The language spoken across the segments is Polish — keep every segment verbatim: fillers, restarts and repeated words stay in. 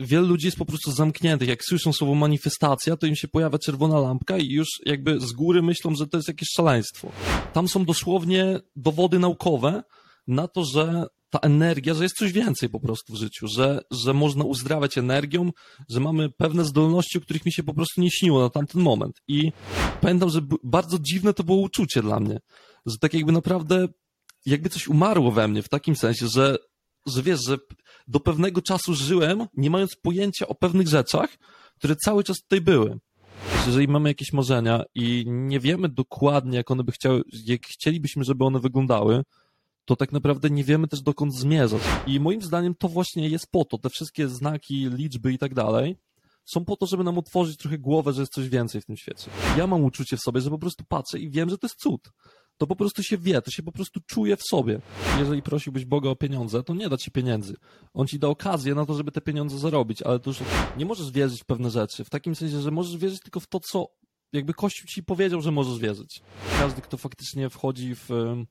wielu ludzi jest po prostu zamkniętych. Jak słyszą słowo manifestacja, to im się pojawia czerwona lampka i już jakby z góry myślą, że to jest jakieś szaleństwo. Tam są dosłownie dowody naukowe na to, że ta energia, że jest coś więcej po prostu w życiu, że, że można uzdrawiać energią, że mamy pewne zdolności, o których mi się po prostu nie śniło na tamten moment. I pamiętam, że bardzo dziwne to było uczucie dla mnie, że tak jakby naprawdę jakby coś umarło we mnie w takim sensie, że, że wiesz, że do pewnego czasu żyłem, nie mając pojęcia o pewnych rzeczach, które cały czas tutaj były. Jeżeli mamy jakieś marzenia i nie wiemy dokładnie, jak one by chciały, jak chcielibyśmy, żeby one wyglądały, to tak naprawdę nie wiemy też, dokąd zmierzać. I moim zdaniem to właśnie jest po to, te wszystkie znaki, liczby i tak dalej są po to, żeby nam otworzyć trochę głowę, że jest coś więcej w tym świecie. Ja mam uczucie w sobie, że po prostu patrzę i wiem, że to jest cud. To po prostu się wie, to się po prostu czuje w sobie. Jeżeli prosiłbyś Boga o pieniądze, to nie da ci pieniędzy. On ci da okazję na to, żeby te pieniądze zarobić, ale to już nie możesz wierzyć w pewne rzeczy. W takim sensie, że możesz wierzyć tylko w to, co jakby Kościół ci powiedział, że możesz wierzyć. Każdy, kto faktycznie wchodzi w,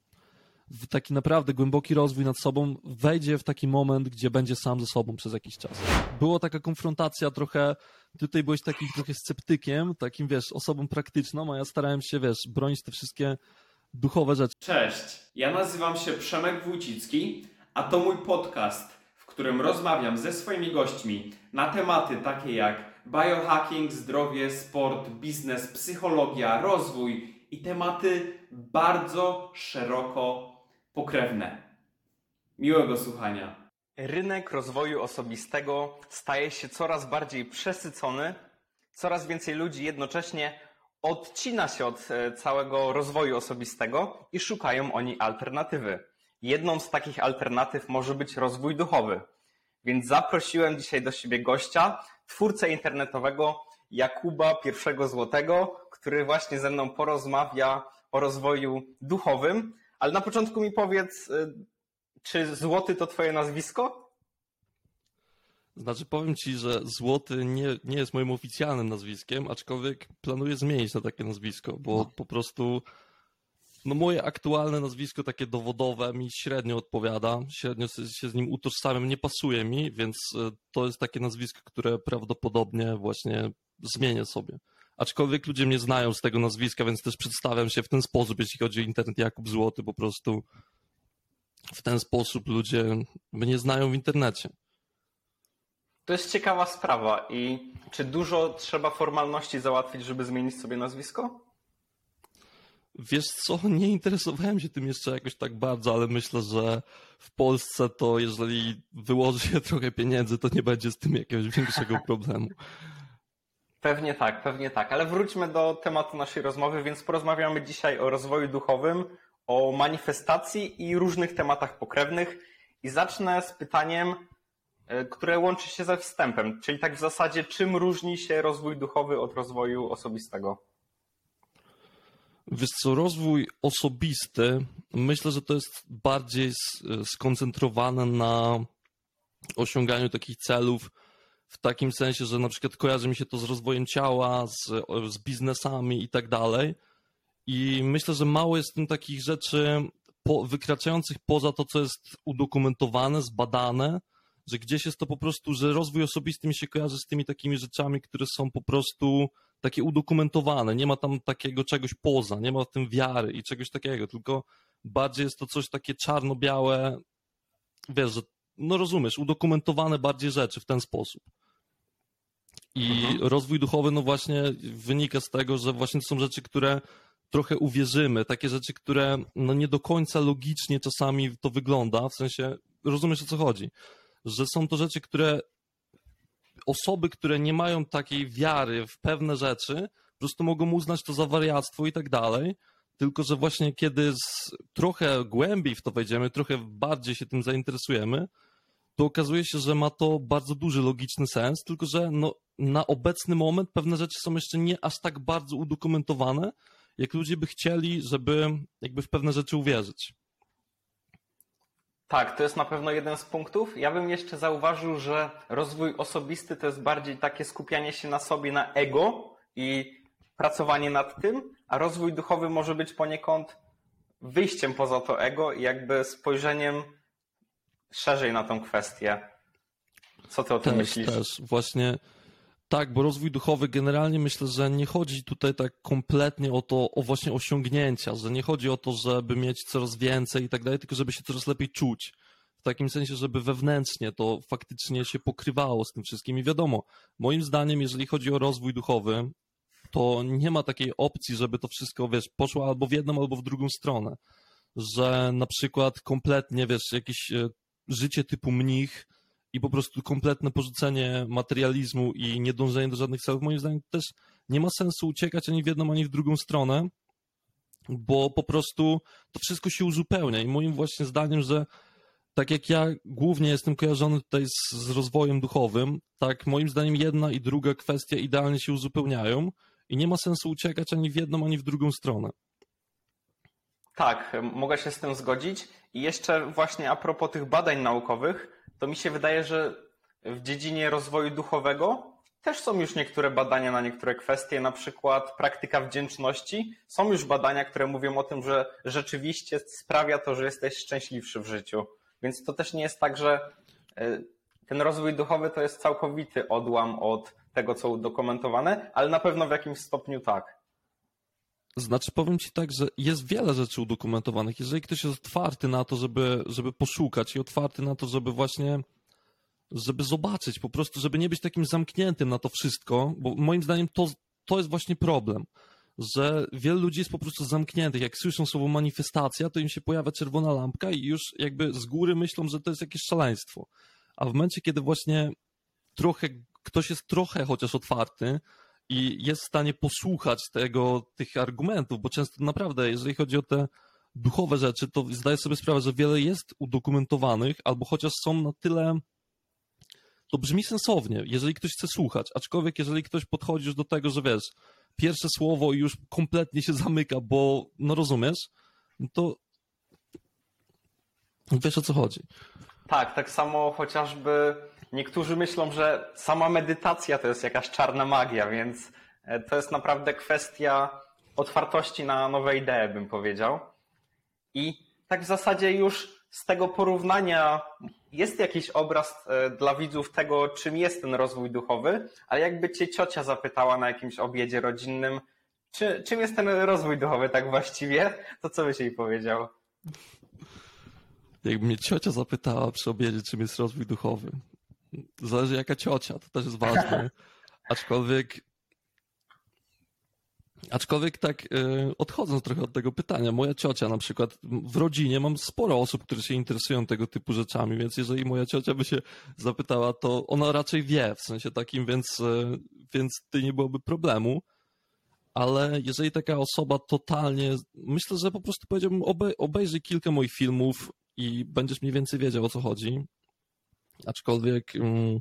w taki naprawdę głęboki rozwój nad sobą, wejdzie w taki moment, gdzie będzie sam ze sobą przez jakiś czas. Była taka konfrontacja trochę, tutaj byłeś takim trochę sceptykiem, takim, wiesz, osobą praktyczną, a ja starałem się, wiesz, bronić te wszystkie duchowe rzeczy. Cześć, ja nazywam się Przemek Wójcicki, a to mój podcast, w którym rozmawiam ze swoimi gośćmi na tematy takie jak biohacking, zdrowie, sport, biznes, psychologia, rozwój i tematy bardzo szeroko pokrewne. Miłego słuchania. Rynek rozwoju osobistego staje się coraz bardziej przesycony, coraz więcej ludzi jednocześnie odcina się od całego rozwoju osobistego i szukają oni alternatywy. Jedną z takich alternatyw może być rozwój duchowy. Więc zaprosiłem dzisiaj do siebie gościa, twórcę internetowego Jakuba Pierwszego Złotego, który właśnie ze mną porozmawia o rozwoju duchowym. Ale na początku mi powiedz, czy Złoty to twoje nazwisko? Znaczy powiem ci, że Złoty nie, nie jest moim oficjalnym nazwiskiem, aczkolwiek planuję zmienić na takie nazwisko, bo no. po prostu no moje aktualne nazwisko takie dowodowe mi średnio odpowiada, średnio się z nim utożsamiam, nie pasuje mi, więc to jest takie nazwisko, które prawdopodobnie właśnie zmienię sobie. Aczkolwiek ludzie mnie znają z tego nazwiska, więc też przedstawiam się w ten sposób, jeśli chodzi o internet, Jakub Złoty, po prostu w ten sposób ludzie mnie znają w internecie. To jest ciekawa sprawa. I czy dużo trzeba formalności załatwić, żeby zmienić sobie nazwisko? Wiesz co, nie interesowałem się tym jeszcze jakoś tak bardzo, ale myślę, że w Polsce to jeżeli wyłoży się trochę pieniędzy, to nie będzie z tym jakiegoś większego problemu. Pewnie tak, pewnie tak. Ale wróćmy do tematu naszej rozmowy, więc porozmawiamy dzisiaj o rozwoju duchowym, o manifestacji i różnych tematach pokrewnych. I zacznę z pytaniem, które łączy się ze wstępem, czyli tak w zasadzie czym różni się rozwój duchowy od rozwoju osobistego? Wiesz co, rozwój osobisty, myślę, że to jest bardziej skoncentrowane na osiąganiu takich celów w takim sensie, że na przykład kojarzy mi się to z rozwojem ciała, z, z biznesami i tak dalej. I myślę, że mało jest w tym takich rzeczy po, wykraczających poza to, co jest udokumentowane, zbadane, że gdzieś jest to po prostu, że rozwój osobisty mi się kojarzy z tymi takimi rzeczami, które są po prostu takie udokumentowane. Nie ma tam takiego czegoś poza, nie ma w tym wiary i czegoś takiego, tylko bardziej jest to coś takie czarno-białe, wiesz, że no rozumiesz, udokumentowane bardziej rzeczy w ten sposób. I mhm. rozwój duchowy, no właśnie wynika z tego, że właśnie to są rzeczy, które trochę uwierzymy, takie rzeczy, które no nie do końca logicznie czasami to wygląda, w sensie, rozumiesz, o co chodzi, że są to rzeczy, które osoby, które nie mają takiej wiary w pewne rzeczy, po prostu mogą uznać to za wariactwo i tak dalej, tylko że właśnie kiedy z, trochę głębiej w to wejdziemy, trochę bardziej się tym zainteresujemy, to okazuje się, że ma to bardzo duży logiczny sens, tylko że no, na obecny moment pewne rzeczy są jeszcze nie aż tak bardzo udokumentowane, jak ludzie by chcieli, żeby jakby w pewne rzeczy uwierzyć. Tak, to jest na pewno jeden z punktów. Ja bym jeszcze zauważył, że rozwój osobisty to jest bardziej takie skupianie się na sobie, na ego i pracowanie nad tym, a rozwój duchowy może być poniekąd wyjściem poza to ego i jakby spojrzeniem szerzej na tą kwestię. Co ty o tym Też, myślisz? też, właśnie tak, bo rozwój duchowy generalnie myślę, że nie chodzi tutaj tak kompletnie o to, o właśnie osiągnięcia, że nie chodzi o to, żeby mieć coraz więcej i tak dalej, tylko żeby się coraz lepiej czuć. W takim sensie, żeby wewnętrznie to faktycznie się pokrywało z tym wszystkim. I wiadomo, moim zdaniem, jeżeli chodzi o rozwój duchowy, to nie ma takiej opcji, żeby to wszystko, wiesz, poszło albo w jedną, albo w drugą stronę. Że na przykład kompletnie, wiesz, jakieś e, życie typu mnich i po prostu kompletne porzucenie materializmu i niedążenie do żadnych celów, moim zdaniem też nie ma sensu uciekać ani w jedną, ani w drugą stronę, bo po prostu to wszystko się uzupełnia i moim właśnie zdaniem, że tak jak ja głównie jestem kojarzony tutaj z, z rozwojem duchowym, tak moim zdaniem jedna i druga kwestia idealnie się uzupełniają i nie ma sensu uciekać ani w jedną, ani w drugą stronę. Tak, mogę się z tym zgodzić. I jeszcze właśnie a propos tych badań naukowych, to mi się wydaje, że w dziedzinie rozwoju duchowego też są już niektóre badania na niektóre kwestie, na przykład praktyka wdzięczności. Są już badania, które mówią o tym, że rzeczywiście sprawia to, że jesteś szczęśliwszy w życiu. Więc to też nie jest tak, że ten rozwój duchowy to jest całkowity odłam od tego, co udokumentowane, ale na pewno w jakimś stopniu tak. Znaczy, powiem ci tak, że jest wiele rzeczy udokumentowanych. Jeżeli ktoś jest otwarty na to, żeby, żeby poszukać i otwarty na to, żeby właśnie, żeby zobaczyć, po prostu, żeby nie być takim zamkniętym na to wszystko, bo moim zdaniem to, to jest właśnie problem, że wielu ludzi jest po prostu zamkniętych. Jak słyszą słowo manifestacja, to im się pojawia czerwona lampka i już jakby z góry myślą, że to jest jakieś szaleństwo. A w momencie, kiedy właśnie trochę, ktoś jest trochę chociaż otwarty, i jest w stanie posłuchać tego, tych argumentów, bo często naprawdę, jeżeli chodzi o te duchowe rzeczy, to zdaję sobie sprawę, że wiele jest udokumentowanych, albo chociaż są na tyle, to brzmi sensownie, jeżeli ktoś chce słuchać, aczkolwiek jeżeli ktoś podchodzi już do tego, że wiesz, pierwsze słowo i już kompletnie się zamyka, bo no rozumiesz, no to wiesz o co chodzi. Tak, tak samo chociażby niektórzy myślą, że sama medytacja to jest jakaś czarna magia, więc to jest naprawdę kwestia otwartości na nowe idee, bym powiedział. I tak w zasadzie już z tego porównania jest jakiś obraz dla widzów tego, czym jest ten rozwój duchowy, ale jakby cię ciocia zapytała na jakimś obiedzie rodzinnym, czy, czym jest ten rozwój duchowy tak właściwie, to co byś jej powiedział? Jakby mnie ciocia zapytała przy obiedzie, czym jest rozwój duchowy. Zależy jaka ciocia, to też jest ważne. Aczkolwiek, aczkolwiek tak yy, odchodząc trochę od tego pytania, moja ciocia na przykład, w rodzinie mam sporo osób, które się interesują tego typu rzeczami, więc jeżeli moja ciocia by się zapytała, to ona raczej wie, w sensie takim, więc, yy, więc to nie byłoby problemu. Ale jeżeli taka osoba totalnie, myślę, że po prostu powiedziałbym, obej- obejrzyj kilka moich filmów i będziesz mniej więcej wiedział, o co chodzi. Aczkolwiek mm,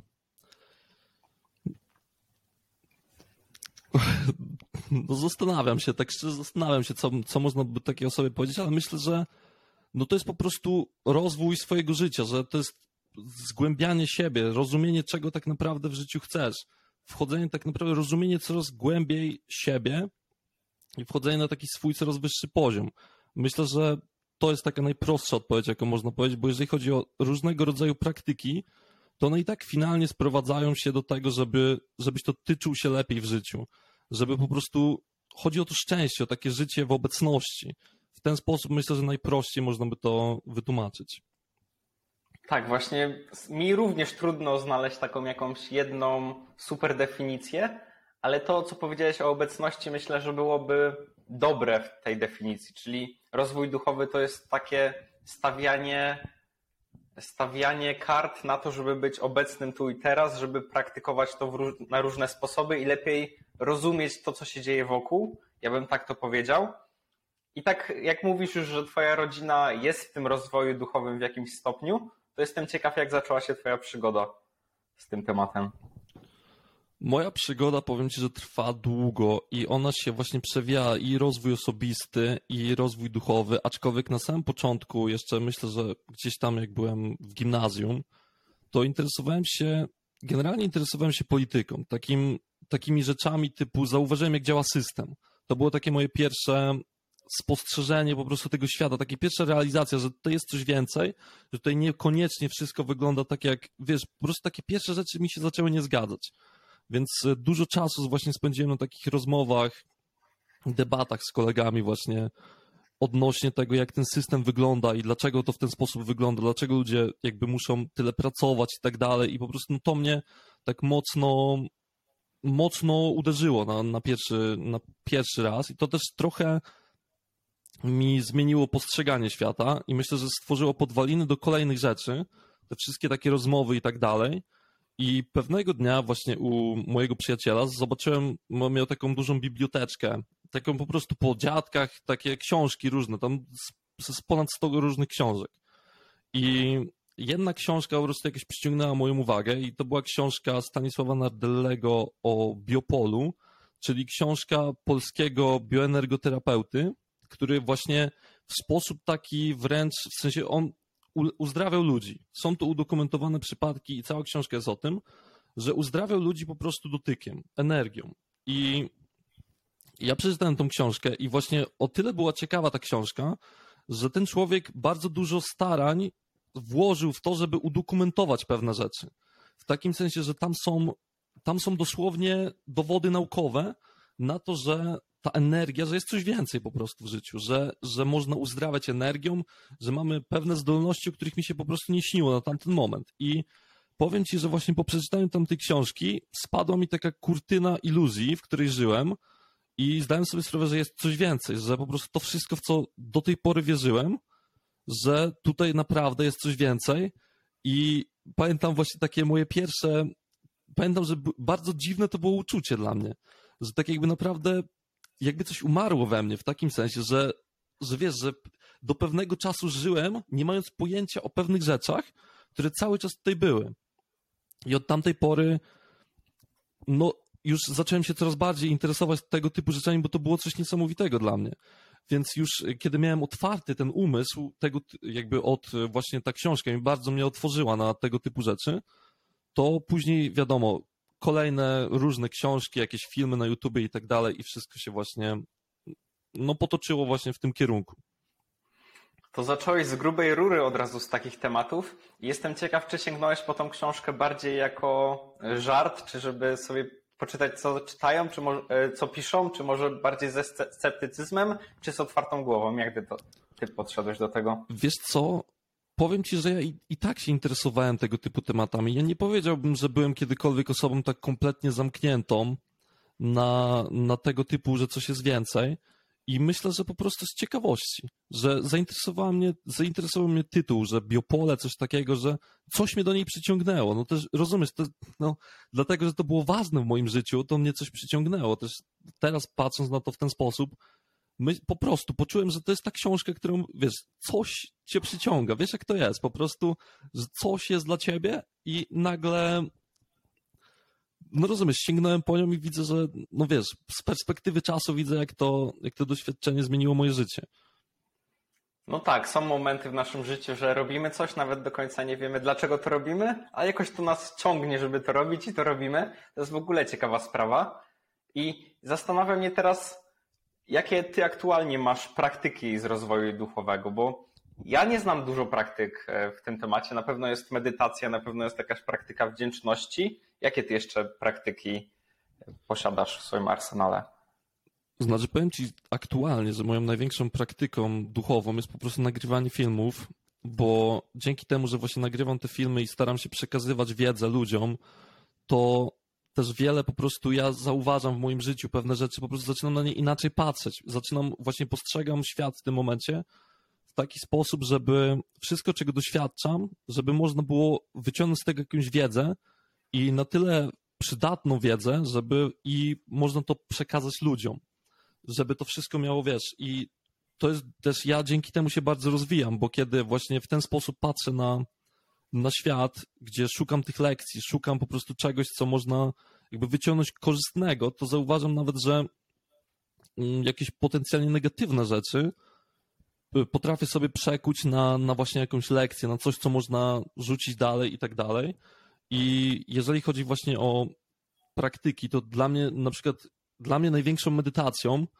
no zastanawiam się, tak szczerze zastanawiam się, co, co można by takiej osobie powiedzieć, ale myślę, że no to jest po prostu rozwój swojego życia, że to jest zgłębianie siebie, rozumienie, czego tak naprawdę w życiu chcesz. Wchodzenie tak naprawdę, rozumienie coraz głębiej siebie i wchodzenie na taki swój coraz wyższy poziom. Myślę, że to jest taka najprostsza odpowiedź, jaką można powiedzieć, bo jeżeli chodzi o różnego rodzaju praktyki, to one i tak finalnie sprowadzają się do tego, żeby, żebyś to ty czuł się lepiej w życiu. Żeby po prostu, chodzi o to szczęście, o takie życie w obecności. W ten sposób myślę, że najprościej można by to wytłumaczyć. Tak, właśnie mi również trudno znaleźć taką jakąś jedną super definicję, ale to, co powiedziałeś o obecności, myślę, że byłoby dobre w tej definicji, czyli rozwój duchowy to jest takie stawianie, stawianie kart na to, żeby być obecnym tu i teraz, żeby praktykować to w róż- na różne sposoby i lepiej rozumieć to, co się dzieje wokół. Ja bym tak to powiedział. I tak jak mówisz już, że twoja rodzina jest w tym rozwoju duchowym w jakimś stopniu, to jestem ciekaw, jak zaczęła się twoja przygoda z tym tematem. Moja przygoda, powiem ci, że trwa długo i ona się właśnie przewija i rozwój osobisty, i rozwój duchowy, aczkolwiek na samym początku, jeszcze myślę, że gdzieś tam jak byłem w gimnazjum, to interesowałem się, generalnie interesowałem się polityką, takim, takimi rzeczami typu zauważyłem, jak działa system. To było takie moje pierwsze spostrzeżenie po prostu tego świata, takie pierwsza realizacja, że to jest coś więcej, że tutaj niekoniecznie wszystko wygląda tak jak, wiesz, po prostu takie pierwsze rzeczy mi się zaczęły nie zgadzać. Więc dużo czasu właśnie spędziłem na takich rozmowach, debatach z kolegami właśnie odnośnie tego, jak ten system wygląda i dlaczego to w ten sposób wygląda, dlaczego ludzie jakby muszą tyle pracować i tak dalej i po prostu no, to mnie tak mocno mocno uderzyło na, na, pierwszy, na pierwszy raz i to też trochę mi zmieniło postrzeganie świata i myślę, że stworzyło podwaliny do kolejnych rzeczy, te wszystkie takie rozmowy i tak dalej. I pewnego dnia właśnie u mojego przyjaciela zobaczyłem, miał taką dużą biblioteczkę, taką po prostu po dziadkach, takie książki różne, tam z, z ponad sto różnych książek. I jedna książka po prostu jakoś przyciągnęła moją uwagę i to była książka Stanisława Nardellego o biopolu, czyli książka polskiego bioenergoterapeuty, który właśnie w sposób taki wręcz, w sensie on uzdrawiał ludzi. Są tu udokumentowane przypadki i cała książka jest o tym, że uzdrawiał ludzi po prostu dotykiem, energią. I ja przeczytałem tą książkę i właśnie o tyle była ciekawa ta książka, że ten człowiek bardzo dużo starań włożył w to, żeby udokumentować pewne rzeczy. W takim sensie, że tam są, tam są dosłownie dowody naukowe na to, że ta energia, że jest coś więcej po prostu w życiu, że, że można uzdrawiać energią, że mamy pewne zdolności, o których mi się po prostu nie śniło na tamten moment. I powiem ci, że właśnie po przeczytaniu tamtej książki spadła mi taka kurtyna iluzji, w której żyłem i zdałem sobie sprawę, że jest coś więcej, że po prostu to wszystko, w co do tej pory wierzyłem, że tutaj naprawdę jest coś więcej i pamiętam właśnie takie moje pierwsze, pamiętam, że bardzo dziwne to było uczucie dla mnie, że tak jakby naprawdę jakby coś umarło we mnie w takim sensie, że, że wiesz, że do pewnego czasu żyłem, nie mając pojęcia o pewnych rzeczach, które cały czas tutaj były. I od tamtej pory no już zacząłem się coraz bardziej interesować tego typu rzeczami, bo to było coś niesamowitego dla mnie. Więc już kiedy miałem otwarty ten umysł, tego jakby od właśnie ta książka mi bardzo mnie otworzyła na tego typu rzeczy, to później wiadomo, kolejne różne książki, jakieś filmy na YouTubie i tak dalej i wszystko się właśnie no potoczyło właśnie w tym kierunku. To zacząłeś z grubej rury od razu z takich tematów. Jestem ciekaw, czy sięgnąłeś po tą książkę bardziej jako żart, czy żeby sobie poczytać, co czytają, czy może, co piszą, czy może bardziej ze sceptycyzmem, czy z otwartą głową? Jak ty, to, ty podszedłeś do tego? Wiesz co? Powiem ci, że ja i, i tak się interesowałem tego typu tematami. Ja nie powiedziałbym, że byłem kiedykolwiek osobą tak kompletnie zamkniętą na, na tego typu, że coś jest więcej. I myślę, że po prostu z ciekawości, że zainteresował mnie, zainteresował mnie tytuł, że biopole, coś takiego, że coś mnie do niej przyciągnęło. No też rozumiesz, to, no, dlatego, że to było ważne w moim życiu, to mnie coś przyciągnęło. Też teraz patrząc na to w ten sposób, my, po prostu poczułem, że to jest ta książka, którą, wiesz, coś cię przyciąga. Wiesz, jak to jest? Po prostu, że coś jest dla ciebie i nagle no rozumiesz, sięgnąłem po nią i widzę, że, no wiesz, z perspektywy czasu widzę, jak to, jak to doświadczenie zmieniło moje życie. No tak, są momenty w naszym życiu, że robimy coś, nawet do końca nie wiemy, dlaczego to robimy, a jakoś to nas ciągnie, żeby to robić i to robimy. To jest w ogóle ciekawa sprawa. I zastanawia mnie teraz, jakie ty aktualnie masz praktyki z rozwoju duchowego, bo ja nie znam dużo praktyk w tym temacie. Na pewno jest medytacja, na pewno jest jakaś praktyka wdzięczności. Jakie ty jeszcze praktyki posiadasz w swoim arsenale? Znaczy, powiem ci aktualnie, że moją największą praktyką duchową jest po prostu nagrywanie filmów, bo dzięki temu, że właśnie nagrywam te filmy i staram się przekazywać wiedzę ludziom, to też wiele po prostu ja zauważam w moim życiu pewne rzeczy, po prostu zaczynam na nie inaczej patrzeć. Zaczynam, właśnie postrzegam świat w tym momencie w taki sposób, żeby wszystko, czego doświadczam, żeby można było wyciągnąć z tego jakąś wiedzę i na tyle przydatną wiedzę, żeby i można to przekazać ludziom, żeby to wszystko miało, wiesz, i to jest też, ja dzięki temu się bardzo rozwijam, bo kiedy właśnie w ten sposób patrzę na, na świat, gdzie szukam tych lekcji, szukam po prostu czegoś, co można jakby wyciągnąć korzystnego, to zauważam nawet, że jakieś potencjalnie negatywne rzeczy potrafię sobie przekuć na, na właśnie jakąś lekcję, na coś, co można rzucić dalej i tak dalej. I jeżeli chodzi właśnie o praktyki, to dla mnie na przykład, dla mnie największą medytacją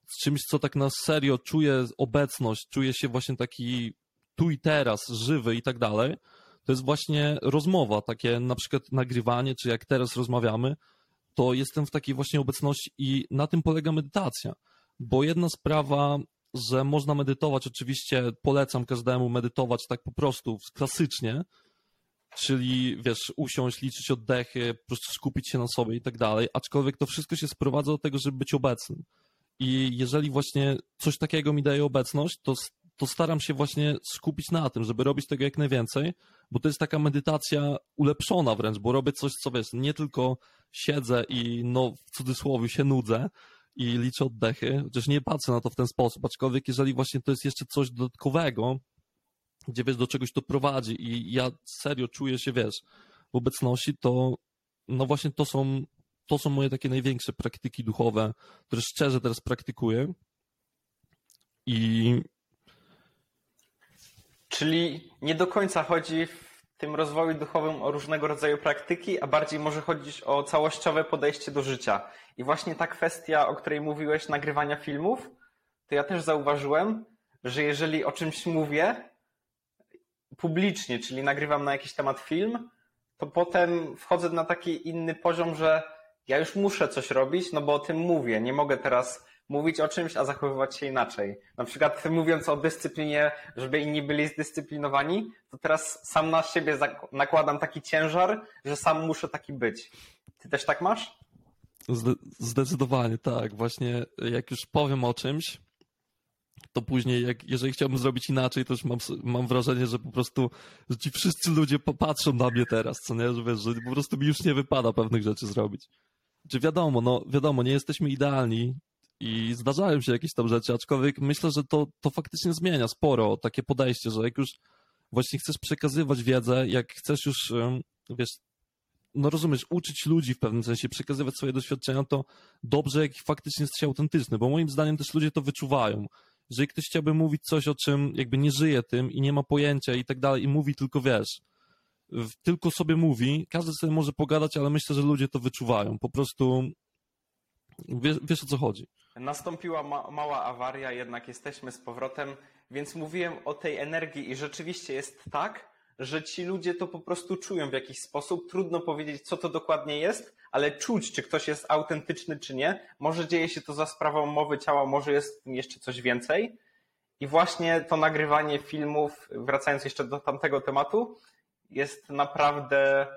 z czymś, co tak na serio czuje obecność, czuje się właśnie taki tu i teraz, żywy i tak dalej, to jest właśnie rozmowa, takie na przykład nagrywanie, czy jak teraz rozmawiamy, to jestem w takiej właśnie obecności i na tym polega medytacja. Bo jedna sprawa, że można medytować, oczywiście polecam każdemu medytować tak po prostu, klasycznie, czyli wiesz, usiąść, liczyć oddechy, po prostu skupić się na sobie i tak dalej, aczkolwiek to wszystko się sprowadza do tego, żeby być obecnym. I jeżeli właśnie coś takiego mi daje obecność, to, to staram się właśnie skupić na tym, żeby robić tego jak najwięcej, bo to jest taka medytacja ulepszona wręcz, bo robię coś, co wiesz, nie tylko siedzę i no w cudzysłowie się nudzę i liczę oddechy, chociaż nie patrzę na to w ten sposób, aczkolwiek jeżeli właśnie to jest jeszcze coś dodatkowego, gdzie wiesz, do czegoś to prowadzi i ja serio czuję się, wiesz, w obecności, to no właśnie to są, to są moje takie największe praktyki duchowe, które szczerze teraz praktykuję i... Czyli nie do końca chodzi w tym rozwoju duchowym o różnego rodzaju praktyki, a bardziej może chodzić o całościowe podejście do życia. I właśnie ta kwestia, o której mówiłeś, nagrywania filmów, to ja też zauważyłem, że jeżeli o czymś mówię publicznie, czyli nagrywam na jakiś temat film, to potem wchodzę na taki inny poziom, że ja już muszę coś robić, no bo o tym mówię. Nie mogę teraz mówić o czymś, a zachowywać się inaczej. Na przykład mówiąc o dyscyplinie, żeby inni byli zdyscyplinowani, to teraz sam na siebie nakładam taki ciężar, że sam muszę taki być. Ty też tak masz? Zdecydowanie tak. Właśnie jak już powiem o czymś, to później, jak, jeżeli chciałbym zrobić inaczej, to już mam, mam wrażenie, że po prostu że ci wszyscy ludzie popatrzą na mnie teraz, co nie? Że wiesz, że po prostu mi już nie wypada pewnych rzeczy zrobić. Czy wiadomo, no wiadomo, nie jesteśmy idealni i zdarzają się jakieś tam rzeczy, aczkolwiek myślę, że to, to faktycznie zmienia sporo takie podejście, że jak już właśnie chcesz przekazywać wiedzę, jak chcesz już, wiesz, no rozumiesz, uczyć ludzi w pewnym sensie, przekazywać swoje doświadczenia, to dobrze, jak faktycznie jest się autentyczny, bo moim zdaniem też ludzie to wyczuwają. Jeżeli ktoś chciałby mówić coś, o czym jakby nie żyje tym i nie ma pojęcia i tak dalej i mówi tylko, wiesz, tylko sobie mówi, każdy sobie może pogadać, ale myślę, że ludzie to wyczuwają. Po prostu wiesz, wiesz o co chodzi. Nastąpiła ma- mała awaria, jednak jesteśmy z powrotem, więc mówiłem o tej energii i rzeczywiście jest tak, że ci ludzie to po prostu czują w jakiś sposób. Trudno powiedzieć, co to dokładnie jest, ale czuć, czy ktoś jest autentyczny, czy nie. Może dzieje się to za sprawą mowy ciała, może jest w tym jeszcze coś więcej. I właśnie to nagrywanie filmów, wracając jeszcze do tamtego tematu, jest naprawdę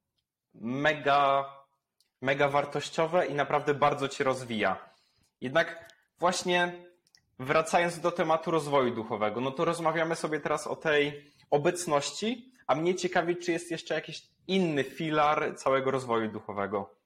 mega, mega wartościowe i naprawdę bardzo cię rozwija. Jednak właśnie wracając do tematu rozwoju duchowego, no to rozmawiamy sobie teraz o tej obecności, a mnie ciekawi, czy jest jeszcze jakiś inny filar całego rozwoju duchowego.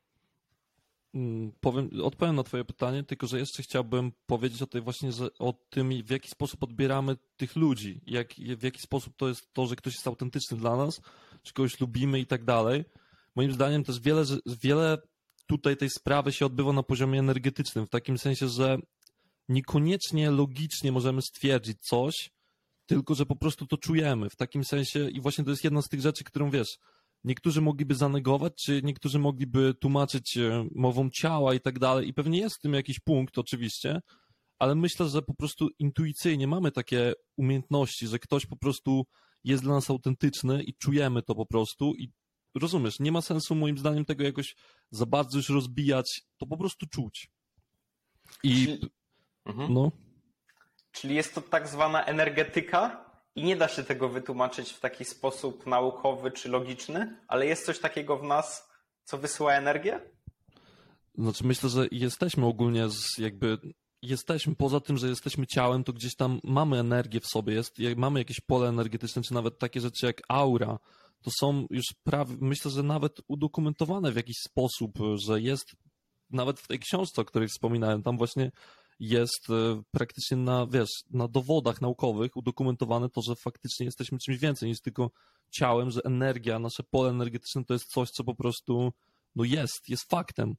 Powiem, odpowiem na twoje pytanie, tylko że jeszcze chciałbym powiedzieć o tej właśnie, że o tym, w jaki sposób odbieramy tych ludzi, jak, w jaki sposób to jest to, że ktoś jest autentyczny dla nas, czy kogoś lubimy i tak dalej. Moim zdaniem też wiele, wiele tutaj tej sprawy się odbywa na poziomie energetycznym, w takim sensie, że niekoniecznie logicznie możemy stwierdzić coś, tylko że po prostu to czujemy, w takim sensie i właśnie to jest jedna z tych rzeczy, którą wiesz, niektórzy mogliby zanegować, czy niektórzy mogliby tłumaczyć mową ciała i tak dalej i pewnie jest w tym jakiś punkt oczywiście, ale myślę, że po prostu intuicyjnie mamy takie umiejętności, że ktoś po prostu jest dla nas autentyczny i czujemy to po prostu i rozumiesz, nie ma sensu moim zdaniem tego jakoś za bardzo już rozbijać, to po prostu czuć. I Czyli, mhm. no. Czyli jest to tak zwana energetyka i nie da się tego wytłumaczyć w taki sposób naukowy czy logiczny, ale jest coś takiego w nas, co wysyła energię? Znaczy myślę, że jesteśmy ogólnie z jakby, jesteśmy, poza tym, że jesteśmy ciałem, to gdzieś tam mamy energię w sobie, jest, mamy jakieś pole energetyczne, czy nawet takie rzeczy jak aura, to są już prawie, myślę, że nawet udokumentowane w jakiś sposób, że jest nawet w tej książce, o której wspominałem, tam właśnie jest praktycznie na, wiesz, na dowodach naukowych udokumentowane to, że faktycznie jesteśmy czymś więcej niż tylko ciałem, że energia, nasze pole energetyczne to jest coś, co po prostu no jest, jest faktem.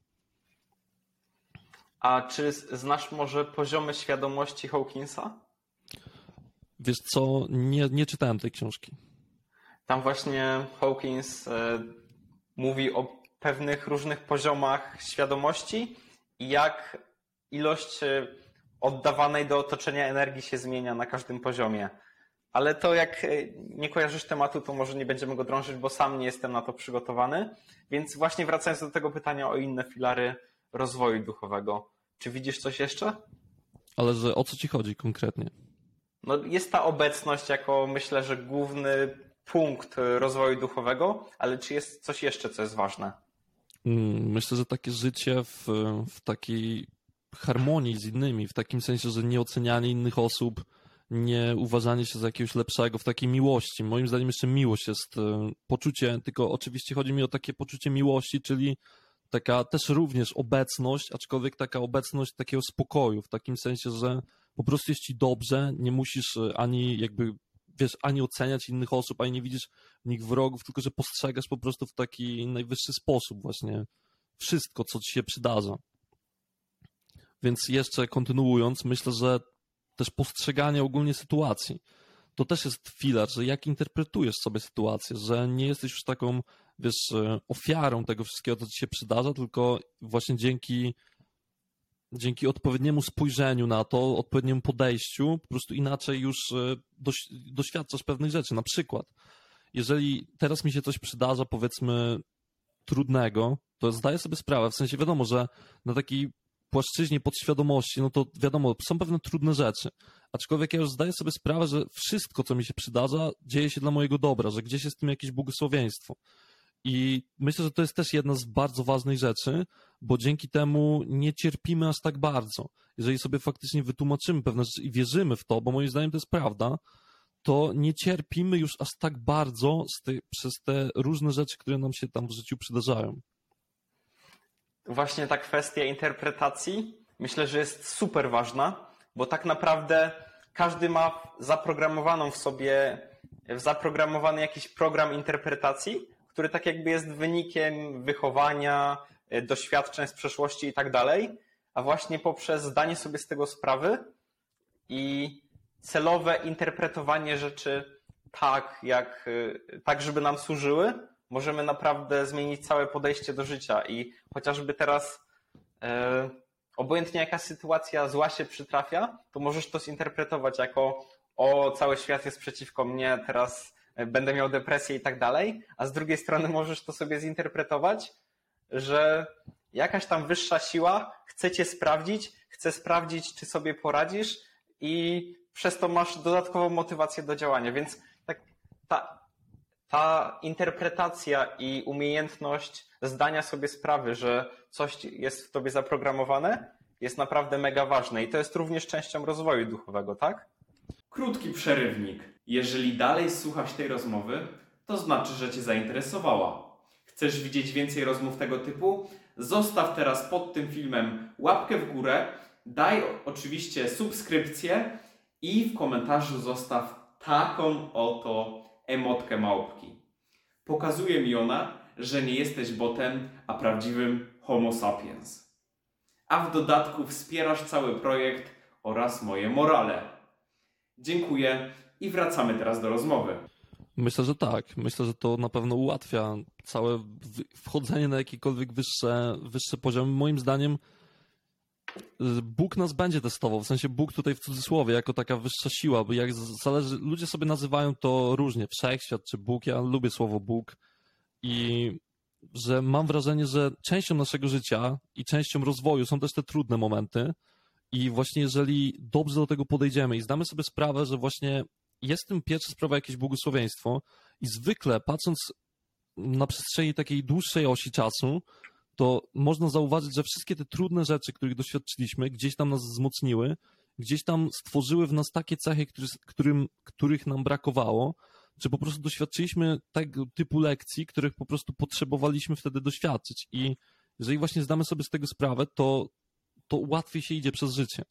A czy znasz może poziomy świadomości Hawkinsa? Wiesz co, nie, nie czytałem tej książki. Tam właśnie Hawkins e, mówi o pewnych różnych poziomach świadomości i jak ilość oddawanej do otoczenia energii się zmienia na każdym poziomie. Ale to jak nie kojarzysz tematu, to może nie będziemy go drążyć, bo sam nie jestem na to przygotowany. Więc właśnie wracając do tego pytania o inne filary rozwoju duchowego. Czy widzisz coś jeszcze? Ale że o co ci chodzi konkretnie? No jest ta obecność jako, myślę, że główny punkt rozwoju duchowego, ale czy jest coś jeszcze, co jest ważne? Myślę, że takie życie w, w takiej harmonii z innymi, w takim sensie, że nie ocenianie innych osób, nie uważanie się za jakiegoś lepszego, w takiej miłości. Moim zdaniem jeszcze miłość jest poczucie, tylko oczywiście chodzi mi o takie poczucie miłości, czyli taka też również obecność, aczkolwiek taka obecność takiego spokoju, w takim sensie, że po prostu jest ci dobrze, nie musisz ani jakby, wiesz, ani oceniać innych osób, ani nie widzisz w nich wrogów, tylko że postrzegasz po prostu w taki najwyższy sposób właśnie wszystko, co ci się przydarza. Więc jeszcze kontynuując, myślę, że też postrzeganie ogólnie sytuacji. To też jest filar, że jak interpretujesz sobie sytuację, że nie jesteś już taką, wiesz, ofiarą tego wszystkiego, co ci się przydarza, tylko właśnie dzięki, dzięki odpowiedniemu spojrzeniu na to, odpowiedniemu podejściu, po prostu inaczej już doś, doświadczasz pewnych rzeczy. Na przykład, jeżeli teraz mi się coś przydarza, powiedzmy, trudnego, to zdaję sobie sprawę, w sensie wiadomo, że na takiej płaszczyźnie podświadomości, no to wiadomo, są pewne trudne rzeczy. Aczkolwiek ja już zdaję sobie sprawę, że wszystko, co mi się przydarza, dzieje się dla mojego dobra, że gdzieś jest w tym jakieś błogosławieństwo. I myślę, że to jest też jedna z bardzo ważnych rzeczy, bo dzięki temu nie cierpimy aż tak bardzo. Jeżeli sobie faktycznie wytłumaczymy pewne rzeczy i wierzymy w to, bo moim zdaniem to jest prawda, to nie cierpimy już aż tak bardzo z tej, przez te różne rzeczy, które nam się tam w życiu przydarzają. Właśnie ta kwestia interpretacji myślę, że jest super ważna, bo tak naprawdę każdy ma zaprogramowaną w sobie, zaprogramowany jakiś program interpretacji, który tak jakby jest wynikiem wychowania, doświadczeń z przeszłości i tak dalej, a właśnie poprzez zdanie sobie z tego sprawy i celowe interpretowanie rzeczy tak, jak, tak żeby nam służyły, możemy naprawdę zmienić całe podejście do życia i chociażby teraz e, obojętnie jaka sytuacja zła się przytrafia, to możesz to zinterpretować jako o, cały świat jest przeciwko mnie, teraz będę miał depresję i tak dalej, a z drugiej strony możesz to sobie zinterpretować, że jakaś tam wyższa siła chce cię sprawdzić, chce sprawdzić, czy sobie poradzisz i przez to masz dodatkową motywację do działania, więc tak ta Ta interpretacja i umiejętność zdania sobie sprawy, że coś jest w tobie zaprogramowane, jest naprawdę mega ważne i to jest również częścią rozwoju duchowego, tak? Krótki przerywnik. Jeżeli dalej słuchasz tej rozmowy, to znaczy, że cię zainteresowała. Chcesz widzieć więcej rozmów tego typu? Zostaw teraz pod tym filmem łapkę w górę, daj oczywiście subskrypcję i w komentarzu zostaw taką oto emotkę małpki. Pokazuje mi ona, że nie jesteś botem, a prawdziwym homo sapiens. A w dodatku wspierasz cały projekt oraz moje morale. Dziękuję i wracamy teraz do rozmowy. Myślę, że tak. Myślę, że to na pewno ułatwia całe wchodzenie na jakiekolwiek wyższe, wyższe poziomy. Moim zdaniem Bóg nas będzie testował, w sensie Bóg tutaj w cudzysłowie, jako taka wyższa siła, bo jak zależy, ludzie sobie nazywają to różnie, wszechświat czy Bóg, ja lubię słowo Bóg i że mam wrażenie, że częścią naszego życia i częścią rozwoju są też te trudne momenty i właśnie jeżeli dobrze do tego podejdziemy i zdamy sobie sprawę, że właśnie jest w tym pierwsza sprawa jakieś błogosławieństwo i zwykle patrząc na przestrzeni takiej dłuższej osi czasu, to można zauważyć, że wszystkie te trudne rzeczy, których doświadczyliśmy, gdzieś tam nas wzmocniły, gdzieś tam stworzyły w nas takie cechy, którym, których nam brakowało, że po prostu doświadczyliśmy tego typu lekcji, których po prostu potrzebowaliśmy wtedy doświadczyć. I jeżeli właśnie zdamy sobie z tego sprawę, to, to łatwiej się idzie przez życie.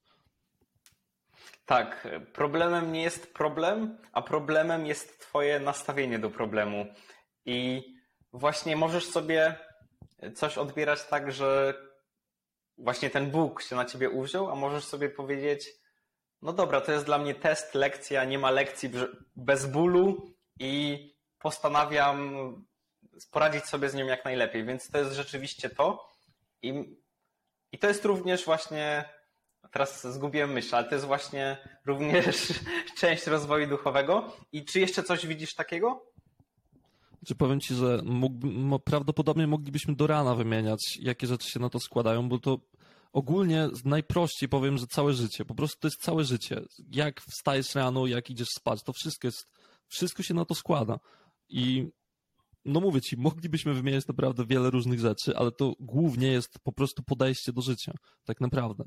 Tak, problemem nie jest problem, a problemem jest twoje nastawienie do problemu. I właśnie możesz sobie coś odbierać tak, że właśnie ten Bóg się na ciebie uwziął, a możesz sobie powiedzieć, no dobra, to jest dla mnie test, lekcja, nie ma lekcji bez bólu i postanawiam poradzić sobie z nią jak najlepiej, więc to jest rzeczywiście to. I, i to jest również właśnie Teraz zgubiłem myśl, ale to jest właśnie również część rozwoju duchowego. I czy jeszcze coś widzisz takiego? Czy powiem ci, że mógłbym, mo- prawdopodobnie moglibyśmy do rana wymieniać, jakie rzeczy się na to składają, bo to ogólnie najprościej powiem, że całe życie. Po prostu to jest całe życie. Jak wstajesz rano, jak idziesz spać, to wszystko jest, wszystko się na to składa. I no mówię ci, moglibyśmy wymieniać naprawdę wiele różnych rzeczy, ale to głównie jest po prostu podejście do życia. Tak naprawdę.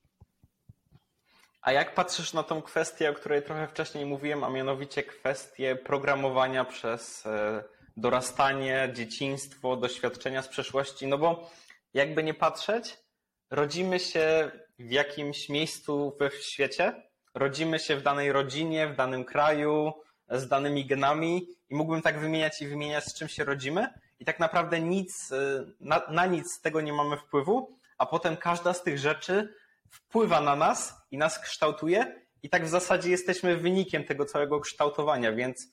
A jak patrzysz na tą kwestię, o której trochę wcześniej mówiłem, a mianowicie kwestię programowania przez e, dorastanie, dzieciństwo, doświadczenia z przeszłości? No bo jakby nie patrzeć, rodzimy się w jakimś miejscu we świecie, rodzimy się w danej rodzinie, w danym kraju, z danymi genami i mógłbym tak wymieniać i wymieniać, z czym się rodzimy i tak naprawdę nic, e, na, na nic z tego nie mamy wpływu, a potem każda z tych rzeczy wpływa na nas i nas kształtuje i tak w zasadzie jesteśmy wynikiem tego całego kształtowania, więc,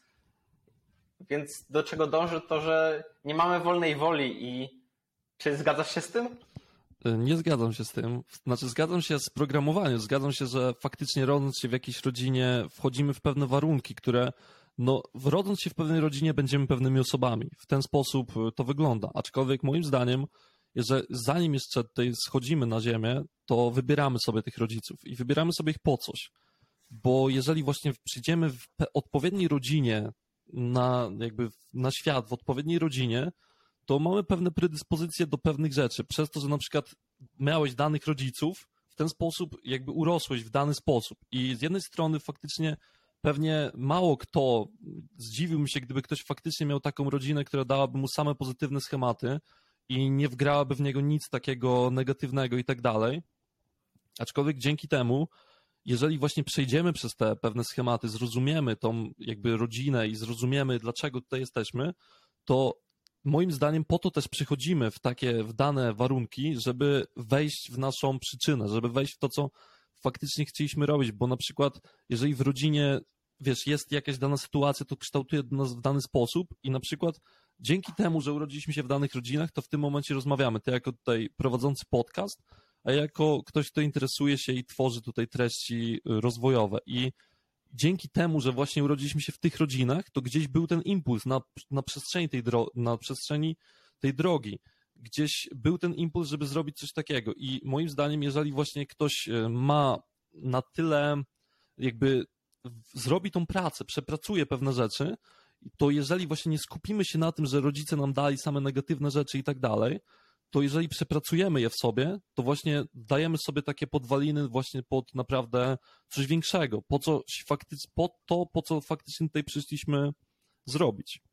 więc do czego dąży to, że nie mamy wolnej woli i czy zgadzasz się z tym? Nie zgadzam się z tym. Znaczy, zgadzam się z programowaniem. Zgadzam się, że faktycznie rodząc się w jakiejś rodzinie, wchodzimy w pewne warunki, które, no, rodząc się w pewnej rodzinie, będziemy pewnymi osobami. W ten sposób to wygląda. Aczkolwiek moim zdaniem, że zanim jeszcze tutaj schodzimy na ziemię, to wybieramy sobie tych rodziców i wybieramy sobie ich po coś. Bo jeżeli właśnie przyjdziemy w pe- odpowiedniej rodzinie na, jakby na świat, w odpowiedniej rodzinie, to mamy pewne predyspozycje do pewnych rzeczy. Przez to, że na przykład miałeś danych rodziców, w ten sposób jakby urosłeś w dany sposób. I z jednej strony faktycznie pewnie mało kto zdziwiłby się, gdyby ktoś faktycznie miał taką rodzinę, która dałaby mu same pozytywne schematy i nie wgrałaby w niego nic takiego negatywnego i tak dalej. Aczkolwiek dzięki temu, jeżeli właśnie przejdziemy przez te pewne schematy, zrozumiemy tą jakby rodzinę i zrozumiemy, dlaczego tutaj jesteśmy, to moim zdaniem po to też przychodzimy w takie, w dane warunki, żeby wejść w naszą przyczynę, żeby wejść w to, co faktycznie chcieliśmy robić, bo na przykład jeżeli w rodzinie, wiesz, jest jakaś dana sytuacja, to kształtuje nas w dany sposób i na przykład dzięki temu, że urodziliśmy się w danych rodzinach, to w tym momencie rozmawiamy. Ty jako tutaj prowadzący podcast, a jako ktoś, kto interesuje się i tworzy tutaj treści rozwojowe i dzięki temu, że właśnie urodziliśmy się w tych rodzinach, to gdzieś był ten impuls na, na, przestrzeni tej dro- na przestrzeni tej drogi. Gdzieś był ten impuls, żeby zrobić coś takiego. I moim zdaniem, jeżeli właśnie ktoś ma na tyle, jakby zrobi tą pracę, przepracuje pewne rzeczy, to jeżeli właśnie nie skupimy się na tym, że rodzice nam dali same negatywne rzeczy i tak dalej, to jeżeli przepracujemy je w sobie, to właśnie dajemy sobie takie podwaliny właśnie pod naprawdę coś większego, po co faktycznie, po to, po co faktycznie tutaj przyszliśmy zrobić.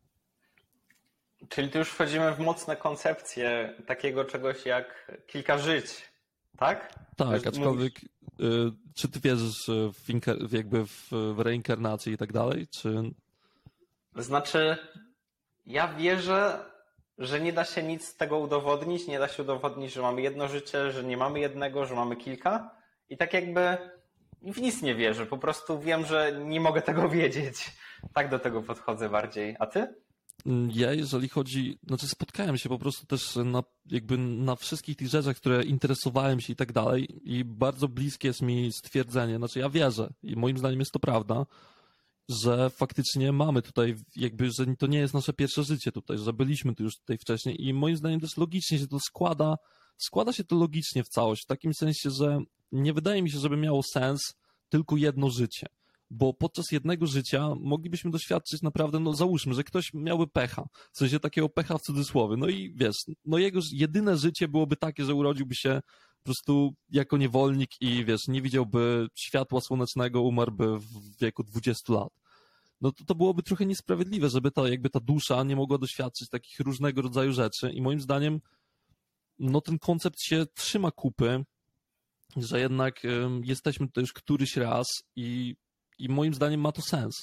Czyli tu już wchodzimy w mocne koncepcje takiego czegoś jak kilka żyć, tak? Tak, Że aczkolwiek y, czy ty wierzysz w, inker- w jakby w, w reinkarnację i tak dalej, czy... Znaczy, ja wierzę, że nie da się nic z tego udowodnić, nie da się udowodnić, że mamy jedno życie, że nie mamy jednego, że mamy kilka i tak jakby w nic nie wierzę, po prostu wiem, że nie mogę tego wiedzieć. Tak do tego podchodzę bardziej. A ty? Ja, jeżeli chodzi, znaczy spotkałem się po prostu też na, jakby na wszystkich tych rzeczach, które interesowałem się i tak dalej i bardzo bliskie jest mi stwierdzenie, znaczy ja wierzę i moim zdaniem jest to prawda, że faktycznie mamy tutaj jakby, że to nie jest nasze pierwsze życie tutaj, że byliśmy tu już tutaj wcześniej i moim zdaniem też logicznie się to składa, składa się to logicznie w całość, w takim sensie, że nie wydaje mi się, żeby miało sens tylko jedno życie, bo podczas jednego życia moglibyśmy doświadczyć naprawdę, no załóżmy, że ktoś miałby pecha, w sensie takiego pecha w cudzysłowie, no i wiesz, no jego jedyne życie byłoby takie, że urodziłby się po prostu jako niewolnik i wiesz, nie widziałby światła słonecznego, umarłby w wieku dwudziestu lat. No to to byłoby trochę niesprawiedliwe, żeby ta jakby ta dusza nie mogła doświadczyć takich różnego rodzaju rzeczy i moim zdaniem no ten koncept się trzyma kupy, że jednak ym, jesteśmy tutaj już któryś raz i, i moim zdaniem ma to sens.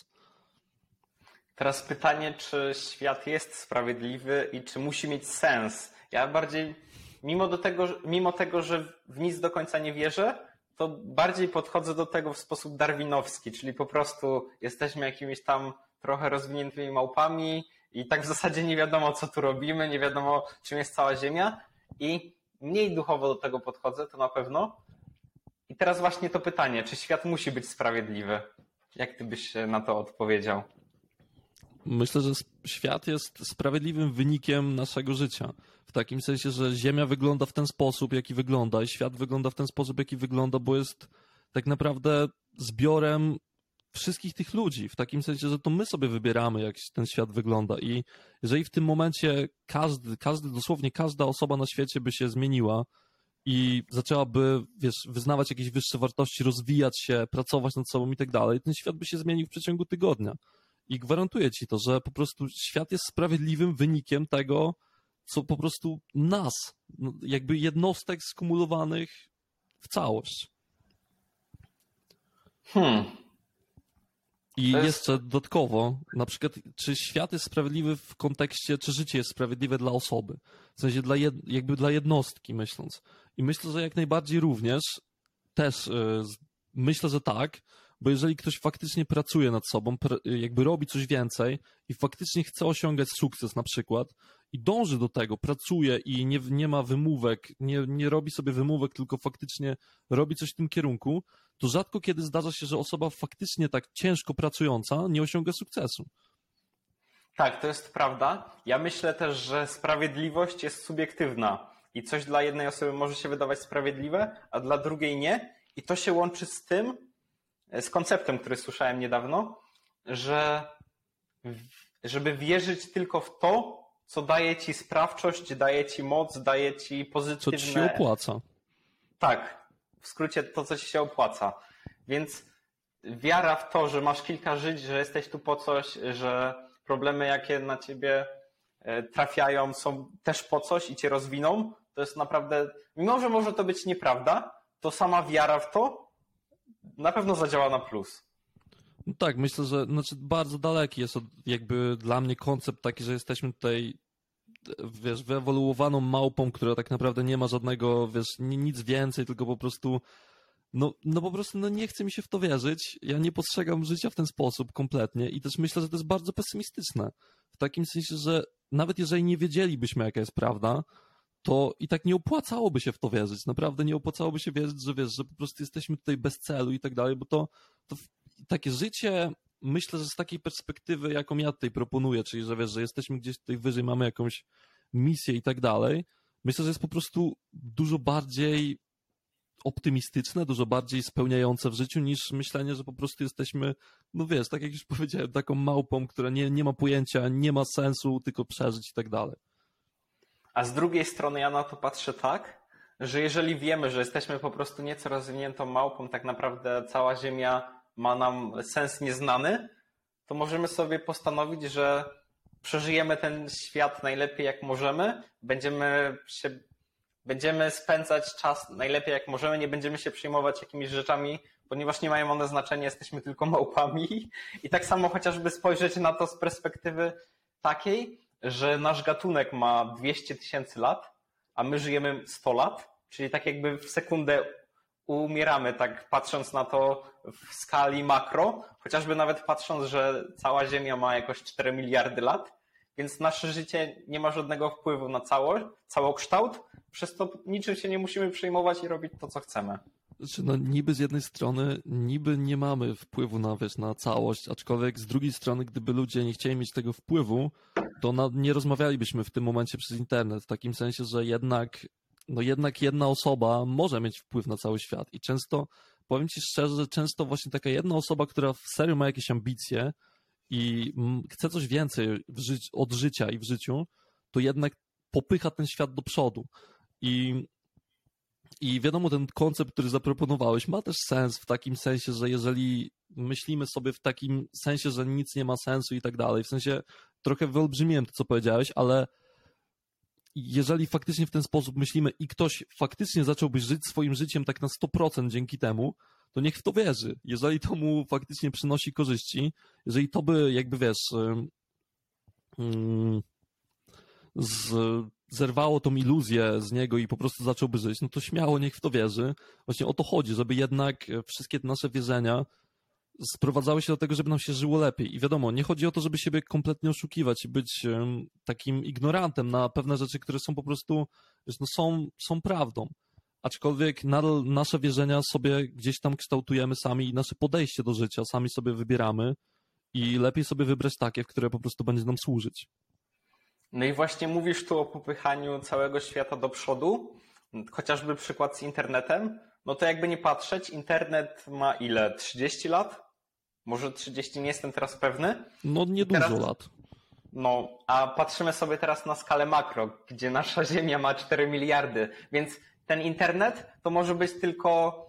Teraz pytanie, czy świat jest sprawiedliwy i czy musi mieć sens? Ja bardziej, mimo, do tego, mimo tego, że w nic do końca nie wierzę, to bardziej podchodzę do tego w sposób darwinowski, czyli po prostu jesteśmy jakimiś tam trochę rozwiniętymi małpami i tak w zasadzie nie wiadomo, co tu robimy, nie wiadomo, czym jest cała Ziemia i mniej duchowo do tego podchodzę, to na pewno. I teraz właśnie to pytanie, czy świat musi być sprawiedliwy? Jak ty byś na to odpowiedział? Myślę, że sp- świat jest sprawiedliwym wynikiem naszego życia. W takim sensie, że Ziemia wygląda w ten sposób, jaki wygląda, i świat wygląda w ten sposób, jaki wygląda, bo jest tak naprawdę zbiorem wszystkich tych ludzi. W takim sensie, że to my sobie wybieramy, jak ten świat wygląda. I jeżeli w tym momencie każdy, każdy, dosłownie każda osoba na świecie by się zmieniła i zaczęłaby, wiesz, wyznawać jakieś wyższe wartości, rozwijać się, pracować nad sobą i tak dalej, ten świat by się zmienił w przeciągu tygodnia. I gwarantuję ci to, że po prostu świat jest sprawiedliwym wynikiem tego, co po prostu nas, no, jakby jednostek skumulowanych w całość. Hmm. I To jest- jeszcze dodatkowo, na przykład, czy świat jest sprawiedliwy w kontekście, czy życie jest sprawiedliwe dla osoby, w sensie dla jed, jakby dla jednostki, myśląc. I myślę, że jak najbardziej również też y, z- myślę, że tak, bo jeżeli ktoś faktycznie pracuje nad sobą, pr, jakby robi coś więcej i faktycznie chce osiągać sukces na przykład i dąży do tego, pracuje i nie, nie ma wymówek, nie, nie robi sobie wymówek, tylko faktycznie robi coś w tym kierunku, to rzadko kiedy zdarza się, że osoba faktycznie tak ciężko pracująca nie osiąga sukcesu. Tak, to jest prawda. Ja myślę też, że sprawiedliwość jest subiektywna i coś dla jednej osoby może się wydawać sprawiedliwe, a dla drugiej nie. I to się łączy z tym, z konceptem, który słyszałem niedawno, że żeby wierzyć tylko w to, co daje ci sprawczość, daje ci moc, daje ci Co pozytywne... ci się opłaca. Tak, w skrócie to, co ci się opłaca. Więc wiara w to, że masz kilka żyć, że jesteś tu po coś, że problemy, jakie na ciebie e, trafiają, są też po coś i cię rozwiną, to jest naprawdę, mimo że może to być nieprawda, to sama wiara w to na pewno zadziała na plus. No tak, myślę, że znaczy bardzo daleki jest od, jakby dla mnie koncept taki, że jesteśmy tutaj, wiesz, wyewoluowaną małpą, która tak naprawdę nie ma żadnego, wiesz, ni- nic więcej, tylko po prostu, no, no po prostu no nie chce mi się w to wierzyć. Ja nie postrzegam życia w ten sposób kompletnie i też myślę, że to jest bardzo pesymistyczne. W takim sensie, że nawet jeżeli nie wiedzielibyśmy, jaka jest prawda, to i tak nie opłacałoby się w to wierzyć. Naprawdę nie opłacałoby się wierzyć, że wiesz, że po prostu jesteśmy tutaj bez celu i tak dalej, bo to, to w- takie życie, myślę, że z takiej perspektywy, jaką ja tutaj proponuję, czyli że wiesz, że jesteśmy gdzieś tutaj wyżej, mamy jakąś misję i tak dalej, myślę, że jest po prostu dużo bardziej optymistyczne, dużo bardziej spełniające w życiu niż myślenie, że po prostu jesteśmy, no wiesz, tak jak już powiedziałem, taką małpą, która nie, nie ma pojęcia, nie ma sensu, tylko przeżyć i tak dalej. A z drugiej strony ja na to patrzę tak, że jeżeli wiemy, że jesteśmy po prostu nieco rozwiniętą małpą, tak naprawdę cała Ziemia ma nam sens nieznany, to możemy sobie postanowić, że przeżyjemy ten świat najlepiej jak możemy, będziemy się, będziemy spędzać czas najlepiej jak możemy, nie będziemy się przejmować jakimiś rzeczami, ponieważ nie mają one znaczenia, jesteśmy tylko małpami. I tak samo chociażby spojrzeć na to z perspektywy takiej, że nasz gatunek ma dwieście tysięcy lat, a my żyjemy sto lat, czyli tak jakby w sekundę umieramy, tak patrząc na to w skali makro, chociażby nawet patrząc, że cała Ziemia ma jakoś cztery miliardy lat, więc nasze życie nie ma żadnego wpływu na całość, całokształt, przez to niczym się nie musimy przejmować i robić to, co chcemy. Znaczy, no niby z jednej strony, niby nie mamy wpływu na, wiesz, na całość, aczkolwiek z drugiej strony, gdyby ludzie nie chcieli mieć tego wpływu, to na, nie rozmawialibyśmy w tym momencie przez internet, w takim sensie, że jednak, no jednak jedna osoba może mieć wpływ na cały świat i często, powiem ci szczerze, że często właśnie taka jedna osoba, która w serio ma jakieś ambicje i mm, chce coś więcej w ży- od życia i w życiu, to jednak popycha ten świat do przodu. I I wiadomo, ten koncept, który zaproponowałeś, ma też sens w takim sensie, że jeżeli myślimy sobie w takim sensie, że nic nie ma sensu i tak dalej, w sensie trochę wyolbrzymiłem to, co powiedziałeś, ale jeżeli faktycznie w ten sposób myślimy i ktoś faktycznie zacząłby żyć swoim życiem tak na sto procent dzięki temu, to niech w to wierzy. Jeżeli to mu faktycznie przynosi korzyści, jeżeli to by jakby, wiesz, ym, z, zerwało tą iluzję z niego i po prostu zacząłby żyć, no to śmiało niech w to wierzy. Właśnie o to chodzi, żeby jednak wszystkie te nasze wierzenia sprowadzały się do tego, żeby nam się żyło lepiej. I wiadomo, nie chodzi o to, żeby siebie kompletnie oszukiwać i być um, takim ignorantem na pewne rzeczy, które są po prostu, wiesz, no są, są prawdą. aczkolwiek nadal nasze wierzenia sobie gdzieś tam kształtujemy sami i nasze podejście do życia sami sobie wybieramy i lepiej sobie wybrać takie, w które po prostu będzie nam służyć. No i właśnie mówisz tu o popychaniu całego świata do przodu, chociażby przykład z internetem, no to jakby nie patrzeć, internet ma ile? trzydzieści lat? Może trzydzieści, nie jestem teraz pewny. No niedużo Teraz- lat. No, a patrzymy sobie teraz na skalę makro, gdzie nasza Ziemia ma cztery miliardy, więc ten internet to może być tylko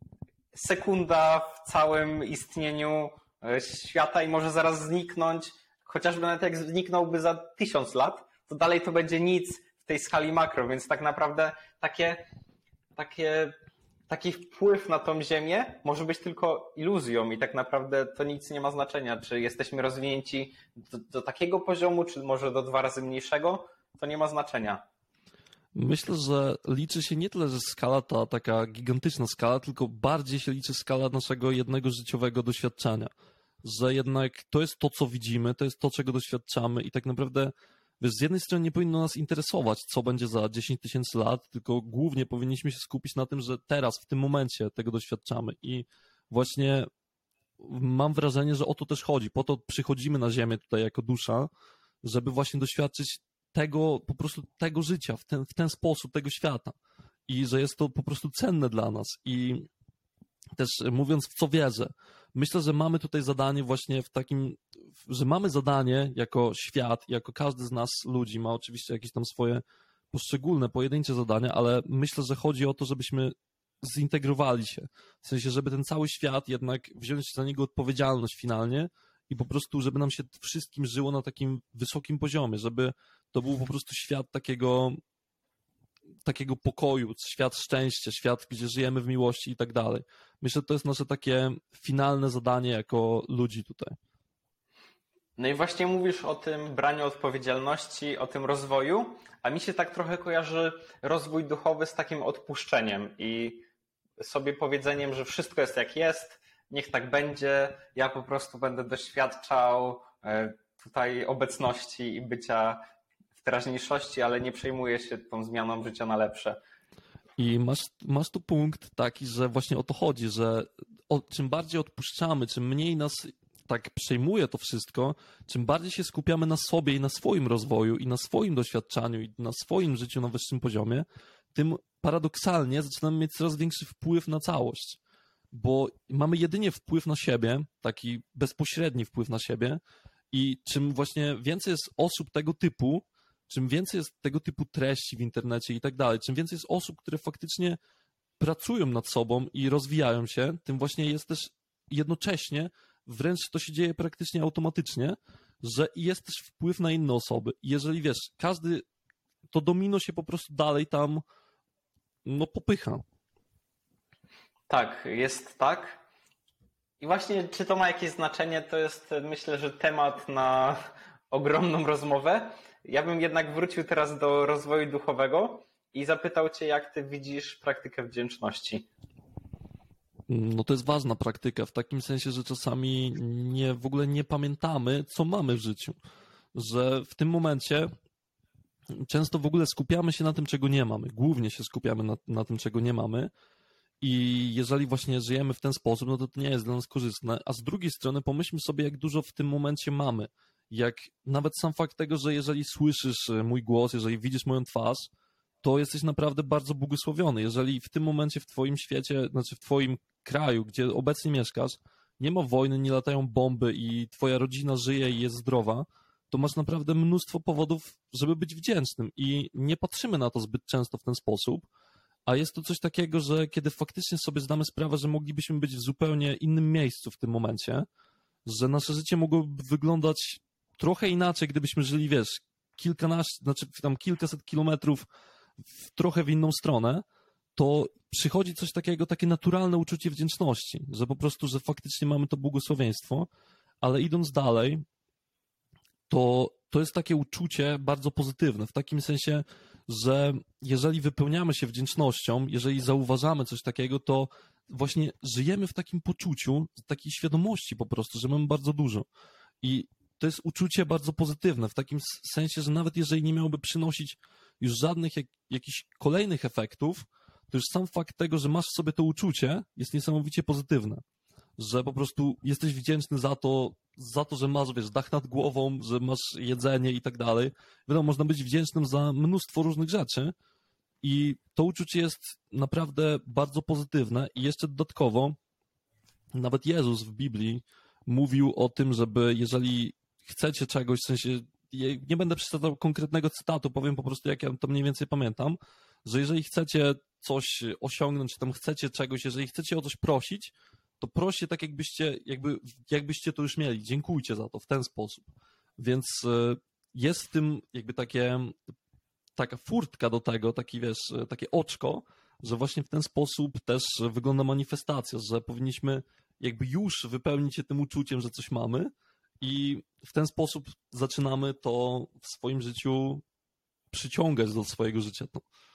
sekunda w całym istnieniu e, świata i może zaraz zniknąć, chociażby nawet jak zniknąłby za tysiąc lat, to dalej to będzie nic w tej skali makro, więc tak naprawdę takie, takie, taki wpływ na tą Ziemię może być tylko iluzją i tak naprawdę to nic nie ma znaczenia, czy jesteśmy rozwinięci do, do takiego poziomu, czy może do dwa razy mniejszego, to nie ma znaczenia. Myślę, że liczy się nie tyle, że skala ta taka gigantyczna skala, tylko bardziej się liczy skala naszego jednego życiowego doświadczenia. Że jednak to jest to, co widzimy, to jest to, czego doświadczamy i tak naprawdę, wiesz, z jednej strony nie powinno nas interesować, co będzie za dziesięć tysięcy lat, tylko głównie powinniśmy się skupić na tym, że teraz, w tym momencie tego doświadczamy i właśnie mam wrażenie, że o to też chodzi. Po to przychodzimy na Ziemię tutaj jako dusza, żeby właśnie doświadczyć tego, po prostu tego życia, w ten, w ten sposób, tego świata. I że jest to po prostu cenne dla nas. I też mówiąc, w co wierzę, myślę, że mamy tutaj zadanie właśnie w takim, że mamy zadanie jako świat, jako każdy z nas ludzi ma oczywiście jakieś tam swoje poszczególne, pojedyncze zadania, ale myślę, że chodzi o to, żebyśmy zintegrowali się. W sensie, żeby ten cały świat jednak wziąć za niego odpowiedzialność finalnie i po prostu, żeby nam się wszystkim żyło na takim wysokim poziomie, żeby to był po prostu świat takiego takiego pokoju, świat szczęścia, świat, gdzie żyjemy w miłości i tak dalej. Myślę, że to jest nasze takie finalne zadanie jako ludzi tutaj. No i właśnie mówisz o tym braniu odpowiedzialności, o tym rozwoju, a mi się tak trochę kojarzy rozwój duchowy z takim odpuszczeniem i sobie powiedzeniem, że wszystko jest jak jest, niech tak będzie, ja po prostu będę doświadczał tutaj obecności i bycia w teraźniejszości, ale nie przejmuję się tą zmianą życia na lepsze. I masz, masz tu punkt taki, że właśnie o to chodzi, że o, czym bardziej odpuszczamy, czym mniej nas tak przejmuje to wszystko, czym bardziej się skupiamy na sobie i na swoim rozwoju i na swoim doświadczaniu i na swoim życiu na wyższym poziomie, tym paradoksalnie zaczynamy mieć coraz większy wpływ na całość. Bo mamy jedynie wpływ na siebie, taki bezpośredni wpływ na siebie i czym właśnie więcej jest osób tego typu, czym więcej jest tego typu treści w internecie i tak dalej, czym więcej jest osób, które faktycznie pracują nad sobą i rozwijają się, tym właśnie jest też jednocześnie, wręcz to się dzieje praktycznie automatycznie, że jest też wpływ na inne osoby. I jeżeli wiesz, każdy, to domino się po prostu dalej tam no popycha. Tak, jest tak. I właśnie czy to ma jakieś znaczenie, to jest myślę, że temat na ogromną rozmowę. Ja bym jednak wrócił teraz do rozwoju duchowego i zapytał Cię, jak Ty widzisz praktykę wdzięczności. No to jest ważna praktyka, w takim sensie, że czasami nie, w ogóle nie pamiętamy, co mamy w życiu. Że w tym momencie często w ogóle skupiamy się na tym, czego nie mamy. Głównie się skupiamy na, na tym, czego nie mamy. I jeżeli właśnie żyjemy w ten sposób, no to to nie jest dla nas korzystne. A z drugiej strony pomyślmy sobie, jak dużo w tym momencie mamy. Jak nawet sam fakt tego, że jeżeli słyszysz mój głos, jeżeli widzisz moją twarz, to jesteś naprawdę bardzo błogosławiony. Jeżeli w tym momencie w twoim świecie, znaczy w twoim kraju, gdzie obecnie mieszkasz, nie ma wojny, nie latają bomby i twoja rodzina żyje i jest zdrowa, to masz naprawdę mnóstwo powodów, żeby być wdzięcznym i nie patrzymy na to zbyt często w ten sposób, a jest to coś takiego, że kiedy faktycznie sobie zdamy sprawę, że moglibyśmy być w zupełnie innym miejscu w tym momencie, że nasze życie mogłoby wyglądać trochę inaczej, gdybyśmy żyli, wiesz, kilkanaście, znaczy tam kilkaset kilometrów w trochę w inną stronę, to przychodzi coś takiego, takie naturalne uczucie wdzięczności, że po prostu, że faktycznie mamy to błogosławieństwo, ale idąc dalej, to, to jest takie uczucie bardzo pozytywne, w takim sensie, że jeżeli wypełniamy się wdzięcznością, jeżeli zauważamy coś takiego, to właśnie żyjemy w takim poczuciu, takiej świadomości po prostu, że mamy bardzo dużo. I to jest uczucie bardzo pozytywne, w takim sensie, że nawet jeżeli nie miałoby przynosić już żadnych jak, jakichś kolejnych efektów, to już sam fakt tego, że masz w sobie to uczucie, jest niesamowicie pozytywne. Że po prostu jesteś wdzięczny za to, za to, że masz, wiesz, dach nad głową, że masz jedzenie i tak dalej. Wiadomo, można być wdzięcznym za mnóstwo różnych rzeczy i to uczucie jest naprawdę bardzo pozytywne i jeszcze dodatkowo nawet Jezus w Biblii mówił o tym, żeby jeżeli chcecie czegoś, w sensie, nie będę przytaczał konkretnego cytatu, powiem po prostu, jak ja to mniej więcej pamiętam, że jeżeli chcecie coś osiągnąć, czy tam chcecie czegoś, jeżeli chcecie o coś prosić, to proście tak, jakbyście, jakby, jakbyście to już mieli. Dziękujcie za to w ten sposób. Więc jest w tym jakby takie, taka furtka do tego, taki, wiesz, takie oczko, że właśnie w ten sposób też wygląda manifestacja, że powinniśmy jakby już wypełnić się tym uczuciem, że coś mamy i w ten sposób zaczynamy to w swoim życiu przyciągać do swojego życia.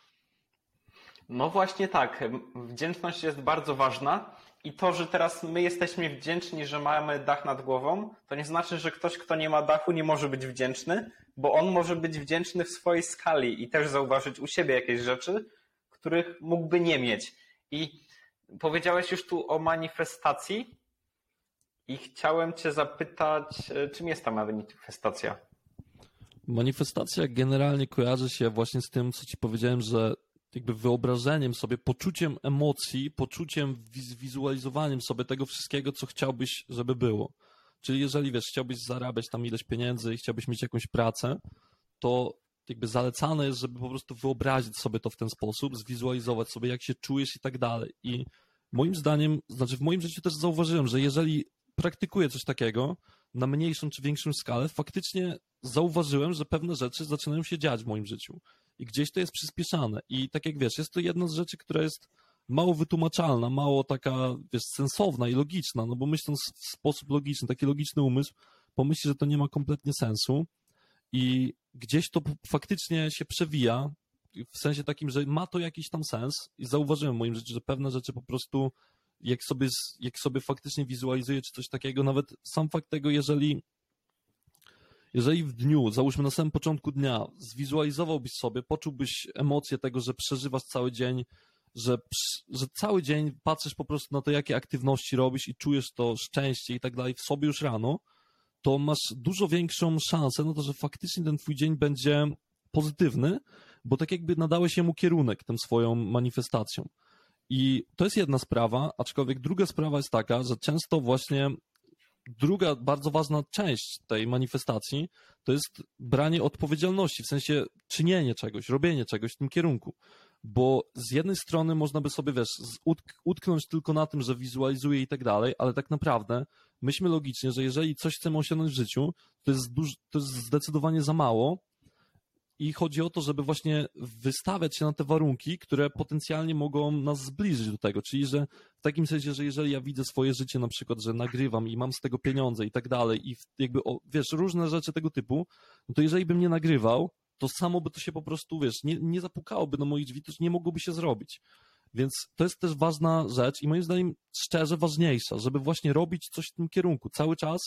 No właśnie tak. Wdzięczność jest bardzo ważna i to, że teraz my jesteśmy wdzięczni, że mamy dach nad głową, to nie znaczy, że ktoś, kto nie ma dachu, nie może być wdzięczny, bo on może być wdzięczny w swojej skali i też zauważyć u siebie jakieś rzeczy, których mógłby nie mieć. I powiedziałeś już tu o manifestacji i chciałem cię zapytać, czym jest ta manifestacja? Manifestacja generalnie kojarzy się właśnie z tym, co ci powiedziałem, że jakby wyobrażeniem sobie, poczuciem emocji, poczuciem, wizualizowaniem sobie tego wszystkiego, co chciałbyś, żeby było. Czyli jeżeli, wiesz, chciałbyś zarabiać tam ileś pieniędzy i chciałbyś mieć jakąś pracę, to jakby zalecane jest, żeby po prostu wyobrazić sobie to w ten sposób, zwizualizować sobie, jak się czujesz i tak dalej. I moim zdaniem, znaczy w moim życiu też zauważyłem, że jeżeli praktykuję coś takiego na mniejszą czy większą skalę, faktycznie zauważyłem, że pewne rzeczy zaczynają się dziać w moim życiu. I gdzieś to jest przyspieszane. I tak jak wiesz, jest to jedna z rzeczy, która jest mało wytłumaczalna, mało taka, wiesz, sensowna i logiczna, no bo myśląc w sposób logiczny, taki logiczny umysł pomyśli, że to nie ma kompletnie sensu i gdzieś to faktycznie się przewija, w sensie takim, że ma to jakiś tam sens i zauważyłem w moim życiu, że pewne rzeczy po prostu, jak sobie, jak sobie faktycznie wizualizuję czy coś takiego, nawet sam fakt tego, jeżeli Jeżeli w dniu, załóżmy na samym początku dnia, zwizualizowałbyś sobie, poczułbyś emocje tego, że przeżywasz cały dzień, że, że cały dzień patrzysz po prostu na to, jakie aktywności robisz i czujesz to szczęście i tak dalej w sobie już rano, to masz dużo większą szansę na to, że faktycznie ten twój dzień będzie pozytywny, bo tak jakby nadałeś jemu kierunek tym swoją manifestacją. I to jest jedna sprawa, aczkolwiek druga sprawa jest taka, że często właśnie druga bardzo ważna część tej manifestacji to jest branie odpowiedzialności, w sensie czynienie czegoś, robienie czegoś w tym kierunku. Bo z jednej strony można by sobie, wiesz, utknąć tylko na tym, że wizualizuję i tak dalej, ale tak naprawdę myślmy logicznie, że jeżeli coś chcemy osiągnąć w życiu, to jest, duż, to jest zdecydowanie za mało i chodzi o to, żeby właśnie wystawiać się na te warunki, które potencjalnie mogą nas zbliżyć do tego. Czyli, że w takim sensie, że jeżeli ja widzę swoje życie na przykład, że nagrywam i mam z tego pieniądze i tak dalej i jakby, o, wiesz, różne rzeczy tego typu, no to jeżeli bym nie nagrywał, to samo by to się po prostu, wiesz, nie, nie zapukałoby na moich drzwi, to nie mogłoby się zrobić. Więc to jest też ważna rzecz i moim zdaniem szczerze ważniejsza, żeby właśnie robić coś w tym kierunku. Cały czas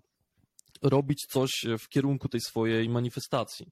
robić coś w kierunku tej swojej manifestacji.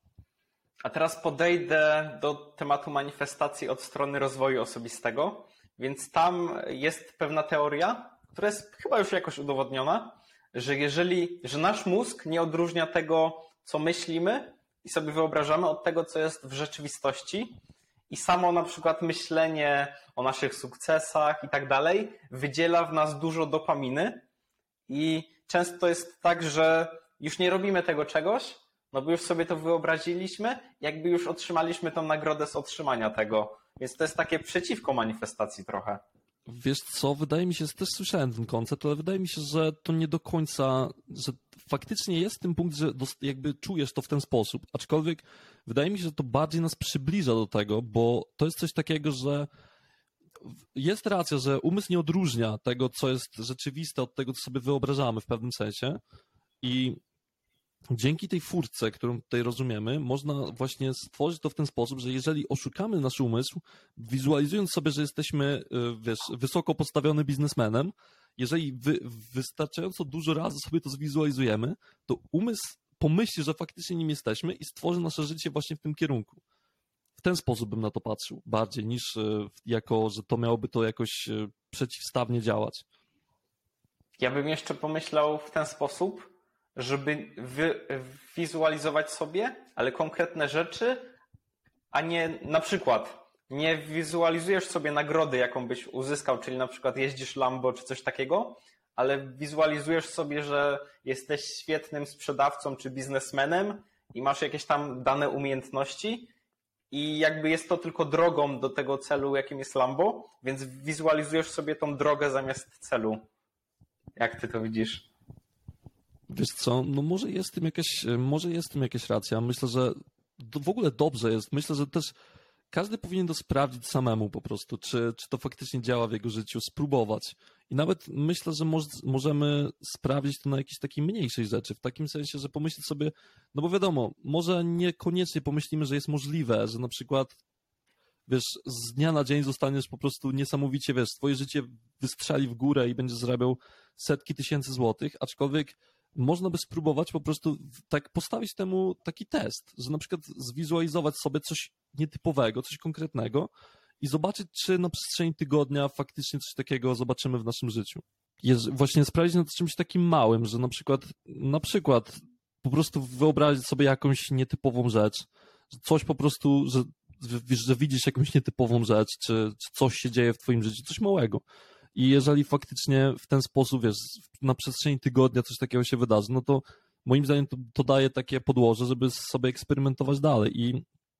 A teraz podejdę do tematu manifestacji od strony rozwoju osobistego, więc tam jest pewna teoria, która jest chyba już jakoś udowodniona, że jeżeli, że nasz mózg nie odróżnia tego, co myślimy i sobie wyobrażamy od tego, co jest w rzeczywistości i samo na przykład myślenie o naszych sukcesach i tak dalej wydziela w nas dużo dopaminy i często jest tak, że już nie robimy tego czegoś, no bo już sobie to wyobraziliśmy, jakby już otrzymaliśmy tą nagrodę z otrzymania tego. Więc to jest takie przeciwko manifestacji trochę. Wiesz co, wydaje mi się, też słyszałem ten koncept, ale wydaje mi się, że to nie do końca, że faktycznie jest ten punkt, że jakby czujesz to w ten sposób, aczkolwiek wydaje mi się, że to bardziej nas przybliża do tego, bo to jest coś takiego, że jest racja, że umysł nie odróżnia tego, co jest rzeczywiste od tego, co sobie wyobrażamy w pewnym sensie i dzięki tej furtce, którą tutaj rozumiemy, można właśnie stworzyć to w ten sposób, że jeżeli oszukamy nasz umysł, wizualizując sobie, że jesteśmy, wiesz, wysoko postawionym biznesmenem, jeżeli wy, wystarczająco dużo razy sobie to zwizualizujemy, to umysł pomyśli, że faktycznie nim jesteśmy i stworzy nasze życie właśnie w tym kierunku. w ten sposób bym na to patrzył, bardziej niż e, jako, że to miałoby to jakoś e, przeciwstawnie działać. Ja bym jeszcze pomyślał w ten sposób, żeby wy, wizualizować sobie, ale konkretne rzeczy, a nie na przykład nie wizualizujesz sobie nagrody, jaką byś uzyskał, czyli na przykład jeździsz Lambo czy coś takiego, ale wizualizujesz sobie, że jesteś świetnym sprzedawcą czy biznesmenem i masz jakieś tam dane umiejętności i jakby jest to tylko drogą do tego celu, jakim jest Lambo, więc wizualizujesz sobie tą drogę zamiast celu. Jak ty to widzisz? Wiesz co, no może jest w tym jakaś, może jest w tym jakaś racja. Myślę, że to w ogóle dobrze jest. Myślę, że też każdy powinien to sprawdzić samemu po prostu, czy, czy to faktycznie działa w jego życiu, spróbować. I nawet myślę, że moż, możemy sprawdzić to na jakiejś takiej mniejszej rzeczy, w takim sensie, że pomyśleć sobie, no bo wiadomo, może niekoniecznie pomyślimy, że jest możliwe, że na przykład wiesz, z dnia na dzień zostaniesz po prostu niesamowicie, wiesz, twoje życie wystrzeli w górę i będziesz zarabiał setki tysięcy złotych, aczkolwiek można by spróbować po prostu tak postawić temu taki test, że na przykład zwizualizować sobie coś nietypowego, coś konkretnego i zobaczyć, czy na przestrzeni tygodnia faktycznie coś takiego zobaczymy w naszym życiu. Jest właśnie sprawdzić nad czymś takim małym, że na przykład, na przykład po prostu wyobrazić sobie jakąś nietypową rzecz, że coś po prostu, że, że, że widzisz jakąś nietypową rzecz, czy, czy coś się dzieje w twoim życiu, coś małego. I jeżeli faktycznie w ten sposób, wiesz, na przestrzeni tygodnia coś takiego się wydarzy, no to moim zdaniem to, to daje takie podłoże, żeby sobie eksperymentować dalej. I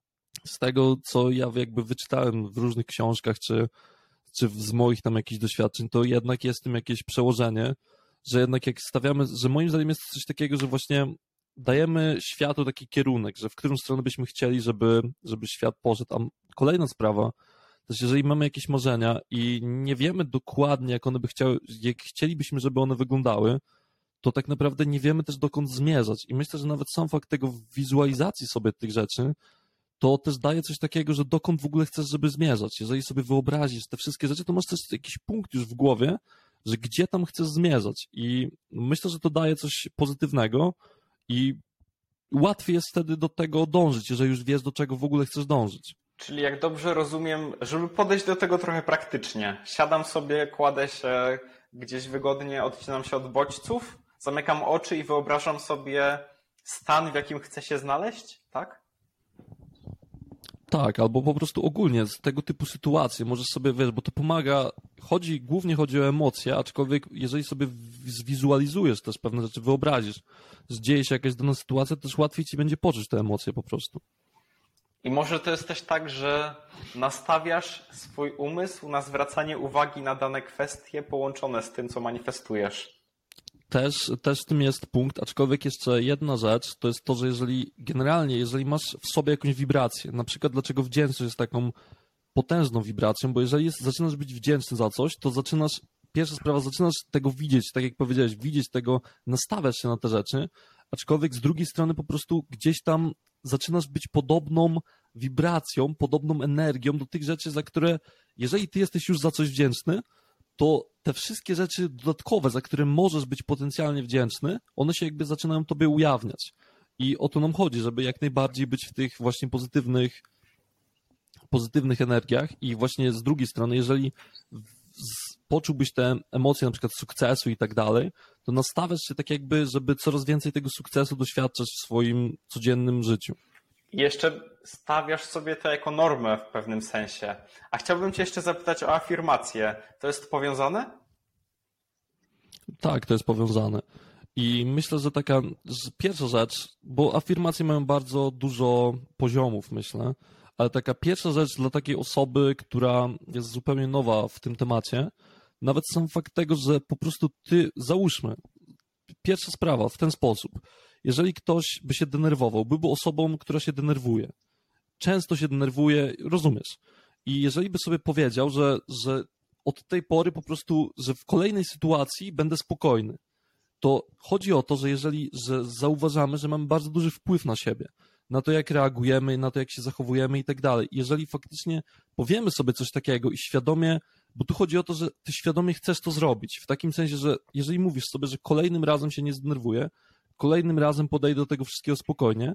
z tego, co ja jakby wyczytałem w różnych książkach, czy, czy z moich tam jakichś doświadczeń, to jednak jest w tym jakieś przełożenie, że jednak jak stawiamy, że moim zdaniem jest coś takiego, że właśnie dajemy światu taki kierunek, że w którą stronę byśmy chcieli, żeby, żeby świat poszedł. A kolejna sprawa, to jest, jeżeli mamy jakieś marzenia i nie wiemy dokładnie, jak one by chciały, jak chcielibyśmy, żeby one wyglądały, to tak naprawdę nie wiemy też, dokąd zmierzać. I myślę, że nawet sam fakt tego wizualizacji sobie tych rzeczy, to też daje coś takiego, że dokąd w ogóle chcesz, żeby zmierzać. Jeżeli sobie wyobrazisz te wszystkie rzeczy, to masz też jakiś punkt już w głowie, że gdzie tam chcesz zmierzać. I myślę, że to daje coś pozytywnego i łatwiej jest wtedy do tego dążyć, jeżeli już wiesz, do czego w ogóle chcesz dążyć. Czyli jak dobrze rozumiem, żeby podejść do tego trochę praktycznie. Siadam sobie, kładę się gdzieś wygodnie, odcinam się od bodźców, zamykam oczy i wyobrażam sobie stan, w jakim chcę się znaleźć, tak? Tak, albo po prostu ogólnie z tego typu sytuacje możesz sobie, wiesz, bo to pomaga, chodzi, głównie chodzi o emocje, aczkolwiek jeżeli sobie zwizualizujesz też pewne rzeczy, wyobrazisz, że dzieje się jakaś dana sytuacja, to też łatwiej ci będzie poczuć te emocje po prostu. I może to jest też tak, że nastawiasz swój umysł na zwracanie uwagi na dane kwestie połączone z tym, co manifestujesz. Też, też w tym jest punkt, aczkolwiek jeszcze jedna rzecz, to jest to, że jeżeli generalnie, jeżeli masz w sobie jakąś wibrację, na przykład dlaczego wdzięczność jest taką potężną wibracją, bo jeżeli jest, zaczynasz być wdzięczny za coś, to zaczynasz, pierwsza sprawa, zaczynasz tego widzieć, tak jak powiedziałeś, widzieć tego, nastawiasz się na te rzeczy, aczkolwiek z drugiej strony po prostu gdzieś tam zaczynasz być podobną wibracją, podobną energią do tych rzeczy, za które, jeżeli ty jesteś już za coś wdzięczny, to te wszystkie rzeczy dodatkowe, za które możesz być potencjalnie wdzięczny, one się jakby zaczynają tobie ujawniać. I o to nam chodzi, żeby jak najbardziej być w tych właśnie pozytywnych, pozytywnych energiach i właśnie z drugiej strony, jeżeli z, poczułbyś te emocje na przykład sukcesu i tak dalej, to nastawiasz się tak jakby, żeby coraz więcej tego sukcesu doświadczać w swoim codziennym życiu. I jeszcze stawiasz sobie to jako normę w pewnym sensie. A chciałbym cię jeszcze zapytać o afirmację. To jest powiązane? Tak, to jest powiązane. I myślę, że taka że pierwsza rzecz, bo afirmacje mają bardzo dużo poziomów, myślę, ale taka pierwsza rzecz dla takiej osoby, która jest zupełnie nowa w tym temacie, nawet sam fakt tego, że po prostu ty, załóżmy, pierwsza sprawa w ten sposób, jeżeli ktoś by się denerwował, byłby osobą, która się denerwuje, często się denerwuje, rozumiesz, i jeżeli by sobie powiedział, że, że od tej pory po prostu, że w kolejnej sytuacji będę spokojny, to chodzi o to, że jeżeli że zauważamy, że mamy bardzo duży wpływ na siebie, na to, jak reagujemy, na to, jak się zachowujemy i tak dalej. Jeżeli faktycznie powiemy sobie coś takiego i świadomie, bo tu chodzi o to, że ty świadomie chcesz to zrobić, w takim sensie, że jeżeli mówisz sobie, że kolejnym razem się nie zdenerwuję, kolejnym razem podejdę do tego wszystkiego spokojnie,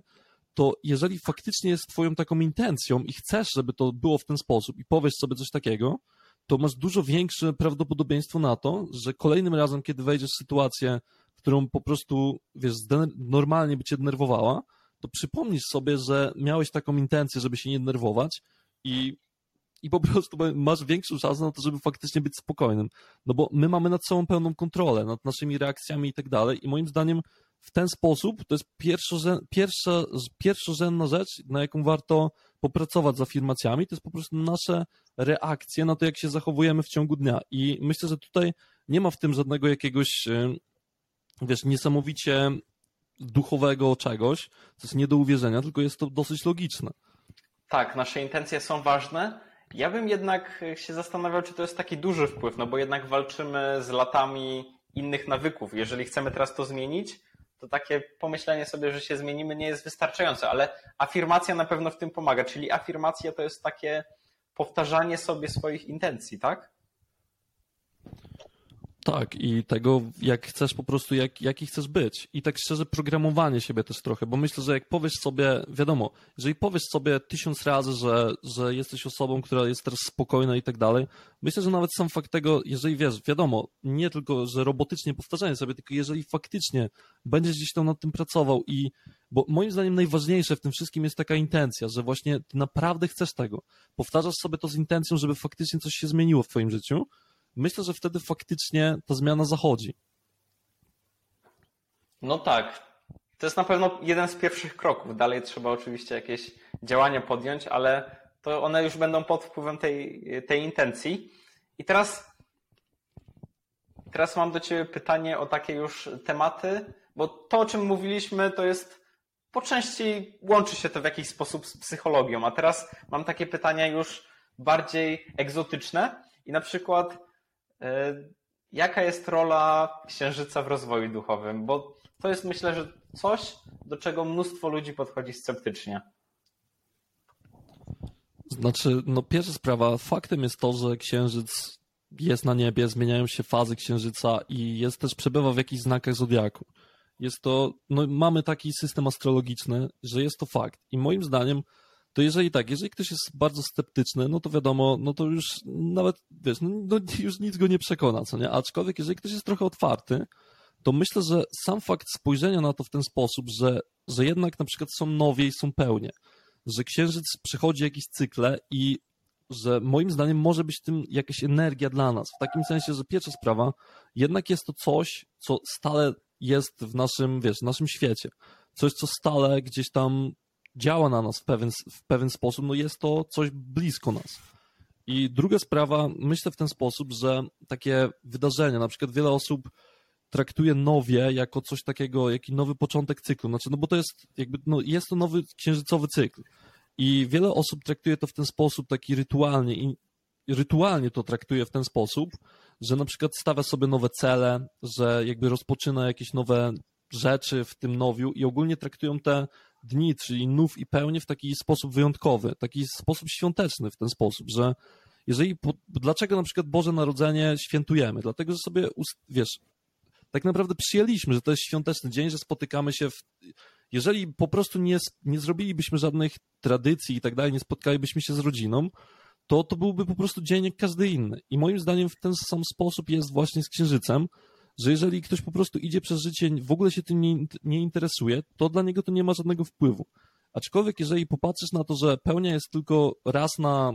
to jeżeli faktycznie jest twoją taką intencją i chcesz, żeby to było w ten sposób i powiesz sobie coś takiego, to masz dużo większe prawdopodobieństwo na to, że kolejnym razem, kiedy wejdziesz w sytuację, którą po prostu, wiesz, normalnie by cię denerwowała, to przypomnisz sobie, że miałeś taką intencję, żeby się nie denerwować i, i po prostu masz większą szansę na to, żeby faktycznie być spokojnym. No bo my mamy nad sobą pełną kontrolę, nad naszymi reakcjami i tak dalej i moim zdaniem w ten sposób to jest pierwszorzę, pierwsza, pierwszorzędna rzecz, na jaką warto popracować z afirmacjami, to jest po prostu nasze reakcje na to, jak się zachowujemy w ciągu dnia. I myślę, że tutaj nie ma w tym żadnego jakiegoś, wiesz, niesamowicie duchowego czegoś, co jest nie do uwierzenia, tylko jest to dosyć logiczne. Tak, nasze intencje są ważne. Ja bym jednak się zastanawiał, czy to jest taki duży wpływ, no bo jednak walczymy z latami innych nawyków. Jeżeli chcemy teraz to zmienić, to takie pomyślenie sobie, że się zmienimy, nie jest wystarczające, ale afirmacja na pewno w tym pomaga, czyli afirmacja to jest takie powtarzanie sobie swoich intencji, tak? Tak, i tego, jak chcesz po prostu, jak, jaki chcesz być. I tak szczerze, programowanie siebie też trochę, bo myślę, że jak powiesz sobie, wiadomo, jeżeli powiesz sobie tysiąc razy, że, że jesteś osobą, która jest teraz spokojna i tak dalej, myślę, że nawet sam fakt tego, jeżeli wiesz, wiadomo, nie tylko, że robotycznie powtarzanie sobie, tylko jeżeli faktycznie będziesz gdzieś tam nad tym pracował i, bo moim zdaniem najważniejsze w tym wszystkim jest taka intencja, że właśnie ty naprawdę chcesz tego. Powtarzasz sobie to z intencją, żeby faktycznie coś się zmieniło w twoim życiu. Myślę, że wtedy faktycznie ta zmiana zachodzi. No tak. To jest na pewno jeden z pierwszych kroków. Dalej trzeba oczywiście jakieś działania podjąć, ale to one już będą pod wpływem tej, tej intencji. I teraz, teraz mam do Ciebie pytanie o takie już tematy, bo to, o czym mówiliśmy, to jest po części łączy się to w jakiś sposób z psychologią. A teraz mam takie pytania już bardziej egzotyczne i na przykład jaka jest rola księżyca w rozwoju duchowym? Bo to jest, myślę, że coś, do czego mnóstwo ludzi podchodzi sceptycznie. Znaczy, no pierwsza sprawa, faktem jest to, że księżyc jest na niebie, zmieniają się fazy księżyca i jest też, przebywa w jakichś znakach zodiaku. Jest to, no mamy taki system astrologiczny, że jest to fakt. I moim zdaniem, to jeżeli tak, jeżeli ktoś jest bardzo sceptyczny, no to wiadomo, no to już nawet, wiesz, no, no już nic go nie przekona, co nie? Aczkolwiek jeżeli ktoś jest trochę otwarty, to myślę, że sam fakt spojrzenia na to w ten sposób, że, że jednak na przykład są nowie i są pełnie, że księżyc przechodzi jakieś cykle i że moim zdaniem może być tym jakaś energia dla nas. W takim sensie, że pierwsza sprawa, jednak jest to coś, co stale jest w naszym, wiesz, w naszym świecie. Coś, co stale gdzieś tam działa na nas w pewien, w pewien sposób, no jest to coś blisko nas. I druga sprawa, myślę w ten sposób, że takie wydarzenia, na przykład wiele osób traktuje nowie jako coś takiego, jaki nowy początek cyklu, znaczy, no bo to jest jakby, no jest to nowy księżycowy cykl i wiele osób traktuje to w ten sposób taki rytualnie i rytualnie to traktuje w ten sposób, że na przykład stawia sobie nowe cele, że jakby rozpoczyna jakieś nowe rzeczy w tym nowiu i ogólnie traktują te dni, czyli nów i pełnię w taki sposób wyjątkowy, taki sposób świąteczny w ten sposób, że jeżeli, dlaczego na przykład Boże Narodzenie świętujemy? Dlatego, że sobie, wiesz, tak naprawdę przyjęliśmy, że to jest świąteczny dzień, że spotykamy się w... Jeżeli po prostu nie, nie zrobilibyśmy żadnych tradycji i tak dalej, nie spotkalibyśmy się z rodziną, to to byłby po prostu dzień jak każdy inny. I moim zdaniem w ten sam sposób jest właśnie z Księżycem, że jeżeli ktoś po prostu idzie przez życie, w ogóle się tym nie, nie interesuje, to dla niego to nie ma żadnego wpływu. Aczkolwiek jeżeli popatrzysz na to, że pełnia jest tylko raz na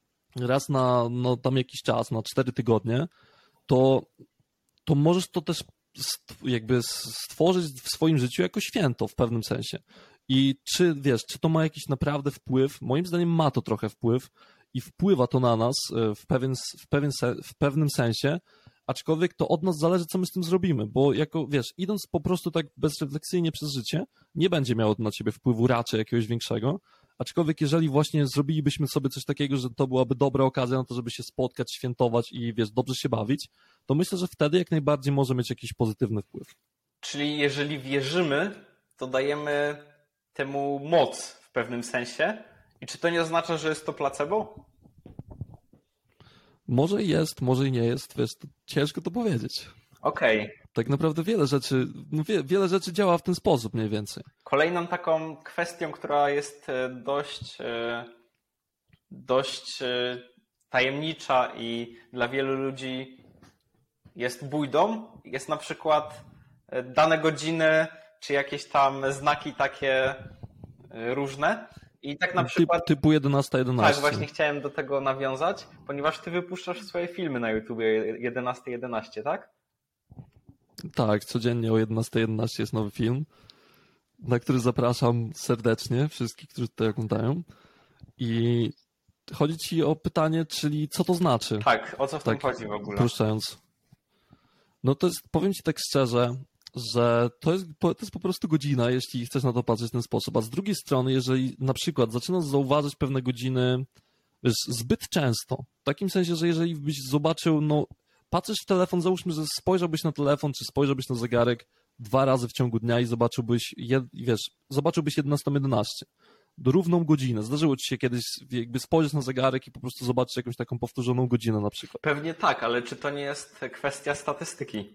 raz na no, tam jakiś czas, na cztery tygodnie, to, to możesz to też jakby stworzyć w swoim życiu jako święto w pewnym sensie. I czy, wiesz, czy to ma jakiś naprawdę wpływ? Moim zdaniem ma to trochę wpływ i wpływa to na nas w, pewien, w, pewien, w pewnym sensie, aczkolwiek to od nas zależy, co my z tym zrobimy, bo jako, wiesz, idąc po prostu tak bezrefleksyjnie przez życie, nie będzie miało to na ciebie wpływu raczej jakiegoś większego, aczkolwiek jeżeli właśnie zrobilibyśmy sobie coś takiego, że to byłaby dobra okazja na to, żeby się spotkać, świętować i, wiesz, dobrze się bawić, to myślę, że wtedy jak najbardziej może mieć jakiś pozytywny wpływ. Czyli jeżeli wierzymy, to dajemy temu moc w pewnym sensie. I czy to nie oznacza, że jest to placebo? Może jest, może i nie jest, wiesz, to ciężko to powiedzieć. Okej. Tak naprawdę wiele rzeczy, no wie, wiele rzeczy działa w ten sposób mniej więcej. Kolejną taką kwestią, która jest e, dość, e, dość e, tajemnicza i dla wielu ludzi jest bójdą, jest na przykład e, dane godziny, czy jakieś tam znaki takie e, różne. I tak na Typ, przykład... typu jedenaście jedenaście. Tak, właśnie chciałem do tego nawiązać, ponieważ ty wypuszczasz swoje filmy na YouTubie jedenaście jedenaście, tak? Tak, codziennie o jedenasta jedenaście jest nowy film, na który zapraszam serdecznie wszystkich, którzy tutaj oglądają. I chodzi ci o pytanie, czyli co to znaczy? Tak, o co w Tak, tym chodzi w ogóle? Puszczając. No to jest, powiem ci tak szczerze, że to jest, to jest po prostu godzina, jeśli chcesz na to patrzeć w ten sposób. A z drugiej strony, jeżeli na przykład zaczynasz zauważyć pewne godziny, wiesz, zbyt często, w takim sensie, że jeżeli byś zobaczył, no patrzysz w telefon, załóżmy, że spojrzałbyś na telefon, czy spojrzałbyś na zegarek dwa razy w ciągu dnia i zobaczyłbyś, jed, wiesz, zobaczyłbyś jedenaście jedenaście. Do równą godzinę. Zdarzyło ci się kiedyś jakby spojrzeć na zegarek i po prostu zobaczyć jakąś taką powtórzoną godzinę na przykład. Pewnie tak, ale czy to nie jest kwestia statystyki?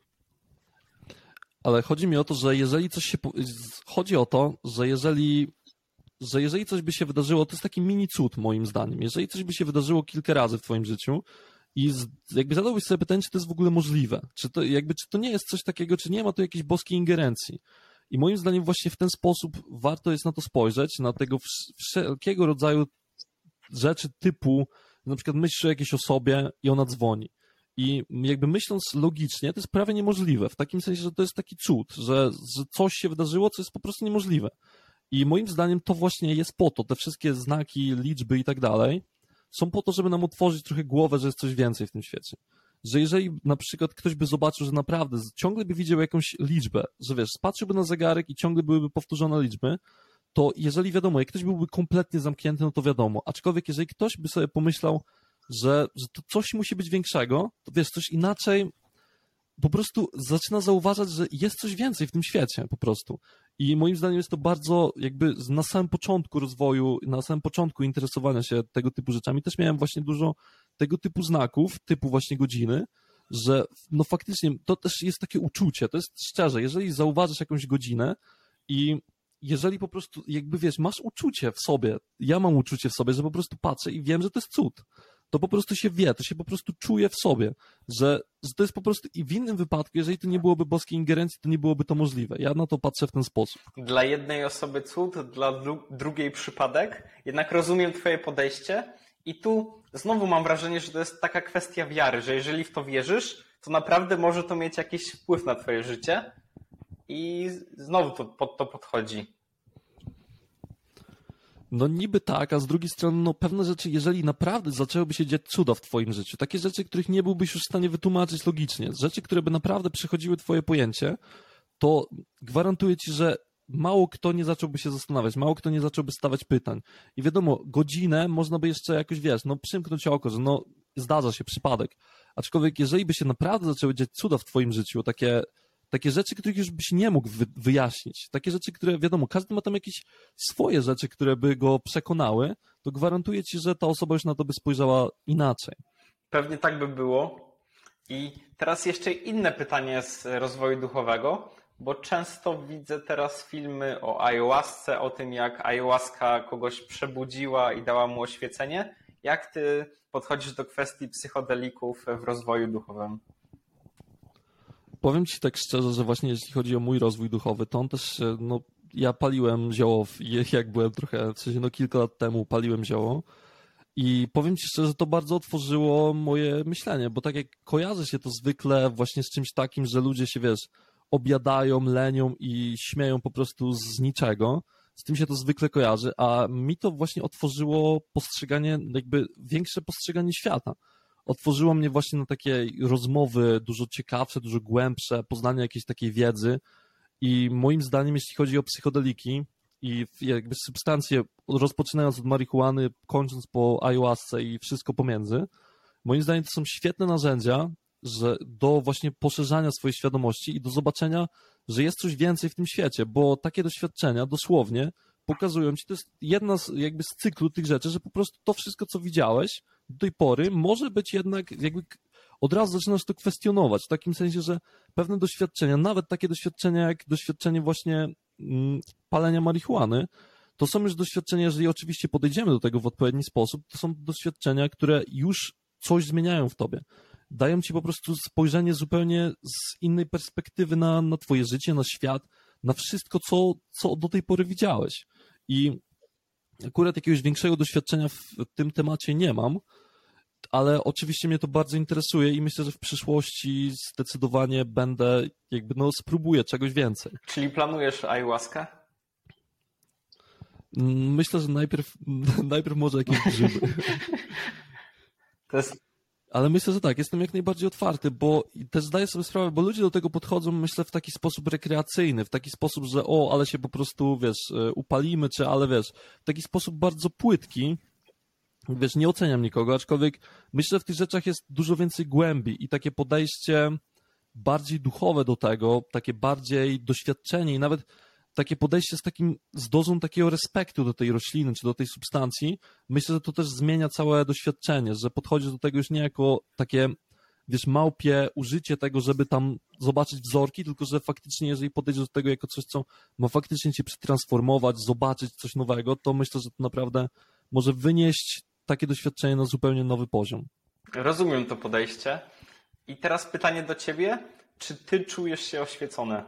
Ale chodzi mi o to, że jeżeli coś się... po- Chodzi o to, że jeżeli, że jeżeli coś by się wydarzyło, to jest taki mini cud moim zdaniem. Jeżeli coś by się wydarzyło kilka razy w twoim życiu i z, jakby zadałbyś sobie pytanie, czy to jest w ogóle możliwe, czy to, jakby, czy to nie jest coś takiego, czy nie ma tu jakiejś boskiej ingerencji. I moim zdaniem właśnie w ten sposób warto jest na to spojrzeć, na tego wsz- wszelkiego rodzaju rzeczy typu, na przykład myślisz o jakiejś osobie i ona dzwoni. I jakby myśląc logicznie, to jest prawie niemożliwe. W takim sensie, że to jest taki cud, że, że coś się wydarzyło, co jest po prostu niemożliwe. I moim zdaniem to właśnie jest po to. Te wszystkie znaki, liczby i tak dalej są po to, żeby nam otworzyć trochę głowę, że jest coś więcej w tym świecie. Że jeżeli na przykład ktoś by zobaczył, że naprawdę ciągle by widział jakąś liczbę, że wiesz, spatrzyłby na zegarek i ciągle byłyby powtórzone liczby, to jeżeli wiadomo, jak ktoś byłby kompletnie zamknięty, no to wiadomo. Aczkolwiek jeżeli ktoś by sobie pomyślał, że, że to coś musi być większego, to wiesz, coś inaczej po prostu zaczyna zauważać, że jest coś więcej w tym świecie po prostu. I moim zdaniem jest to bardzo jakby na samym początku rozwoju, na samym początku interesowania się tego typu rzeczami też miałem właśnie dużo tego typu znaków, typu właśnie godziny, że no faktycznie to też jest takie uczucie, to jest szczerze, jeżeli zauważysz jakąś godzinę i jeżeli po prostu jakby wiesz, masz uczucie w sobie, ja mam uczucie w sobie, że po prostu patrzę i wiem, że to jest cud. To po prostu się wie, to się po prostu czuje w sobie, że, że to jest po prostu i w innym wypadku, jeżeli to nie byłoby boskiej ingerencji, to nie byłoby to możliwe. Ja na to patrzę w ten sposób. Dla jednej osoby cud, dla dru- drugiej przypadek. Jednak rozumiem twoje podejście i tu znowu mam wrażenie, że to jest taka kwestia wiary, że jeżeli w to wierzysz, to naprawdę może to mieć jakiś wpływ na twoje życie i znowu to pod to podchodzi. No niby tak, a z drugiej strony no pewne rzeczy, jeżeli naprawdę zaczęłyby się dziać cuda w twoim życiu, takie rzeczy, których nie byłbyś już w stanie wytłumaczyć logicznie, rzeczy, które by naprawdę przechodziły twoje pojęcie, to gwarantuję ci, że mało kto nie zacząłby się zastanawiać, mało kto nie zacząłby stawiać pytań. I wiadomo, godzinę można by jeszcze jakoś, wiesz, no przymknąć oko, że no zdarza się przypadek. Aczkolwiek jeżeli by się naprawdę zaczęły dziać cuda w twoim życiu, takie Takie rzeczy, których już byś nie mógł wy- wyjaśnić. Takie rzeczy, które wiadomo, każdy ma tam jakieś swoje rzeczy, które by go przekonały, to gwarantuję ci, że ta osoba już na to by spojrzała inaczej. Pewnie tak by było. I teraz jeszcze inne pytanie z rozwoju duchowego, bo często widzę teraz filmy o ayahuasce, o tym jak ayahuasca kogoś przebudziła i dała mu oświecenie. Jak ty podchodzisz do kwestii psychodelików w rozwoju duchowym? Powiem ci tak szczerze, że właśnie jeśli chodzi o mój rozwój duchowy, to on też, e, no ja paliłem zioło, w- jak byłem trochę, w sensie no kilka lat temu paliłem zioło i powiem ci szczerze, że to bardzo otworzyło moje myślenie, bo tak jak kojarzy się to zwykle właśnie z czymś takim, że ludzie się, wiesz, objadają, lenią i śmieją po prostu z niczego, z tym się to zwykle kojarzy, a mi to właśnie otworzyło postrzeganie, jakby większe postrzeganie świata. Otworzyło mnie właśnie na takie rozmowy dużo ciekawsze, dużo głębsze, poznanie jakiejś takiej wiedzy i moim zdaniem, jeśli chodzi o psychodeliki i jakby substancje, rozpoczynając od marihuany, kończąc po ayahuasce i wszystko pomiędzy, moim zdaniem to są świetne narzędzia, że do właśnie poszerzania swojej świadomości i do zobaczenia, że jest coś więcej w tym świecie, bo takie doświadczenia dosłownie pokazują ci, to jest jedna z, jakby z cyklu tych rzeczy, że po prostu to wszystko, co widziałeś do tej pory, może być jednak jakby od razu zaczynasz to kwestionować, w takim sensie, że pewne doświadczenia, nawet takie doświadczenia jak doświadczenie właśnie mm, palenia marihuany, to są już doświadczenia, jeżeli oczywiście podejdziemy do tego w odpowiedni sposób, to są doświadczenia, które już coś zmieniają w tobie. Dają ci po prostu spojrzenie zupełnie z innej perspektywy na, na twoje życie, na świat, na wszystko, co, co do tej pory widziałeś. I akurat jakiegoś większego doświadczenia w tym temacie nie mam, ale oczywiście mnie to bardzo interesuje i myślę, że w przyszłości zdecydowanie będę, jakby no spróbuję czegoś więcej. Czyli planujesz ayahuaskę? Myślę, że najpierw, najpierw może jakieś grzyby. To jest... Ale myślę, że tak, jestem jak najbardziej otwarty, bo też zdaję sobie sprawę, bo ludzie do tego podchodzą, myślę, w taki sposób rekreacyjny, w taki sposób, że o, ale się po prostu, wiesz, upalimy, czy ale wiesz, w taki sposób bardzo płytki, wiesz, nie oceniam nikogo, aczkolwiek myślę, że w tych rzeczach jest dużo więcej głębi i takie podejście bardziej duchowe do tego, takie bardziej doświadczenie i nawet takie podejście z takim, z dozą takiego respektu do tej rośliny, czy do tej substancji, myślę, że to też zmienia całe doświadczenie, że podchodzisz do tego już nie jako takie, wiesz, małpie użycie tego, żeby tam zobaczyć wzorki, tylko że faktycznie, jeżeli podejdziesz do tego jako coś, co ma faktycznie cię przetransformować, zobaczyć coś nowego, to myślę, że to naprawdę może wynieść takie doświadczenie na zupełnie nowy poziom. Rozumiem to podejście. I teraz pytanie do ciebie. Czy ty czujesz się oświecony?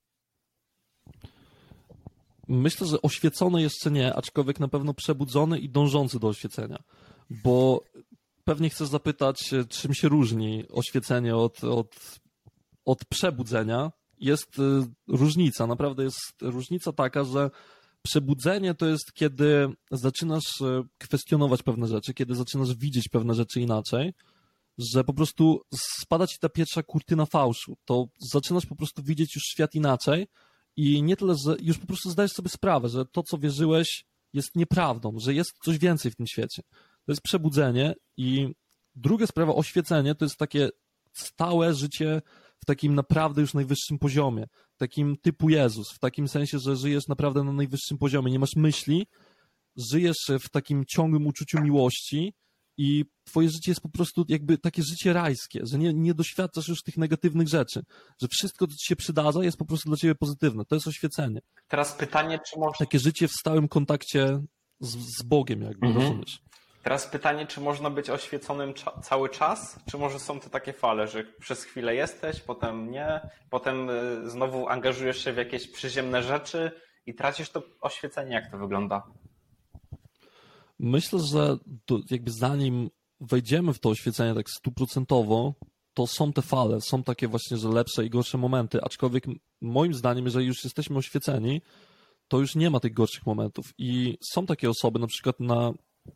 Myślę, że oświecony jeszcze nie, aczkolwiek na pewno przebudzony i dążący do oświecenia, bo pewnie chcesz zapytać, czym się różni oświecenie od, od, od przebudzenia. Jest różnica, naprawdę jest różnica taka, że przebudzenie to jest, kiedy zaczynasz kwestionować pewne rzeczy, kiedy zaczynasz widzieć pewne rzeczy inaczej, że po prostu spada ci ta pierwsza kurtyna fałszu, to zaczynasz po prostu widzieć już świat inaczej i nie tyle, że już po prostu zdajesz sobie sprawę, że to, co wierzyłeś, jest nieprawdą, że jest coś więcej w tym świecie. To jest przebudzenie i druga sprawa, oświecenie, to jest takie stałe życie w takim naprawdę już najwyższym poziomie, takim typu Jezus, w takim sensie, że żyjesz naprawdę na najwyższym poziomie, nie masz myśli, żyjesz w takim ciągłym uczuciu miłości i twoje życie jest po prostu jakby takie życie rajskie, że nie, nie doświadczasz już tych negatywnych rzeczy, że wszystko, co ci się przydarza, jest po prostu dla ciebie pozytywne. To jest oświecenie. Teraz pytanie, czy można... Takie życie w stałym kontakcie z, z Bogiem, jakby, Mhm. rozumiesz? Teraz pytanie, czy można być oświeconym cza- cały czas, czy może są to takie fale, że przez chwilę jesteś, potem nie, potem y, znowu angażujesz się w jakieś przyziemne rzeczy i tracisz to oświecenie. Jak to wygląda? Myślę, że do, jakby zanim wejdziemy w to oświecenie tak stuprocentowo, to są te fale, są takie właśnie, że lepsze i gorsze momenty, aczkolwiek moim zdaniem, jeżeli już jesteśmy oświeceni, to już nie ma tych gorszych momentów i są takie osoby, na przykład na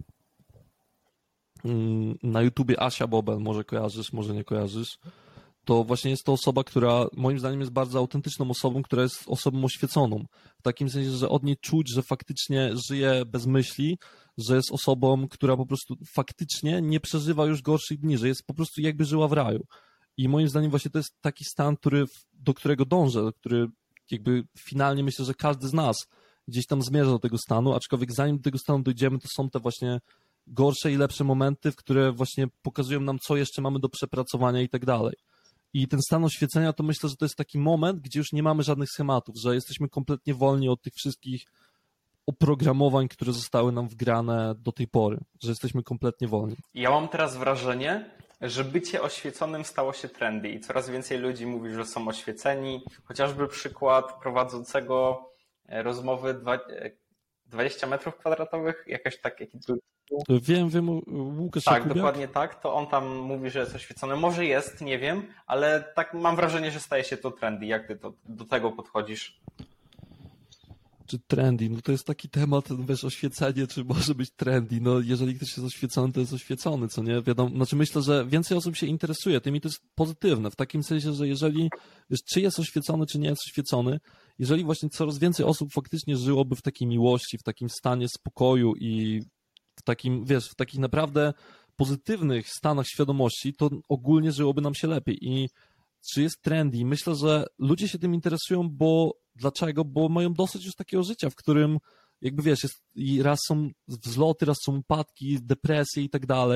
na YouTubie Asia Bobel, może kojarzysz, może nie kojarzysz, to właśnie jest to osoba, która moim zdaniem jest bardzo autentyczną osobą, która jest osobą oświeconą. W takim sensie, że od niej czuć, że faktycznie żyje bez myśli, że jest osobą, która po prostu faktycznie nie przeżywa już gorszych dni, że jest po prostu jakby żyła w raju. I moim zdaniem właśnie to jest taki stan, który, do którego dążę, który jakby finalnie myślę, że każdy z nas gdzieś tam zmierza do tego stanu, aczkolwiek zanim do tego stanu dojdziemy, to są te właśnie gorsze i lepsze momenty, w które właśnie pokazują nam, co jeszcze mamy do przepracowania i tak dalej. I ten stan oświecenia to myślę, że to jest taki moment, gdzie już nie mamy żadnych schematów, że jesteśmy kompletnie wolni od tych wszystkich oprogramowań, które zostały nam wgrane do tej pory, że jesteśmy kompletnie wolni. Ja mam teraz wrażenie, że bycie oświeconym stało się trendy i coraz więcej ludzi mówi, że są oświeceni. Chociażby przykład prowadzącego rozmowy dwadzieścia metrów kwadratowych, jakoś tak, jaki był. Wiem, wiem, Łukasz Tak, Jakubiak? dokładnie tak. To on tam mówi, że jest oświecony. Może jest, nie wiem, ale tak mam wrażenie, że staje się to trendy. Jak ty to, do tego podchodzisz? Czy trendy? No to jest taki temat, wiesz, oświecenie, czy może być trendy. No jeżeli ktoś jest oświecony, to jest oświecony, co nie? Wiadomo, znaczy myślę, że więcej osób się interesuje tym i to jest pozytywne, w takim sensie, że jeżeli, wiesz, czy jest oświecony, czy nie jest oświecony, jeżeli właśnie coraz więcej osób faktycznie żyłoby w takiej miłości, w takim stanie spokoju i w takim, wiesz, w takich naprawdę pozytywnych stanach świadomości, to ogólnie żyłoby nam się lepiej. I czy jest trendy? Myślę, że ludzie się tym interesują, bo dlaczego? Bo mają dosyć już takiego życia, w którym jakby wiesz, jest, i raz są wzloty, raz są upadki, depresje i tak dalej.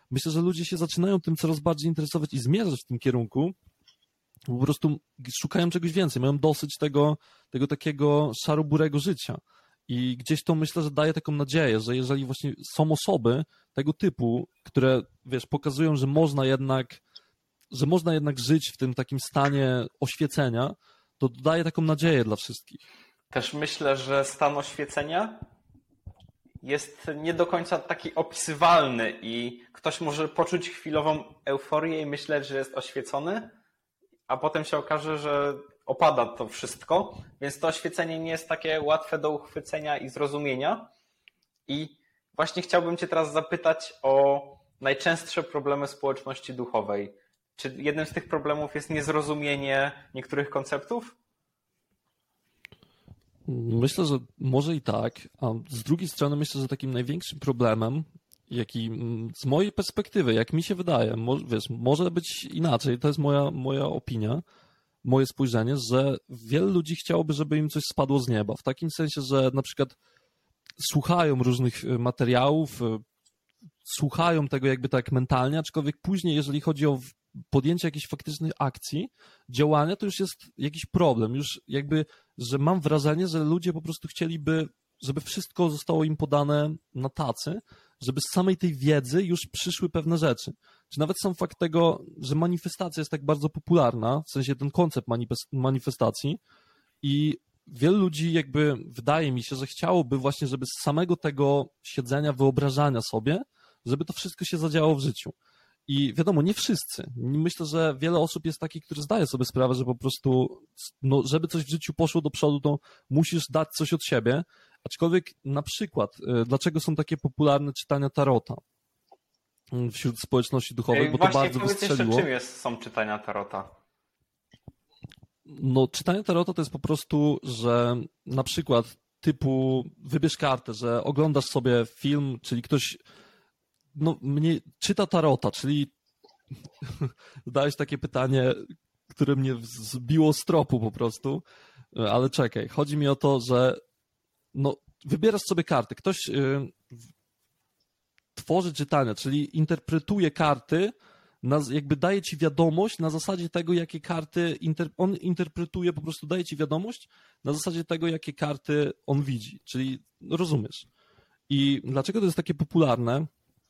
myślę, że ludzie się zaczynają tym coraz bardziej interesować i zmierzać w tym kierunku, po prostu szukają czegoś więcej, mają dosyć tego, tego takiego szaro-burego życia. I gdzieś to myślę, że daje taką nadzieję, że jeżeli właśnie są osoby tego typu, które, wiesz, pokazują, że można jednak, że można jednak żyć w tym takim stanie oświecenia, to daje taką nadzieję dla wszystkich. Też myślę, że stan oświecenia jest nie do końca taki opisywalny i ktoś może poczuć chwilową euforię i myśleć, że jest oświecony, a potem się okaże, że opada to wszystko, więc to oświecenie nie jest takie łatwe do uchwycenia i zrozumienia. I właśnie chciałbym Cię teraz zapytać o najczęstsze problemy społeczności duchowej. Czy jednym z tych problemów jest niezrozumienie niektórych konceptów? Myślę, że może i tak, a z drugiej strony myślę, że takim największym problemem, jaki z mojej perspektywy, jak mi się wydaje, mo, wiesz, może być inaczej, to jest moja, moja opinia, moje spojrzenie, że wielu ludzi chciałoby, żeby im coś spadło z nieba. W takim sensie, że na przykład słuchają różnych materiałów, słuchają tego jakby tak mentalnie, aczkolwiek później, jeżeli chodzi o podjęcie jakichś faktycznych akcji, działania, to już jest jakiś problem. Już jakby, że mam wrażenie, że ludzie po prostu chcieliby, żeby wszystko zostało im podane na tacy, żeby z samej tej wiedzy już przyszły pewne rzeczy. Czy nawet sam fakt tego, że manifestacja jest tak bardzo popularna, w sensie ten koncept manifestacji i wielu ludzi jakby, wydaje mi się, że chciałoby właśnie, żeby z samego tego siedzenia, wyobrażania sobie, żeby to wszystko się zadziało w życiu. I wiadomo, nie wszyscy. Myślę, że wiele osób jest takich, które zdaje sobie sprawę, że po prostu, no, żeby coś w życiu poszło do przodu, to musisz dać coś od siebie. Aczkolwiek na przykład, dlaczego są takie popularne czytania tarota wśród społeczności duchowej, bo Właśnie, to bardzo powiedz wystrzeliło. jeszcze, czym jest, są czytania tarota? No, czytanie tarota to jest po prostu, że na przykład typu wybierz kartę, że oglądasz sobie film, czyli ktoś no, mnie czyta tarota, czyli zadałeś takie pytanie, które mnie zbiło z tropu po prostu, ale czekaj, chodzi mi o to, że no, wybierasz sobie karty, ktoś y, tworzy czytania, czyli interpretuje karty, na, jakby daje ci wiadomość na zasadzie tego, jakie karty, inter, on interpretuje, po prostu daje ci wiadomość na zasadzie tego, jakie karty on widzi, czyli rozumiesz. I dlaczego to jest takie popularne?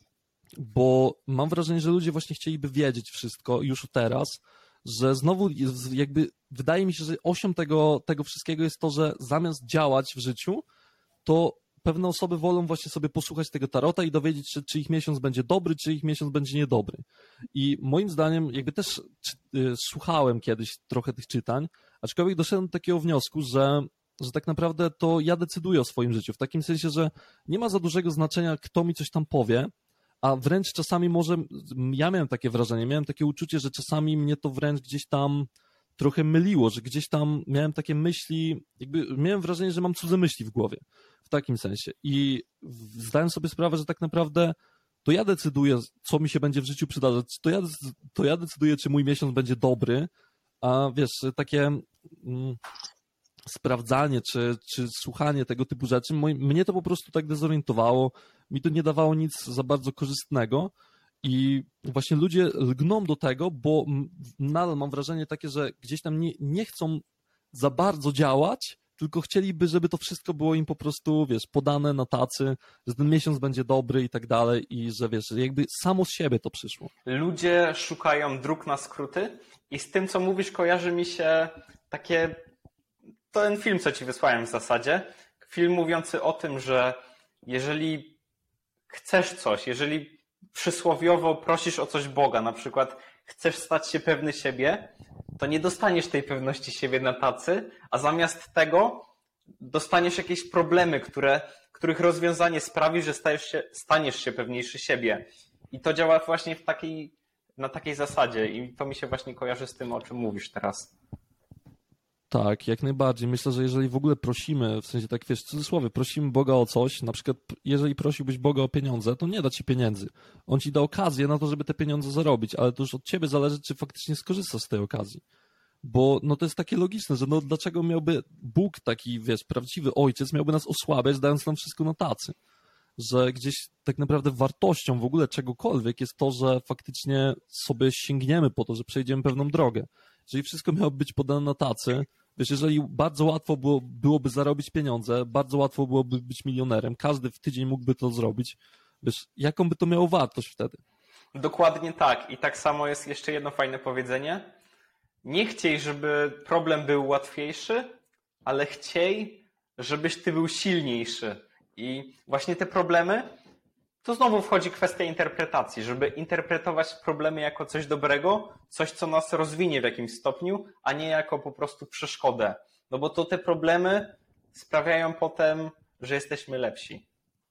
Bo mam wrażenie, że ludzie właśnie chcieliby wiedzieć wszystko już teraz, że znowu jakby wydaje mi się, że osią tego, tego wszystkiego jest to, że zamiast działać w życiu, to pewne osoby wolą właśnie sobie posłuchać tego tarota i dowiedzieć się, czy ich miesiąc będzie dobry, czy ich miesiąc będzie niedobry. I moim zdaniem jakby też czy, y, słuchałem kiedyś trochę tych czytań, aczkolwiek doszedłem do takiego wniosku, że, że tak naprawdę to ja decyduję o swoim życiu, w takim sensie, że nie ma za dużego znaczenia, kto mi coś tam powie, a wręcz czasami może, ja miałem takie wrażenie, miałem takie uczucie, że czasami mnie to wręcz gdzieś tam trochę myliło, że gdzieś tam miałem takie myśli, jakby miałem wrażenie, że mam cudze myśli w głowie, w takim sensie. I zdałem sobie sprawę, że tak naprawdę to ja decyduję, co mi się będzie w życiu przydarzać, to ja, to ja decyduję, czy mój miesiąc będzie dobry, a wiesz, takie mm, sprawdzanie, czy, czy słuchanie tego typu rzeczy, moi, mnie to po prostu tak dezorientowało, mi to nie dawało nic za bardzo korzystnego i właśnie ludzie lgną do tego, bo nadal mam wrażenie takie, że gdzieś tam nie, nie chcą za bardzo działać, tylko chcieliby, żeby to wszystko było im po prostu, wiesz, podane na tacy, że ten miesiąc będzie dobry i tak dalej i że, wiesz, jakby samo z siebie to przyszło. Ludzie szukają dróg na skróty i z tym, co mówisz, kojarzy mi się takie, ten film, co ci wysłałem w zasadzie, film mówiący o tym, że jeżeli chcesz coś, jeżeli przysłowiowo prosisz o coś Boga, na przykład chcesz stać się pewny siebie, to nie dostaniesz tej pewności siebie na tacy, a zamiast tego dostaniesz jakieś problemy, które, których rozwiązanie sprawi, że stajesz się, staniesz się pewniejszy siebie. I to działa właśnie w takiej, na takiej zasadzie i to mi się właśnie kojarzy z tym, o czym mówisz teraz. Tak, jak najbardziej. Myślę, że jeżeli w ogóle prosimy, w sensie tak wiesz, w cudzysłowie, prosimy Boga o coś, na przykład jeżeli prosiłbyś Boga o pieniądze, to nie da ci pieniędzy. On ci da okazję na to, żeby te pieniądze zarobić, ale to już od ciebie zależy, czy faktycznie skorzystasz z tej okazji. Bo no to jest takie logiczne, że no dlaczego miałby Bóg taki, wiesz, prawdziwy ojciec, miałby nas osłabiać, dając nam wszystko na tacy. że gdzieś tak naprawdę wartością w ogóle czegokolwiek jest to, że faktycznie sobie sięgniemy po to, że przejdziemy pewną drogę. Jeżeli wszystko miałoby być podane na tacy, wiesz, jeżeli bardzo łatwo było, byłoby zarobić pieniądze, bardzo łatwo byłoby być milionerem, każdy w tydzień mógłby to zrobić, wiesz, jaką by to miało wartość wtedy? Dokładnie tak. I tak samo jest jeszcze jedno fajne powiedzenie. Nie chciej, żeby problem był łatwiejszy, ale chciej, żebyś ty był silniejszy. I właśnie te problemy, to znowu wchodzi kwestia interpretacji, żeby interpretować problemy jako coś dobrego, coś, co nas rozwinie w jakimś stopniu, a nie jako po prostu przeszkodę. No bo to te problemy sprawiają potem, że jesteśmy lepsi.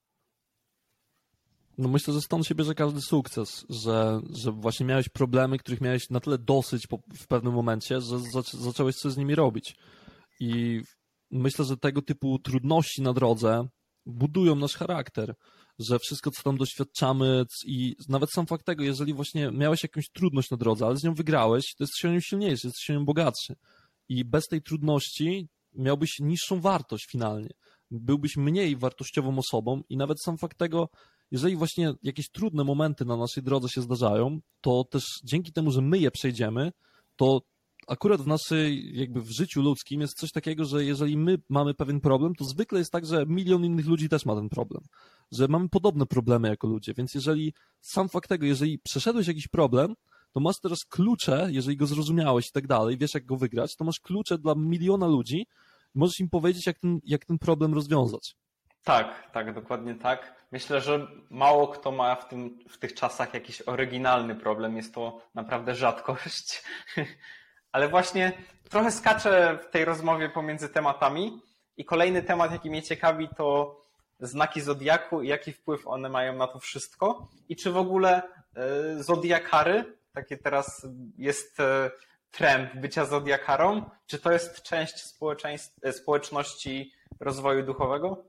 No myślę, że stąd się bierze każdy sukces, że, że właśnie miałeś problemy, których miałeś na tyle dosyć po, w pewnym momencie, że zac- zacząłeś coś z nimi robić. I myślę, że tego typu trudności na drodze budują nasz charakter, że wszystko, co tam doświadczamy i nawet sam fakt tego, jeżeli właśnie miałeś jakąś trudność na drodze, ale z nią wygrałeś, to jesteś o nią silniejszy, jesteś o nią bogatszy. I bez tej trudności miałbyś niższą wartość finalnie. Byłbyś mniej wartościową osobą i nawet sam fakt tego, jeżeli właśnie jakieś trudne momenty na naszej drodze się zdarzają, to też dzięki temu, że my je przejdziemy, to akurat w naszej, jakby w życiu ludzkim jest coś takiego, że jeżeli my mamy pewien problem, to zwykle jest tak, że milion innych ludzi też ma ten problem. Że mamy podobne problemy jako ludzie, więc jeżeli sam fakt tego, jeżeli przeszedłeś jakiś problem, to masz teraz klucze, jeżeli go zrozumiałeś i tak dalej, wiesz jak go wygrać, to masz klucze dla miliona ludzi, możesz im powiedzieć, jak ten, jak ten problem rozwiązać. Tak, tak, dokładnie tak. Myślę, że mało kto ma w tym, w tych czasach jakiś oryginalny problem. Jest to naprawdę rzadkość. Ale właśnie trochę skaczę w tej rozmowie pomiędzy tematami i kolejny temat, jaki mnie ciekawi, to znaki zodiaku i jaki wpływ one mają na to wszystko i czy w ogóle y, zodiakary, takie teraz jest y, trend bycia zodiakarą, czy to jest część społeczeństw- społeczności rozwoju duchowego?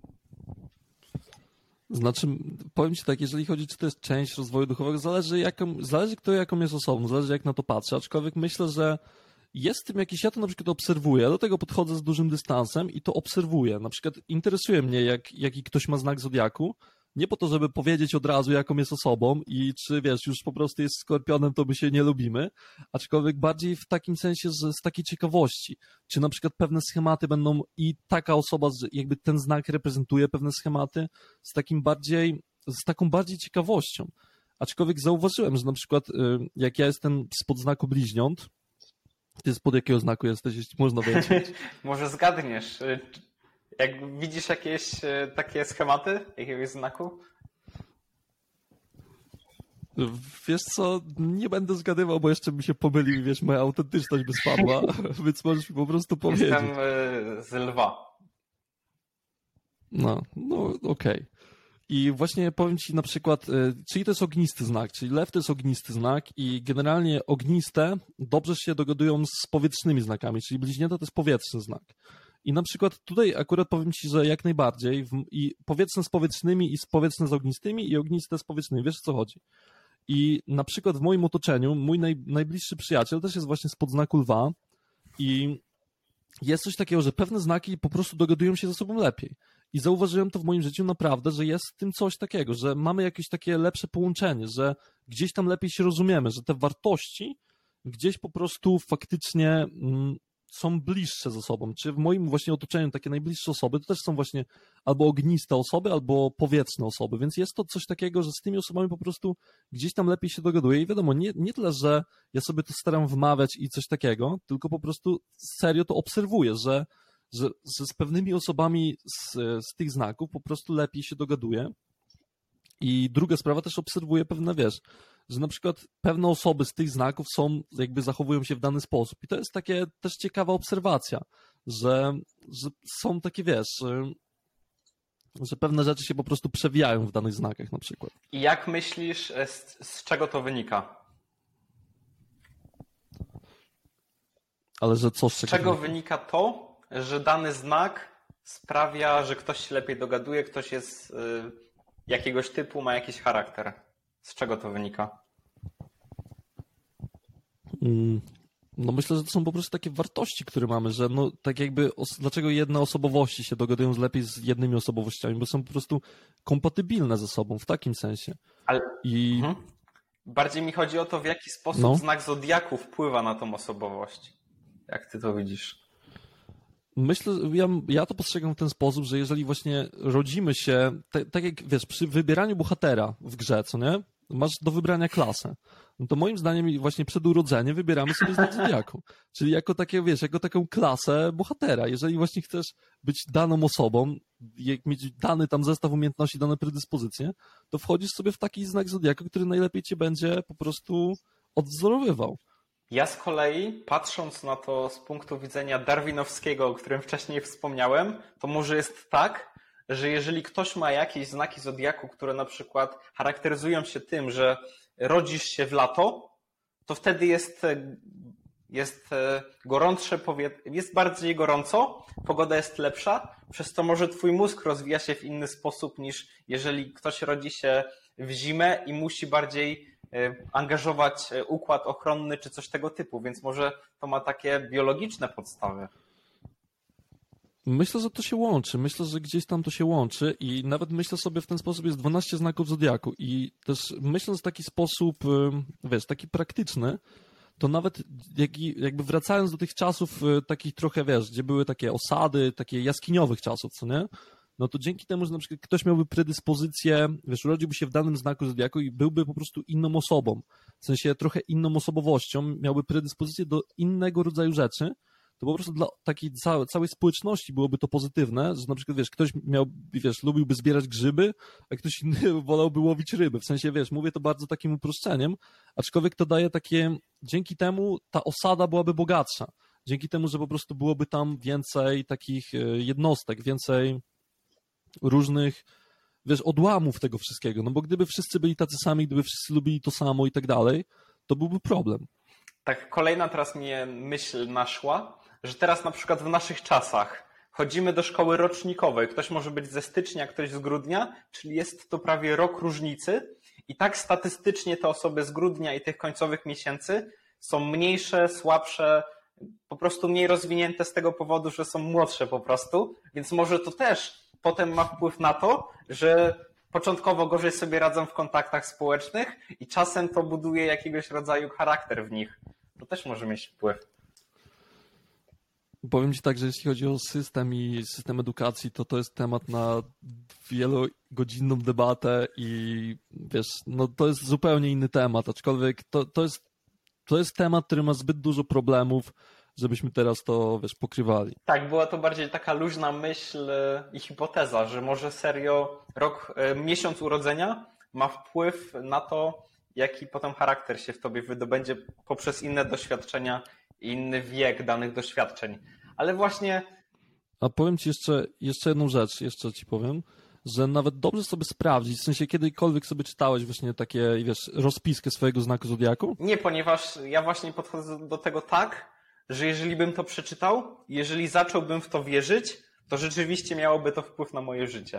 Znaczy, powiem Ci tak, jeżeli chodzi, czy to jest część rozwoju duchowego, zależy, jaką, zależy kto jaką jest osobą, zależy jak na to patrzy, aczkolwiek myślę, że jest w tym jakiś, ja to na przykład obserwuję, ja do tego podchodzę z dużym dystansem i to obserwuję. Na przykład interesuje mnie, jak, jaki ktoś ma znak zodiaku, nie po to, żeby powiedzieć od razu, jaką jest osobą i czy, wiesz, już po prostu jest skorpionem, to my się nie lubimy, aczkolwiek bardziej w takim sensie, że z takiej ciekawości, czy na przykład pewne schematy będą i taka osoba, że jakby ten znak reprezentuje pewne schematy, z takim bardziej, z taką bardziej ciekawością. Aczkolwiek zauważyłem, że na przykład y, jak ja jestem spod znaku bliźniąt, ty spod jakiego znaku jesteś, jeśli można wiedzieć? Może zgadniesz. Jak widzisz jakieś takie schematy jakiegoś znaku? Wiesz co, nie będę zgadywał, bo jeszcze mi się pomylił i wiesz, moja autentyczność by spadła, więc możesz mi po prostu powiedzieć. Jestem z lwa. No, no okej. Okay. I właśnie powiem Ci na przykład, czyli to jest ognisty znak, czyli lew to jest ognisty znak i generalnie ogniste dobrze się dogadują z powietrznymi znakami, czyli bliźnięta to jest powietrzny znak. I na przykład tutaj akurat powiem Ci, że jak najbardziej w, i powietrzne z powietrznymi i z powietrzne z ognistymi i ogniste z powietrznymi, wiesz o co chodzi. I na przykład w moim otoczeniu mój naj, najbliższy przyjaciel też jest właśnie spod znaku lwa i jest coś takiego, że pewne znaki po prostu dogadują się ze sobą lepiej. I zauważyłem to w moim życiu naprawdę, że jest w tym coś takiego, że mamy jakieś takie lepsze połączenie, że gdzieś tam lepiej się rozumiemy, że te wartości gdzieś po prostu faktycznie mm, są bliższe ze sobą. Czy w moim właśnie otoczeniu takie najbliższe osoby to też są właśnie albo ogniste osoby, albo powietrzne osoby, więc jest to coś takiego, że z tymi osobami po prostu gdzieś tam lepiej się dogaduję i wiadomo, nie, nie tyle, że ja sobie to staram wmawiać i coś takiego, tylko po prostu serio to obserwuję, że Że, że z pewnymi osobami z, z tych znaków po prostu lepiej się dogaduję. I druga sprawa, też obserwuję pewne, wiesz, że na przykład pewne osoby z tych znaków są, jakby zachowują się w dany sposób. I to jest takie też ciekawa obserwacja, że, że są takie, wiesz, że, że pewne rzeczy się po prostu przewijają w danych znakach na przykład. I jak myślisz, z, z czego to wynika? Ale że co z, z czego wynika to, że dany znak sprawia, że ktoś się lepiej dogaduje, ktoś jest y, jakiegoś typu, ma jakiś charakter. Z czego to wynika? Hmm. No myślę, że to są po prostu takie wartości, które mamy, że no tak jakby os- dlaczego jedne osobowości się dogadują lepiej z jednymi osobowościami, bo są po prostu kompatybilne ze sobą w takim sensie. Ale I mhm. bardziej mi chodzi o to, w jaki sposób No. znak zodiaku wpływa na tą osobowość. Jak ty to widzisz? myślę, ja, ja to postrzegam w ten sposób, że jeżeli właśnie rodzimy się, te, tak jak wiesz, przy wybieraniu bohatera w grze, co nie? Masz do wybrania klasę. No to moim zdaniem właśnie przed urodzeniem wybieramy sobie znak zodiaku. Czyli jako takie, wiesz, jako taką klasę bohatera. Jeżeli właśnie chcesz być daną osobą, jak mieć dany tam zestaw umiejętności, dane predyspozycje, to wchodzisz sobie w taki znak zodiaku, który najlepiej cię będzie po prostu odwzorowywał. Ja z kolei, patrząc na to z punktu widzenia darwinowskiego, o którym wcześniej wspomniałem, to może jest tak, że jeżeli ktoś ma jakieś znaki zodiaku, które na przykład charakteryzują się tym, że rodzisz się w lato, to wtedy jest, jest gorące powietrze, jest bardziej gorąco, pogoda jest lepsza, przez to może twój mózg rozwija się w inny sposób niż jeżeli ktoś rodzi się w zimę i musi bardziej angażować układ ochronny czy coś tego typu, więc może to ma takie biologiczne podstawy. Myślę, że to się łączy. Myślę, że gdzieś tam to się łączy i nawet myślę sobie w ten sposób jest dwanaście znaków zodiaku i też myśląc w taki sposób, wiesz, taki praktyczny, to nawet jak, jakby wracając do tych czasów takich trochę, wiesz, gdzie były takie osady, takie jaskiniowych czasów, co nie? No to dzięki temu, że na przykład ktoś miałby predyspozycję, wiesz, urodziłby się w danym znaku zodiaku i byłby po prostu inną osobą, w sensie trochę inną osobowością, miałby predyspozycję do innego rodzaju rzeczy, to po prostu dla takiej całej, całej społeczności byłoby to pozytywne, że na przykład, wiesz, ktoś miał, wiesz, lubiłby zbierać grzyby, a ktoś inny wolałby łowić ryby. W sensie, wiesz, mówię to bardzo takim uproszczeniem, aczkolwiek to daje takie, dzięki temu ta osada byłaby bogatsza. Dzięki temu, że po prostu byłoby tam więcej takich jednostek, więcej różnych, wiesz, odłamów tego wszystkiego. No bo gdyby wszyscy byli tacy sami, gdyby wszyscy lubili to samo i tak dalej, to byłby problem. Tak, kolejna teraz mnie myśl naszła, że teraz na przykład w naszych czasach chodzimy do szkoły rocznikowej. Ktoś może być ze stycznia, ktoś z grudnia, czyli jest to prawie rok różnicy. I tak statystycznie te osoby z grudnia i tych końcowych miesięcy są mniejsze, słabsze, po prostu mniej rozwinięte z tego powodu, że są młodsze po prostu. Więc może to też potem ma wpływ na to, że początkowo gorzej sobie radzą w kontaktach społecznych i czasem to buduje jakiegoś rodzaju charakter w nich. To też może mieć wpływ. Powiem ci tak, że jeśli chodzi o system i system edukacji, to to jest temat na wielogodzinną debatę i wiesz, no to jest zupełnie inny temat, aczkolwiek to, to, jest, to jest temat, który ma zbyt dużo problemów, żebyśmy teraz to, wiesz, pokrywali. Tak, była to bardziej taka luźna myśl i hipoteza, że może serio rok, miesiąc urodzenia ma wpływ na to, jaki potem charakter się w tobie wydobędzie poprzez inne doświadczenia i inny wiek danych doświadczeń. Ale właśnie... A powiem ci jeszcze, jeszcze jedną rzecz, jeszcze ci powiem, że nawet dobrze sobie sprawdzić, w sensie kiedykolwiek sobie czytałeś właśnie takie, wiesz, rozpiskę swojego znaku zodiaku? Nie, ponieważ ja właśnie podchodzę do tego tak, że jeżeli bym to przeczytał, jeżeli zacząłbym w to wierzyć, to rzeczywiście miałoby to wpływ na moje życie.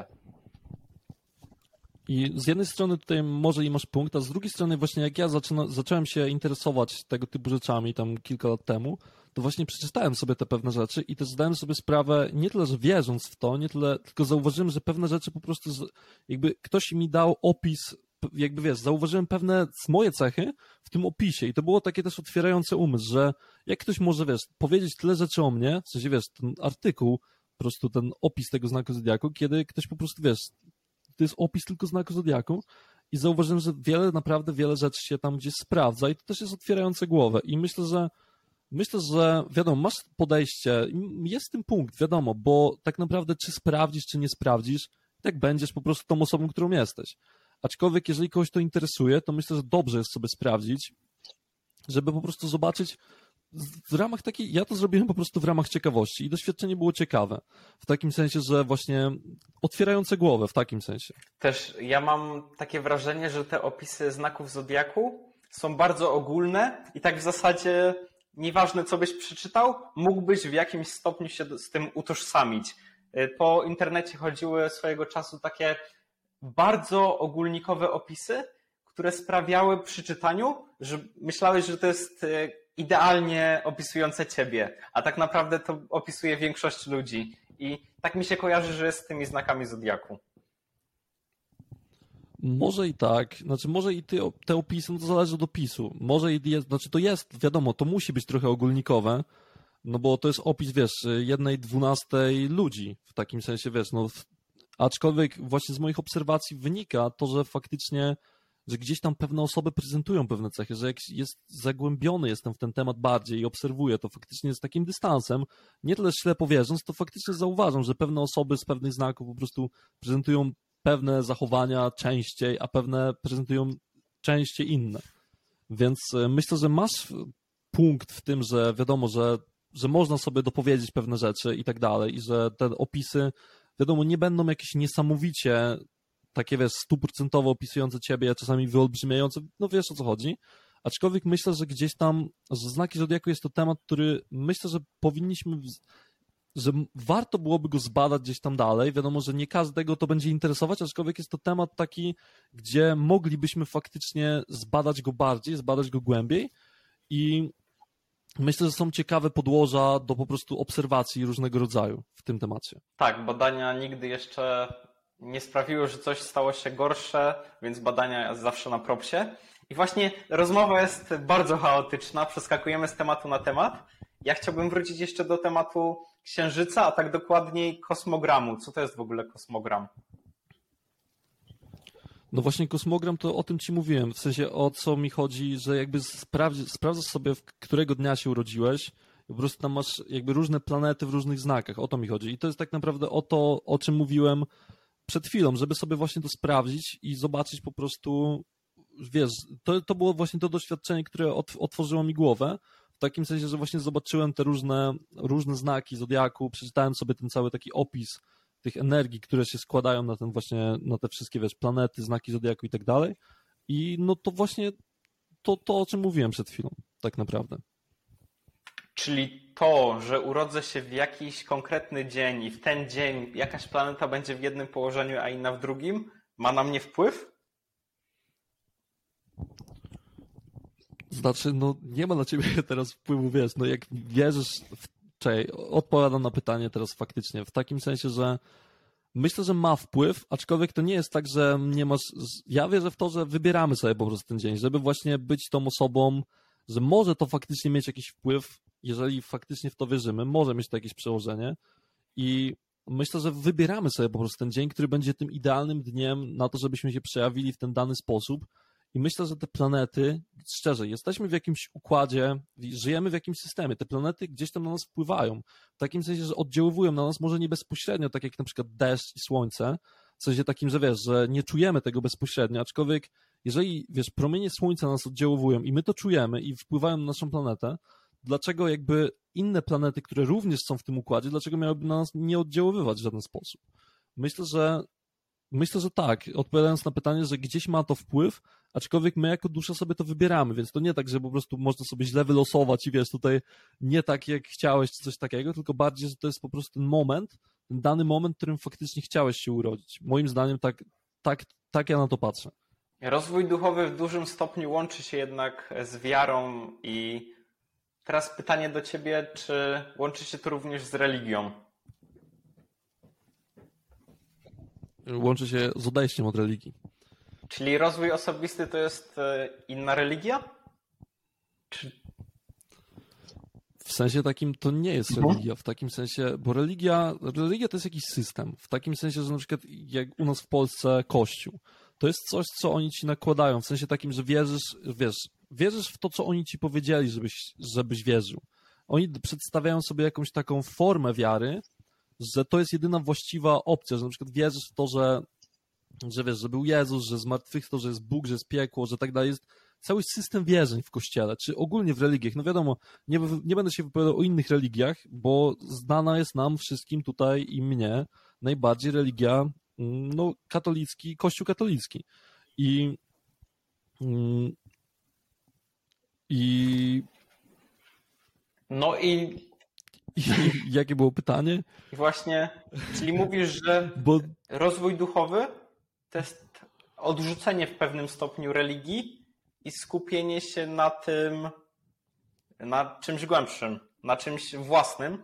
I z jednej strony tutaj może i masz punkt, a z drugiej strony właśnie jak ja zaczyna, zacząłem się interesować tego typu rzeczami tam kilka lat temu, to właśnie przeczytałem sobie te pewne rzeczy i też zdałem sobie sprawę, nie tyle, że wierząc w to, nie tyle, tylko zauważyłem, że pewne rzeczy po prostu, z, jakby ktoś mi dał opis, jakby wiesz, zauważyłem pewne moje cechy w tym opisie i to było takie też otwierające umysł, że jak ktoś może, wiesz, powiedzieć tyle rzeczy o mnie, w sensie, wiesz, ten artykuł, po prostu ten opis tego znaku zodiaku, kiedy ktoś po prostu, wiesz, to jest opis tylko znaku zodiaku i zauważyłem, że wiele, naprawdę wiele rzeczy się tam gdzieś sprawdza i to też jest otwierające głowę i myślę, że myślę, że wiadomo, masz podejście, jest w tym punkt, wiadomo, bo tak naprawdę czy sprawdzisz, czy nie sprawdzisz, tak będziesz po prostu tą osobą, którą jesteś. Aczkolwiek jeżeli kogoś to interesuje, to myślę, że dobrze jest sobie sprawdzić, żeby po prostu zobaczyć w ramach takiej, ja to zrobiłem po prostu w ramach ciekawości i doświadczenie było ciekawe. W takim sensie, że właśnie otwierające głowę, w takim sensie. Też ja mam takie wrażenie, że te opisy znaków zodiaku są bardzo ogólne i tak w zasadzie nieważne co byś przeczytał, mógłbyś w jakimś stopniu się z tym utożsamić. Po internecie chodziły swojego czasu takie bardzo ogólnikowe opisy, które sprawiały przy czytaniu, że myślałeś, że to jest idealnie opisujące ciebie, a tak naprawdę to opisuje większość ludzi. I tak mi się kojarzy, że jest z tymi znakami zodiaku. Może i tak, znaczy może i ty, te opisy, no to zależy od opisu. Może i jest, znaczy to jest, wiadomo, to musi być trochę ogólnikowe, no bo to jest opis, wiesz, jednej dwunastej ludzi, w takim sensie, wiesz, no aczkolwiek właśnie z moich obserwacji wynika to, że faktycznie, że gdzieś tam pewne osoby prezentują pewne cechy, że jak jest zagłębiony jestem w ten temat bardziej i obserwuję to faktycznie z takim dystansem, nie tyle ślepo wierząc, to faktycznie zauważam, że pewne osoby z pewnych znaków po prostu prezentują pewne zachowania częściej, a pewne prezentują częściej inne. Więc myślę, że masz punkt w tym, że wiadomo, że, że można sobie dopowiedzieć pewne rzeczy i tak dalej i że te opisy, wiadomo, nie będą jakieś niesamowicie takie, wiesz, stuprocentowo opisujące ciebie, czasami wyolbrzymiające, no wiesz o co chodzi. Aczkolwiek myślę, że gdzieś tam, że znaki zodiaku jest to temat, który myślę, że powinniśmy, że warto byłoby go zbadać gdzieś tam dalej. Wiadomo, że nie każdego to będzie interesować, aczkolwiek jest to temat taki, gdzie moglibyśmy faktycznie zbadać go bardziej, zbadać go głębiej i myślę, że są ciekawe podłoża do po prostu obserwacji różnego rodzaju w tym temacie. Tak, badania nigdy jeszcze nie sprawiły, że coś stało się gorsze, więc badania zawsze na propsie. I właśnie rozmowa jest bardzo chaotyczna, przeskakujemy z tematu na temat. Ja chciałbym wrócić jeszcze do tematu Księżyca, a tak dokładniej kosmogramu. Co to jest w ogóle kosmogram? No właśnie kosmogram to o tym ci mówiłem, w sensie o co mi chodzi, że jakby sprawdzi, sprawdzasz sobie, w którego dnia się urodziłeś, po prostu tam masz jakby różne planety w różnych znakach, o to mi chodzi. I to jest tak naprawdę o to, o czym mówiłem przed chwilą, żeby sobie właśnie to sprawdzić i zobaczyć po prostu, wiesz, to, to było właśnie to doświadczenie, które otworzyło mi głowę, w takim sensie, że właśnie zobaczyłem te różne, różne znaki zodiaku, przeczytałem sobie ten cały taki opis tych energii, które się składają na ten właśnie, na te wszystkie, wiesz, planety, znaki zodiaku i tak dalej. I no to właśnie to, to, o czym mówiłem przed chwilą, tak naprawdę. Czyli to, że urodzę się w jakiś konkretny dzień i w ten dzień jakaś planeta będzie w jednym położeniu, a inna w drugim, ma na mnie wpływ? Znaczy, no nie ma na ciebie teraz wpływu, wiesz, no jak wierzysz w... Czekaj, odpowiadam na pytanie teraz faktycznie, w takim sensie, że myślę, że ma wpływ, aczkolwiek to nie jest tak, że nie masz... Ja wierzę w to, że wybieramy sobie po prostu ten dzień, żeby właśnie być tą osobą, że może to faktycznie mieć jakiś wpływ, jeżeli faktycznie w to wierzymy, może mieć to jakieś przełożenie i myślę, że wybieramy sobie po prostu ten dzień, który będzie tym idealnym dniem na to, żebyśmy się przejawili w ten dany sposób. I myślę, że te planety, szczerze, jesteśmy w jakimś układzie, żyjemy w jakimś systemie. Te planety gdzieś tam na nas wpływają. W takim sensie, że oddziaływują na nas może nie bezpośrednio, tak jak na przykład deszcz i słońce. W sensie takim, że wiesz, że nie czujemy tego bezpośrednio, aczkolwiek jeżeli, wiesz, promienie słońca nas oddziaływują i my to czujemy i wpływają na naszą planetę, dlaczego jakby inne planety, które również są w tym układzie, dlaczego miałyby na nas nie oddziaływać w żaden sposób? Myślę, że Myślę, że tak, odpowiadając na pytanie, że gdzieś ma to wpływ, aczkolwiek my jako dusza sobie to wybieramy, więc to nie tak, że po prostu można sobie źle wylosować i wiesz, tutaj nie tak jak chciałeś, czy coś takiego, tylko bardziej, że to jest po prostu ten moment, ten dany moment, w którym faktycznie chciałeś się urodzić. Moim zdaniem tak, tak, tak ja na to patrzę. Rozwój duchowy w dużym stopniu łączy się jednak z wiarą i teraz pytanie do ciebie, czy łączy się to również z religią? Łączy się z odejściem od religii. Czyli rozwój osobisty to jest inna religia? Czy... W sensie takim to nie jest Mhm. religia, w takim sensie, bo religia, religia to jest jakiś system, w takim sensie, że na przykład jak u nas w Polsce Kościół, to jest coś, co oni ci nakładają, w sensie takim, że wierzysz, wiesz, wierzysz w to, co oni ci powiedzieli, żebyś, żebyś wierzył. Oni przedstawiają sobie jakąś taką formę wiary, że to jest jedyna właściwa opcja, że na przykład wierzysz w to, że, że wiesz, że był Jezus, że zmartwychwstał, że jest Bóg, że jest piekło, że tak dalej. Jest cały system wierzeń w Kościele, czy ogólnie w religiach. No wiadomo, nie, nie będę się wypowiadał o innych religiach, bo znana jest nam wszystkim tutaj i mnie najbardziej religia, no, katolicki, Kościół katolicki. I i No i I jakie było pytanie? I właśnie, czyli mówisz, że Bo rozwój duchowy to jest odrzucenie w pewnym stopniu religii i skupienie się na tym, na czymś głębszym, na czymś własnym.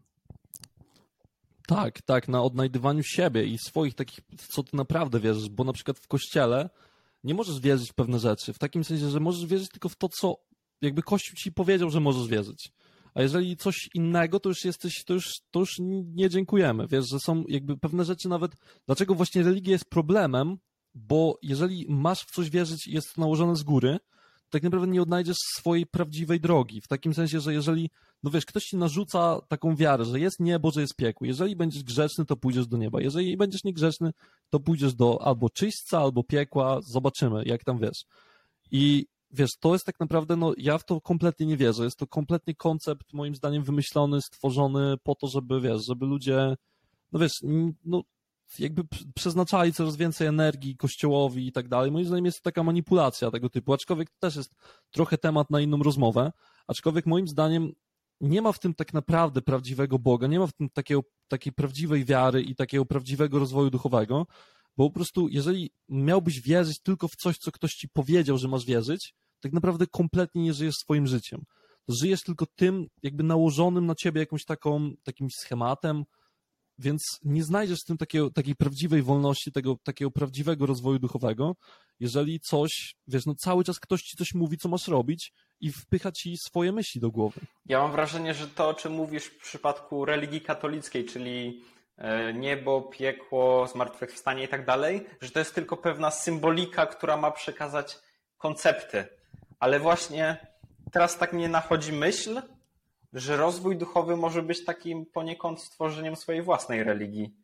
Tak, tak, na odnajdywaniu siebie i swoich takich, co ty naprawdę wierzysz, bo na przykład w kościele nie możesz wierzyć w pewne rzeczy, w takim sensie, że możesz wierzyć tylko w to, co jakby Kościół ci powiedział, że możesz wierzyć. A jeżeli coś innego, to już jesteś, to już, to już nie dziękujemy. Wiesz, że są jakby pewne rzeczy nawet, dlaczego właśnie religia jest problemem, bo jeżeli masz w coś wierzyć i jest to nałożone z góry, to tak naprawdę nie odnajdziesz swojej prawdziwej drogi. W takim sensie, że jeżeli, no wiesz, ktoś ci narzuca taką wiarę, że jest niebo, że jest piekło. Jeżeli będziesz grzeczny, to pójdziesz do nieba. Jeżeli będziesz niegrzeczny, to pójdziesz do albo czyśćca, albo piekła. Zobaczymy, jak tam wiesz. I wiesz, to jest tak naprawdę, no ja w to kompletnie nie wierzę. Jest to kompletnie koncept, moim zdaniem, wymyślony, stworzony po to, żeby, wiesz, żeby ludzie, no wiesz, no jakby przeznaczali coraz więcej energii Kościołowi i tak dalej. Moim zdaniem jest to taka manipulacja tego typu, aczkolwiek to też jest trochę temat na inną rozmowę, aczkolwiek moim zdaniem nie ma w tym tak naprawdę prawdziwego Boga, nie ma w tym takiego, takiej prawdziwej wiary i takiego prawdziwego rozwoju duchowego, bo po prostu jeżeli miałbyś wierzyć tylko w coś, co ktoś ci powiedział, że masz wierzyć, tak naprawdę kompletnie nie żyjesz swoim życiem. To żyjesz tylko tym jakby nałożonym na ciebie jakąś taką, takim schematem, więc nie znajdziesz w tym takiego, takiej prawdziwej wolności, tego takiego prawdziwego rozwoju duchowego, jeżeli coś, wiesz, no cały czas ktoś ci coś mówi, co masz robić i wpycha ci swoje myśli do głowy. Ja mam wrażenie, że to, o czym mówisz w przypadku religii katolickiej, czyli niebo, piekło, zmartwychwstanie i tak dalej, że to jest tylko pewna symbolika, która ma przekazać koncepty. Ale właśnie teraz tak mnie nachodzi myśl, że rozwój duchowy może być takim poniekąd stworzeniem swojej własnej religii.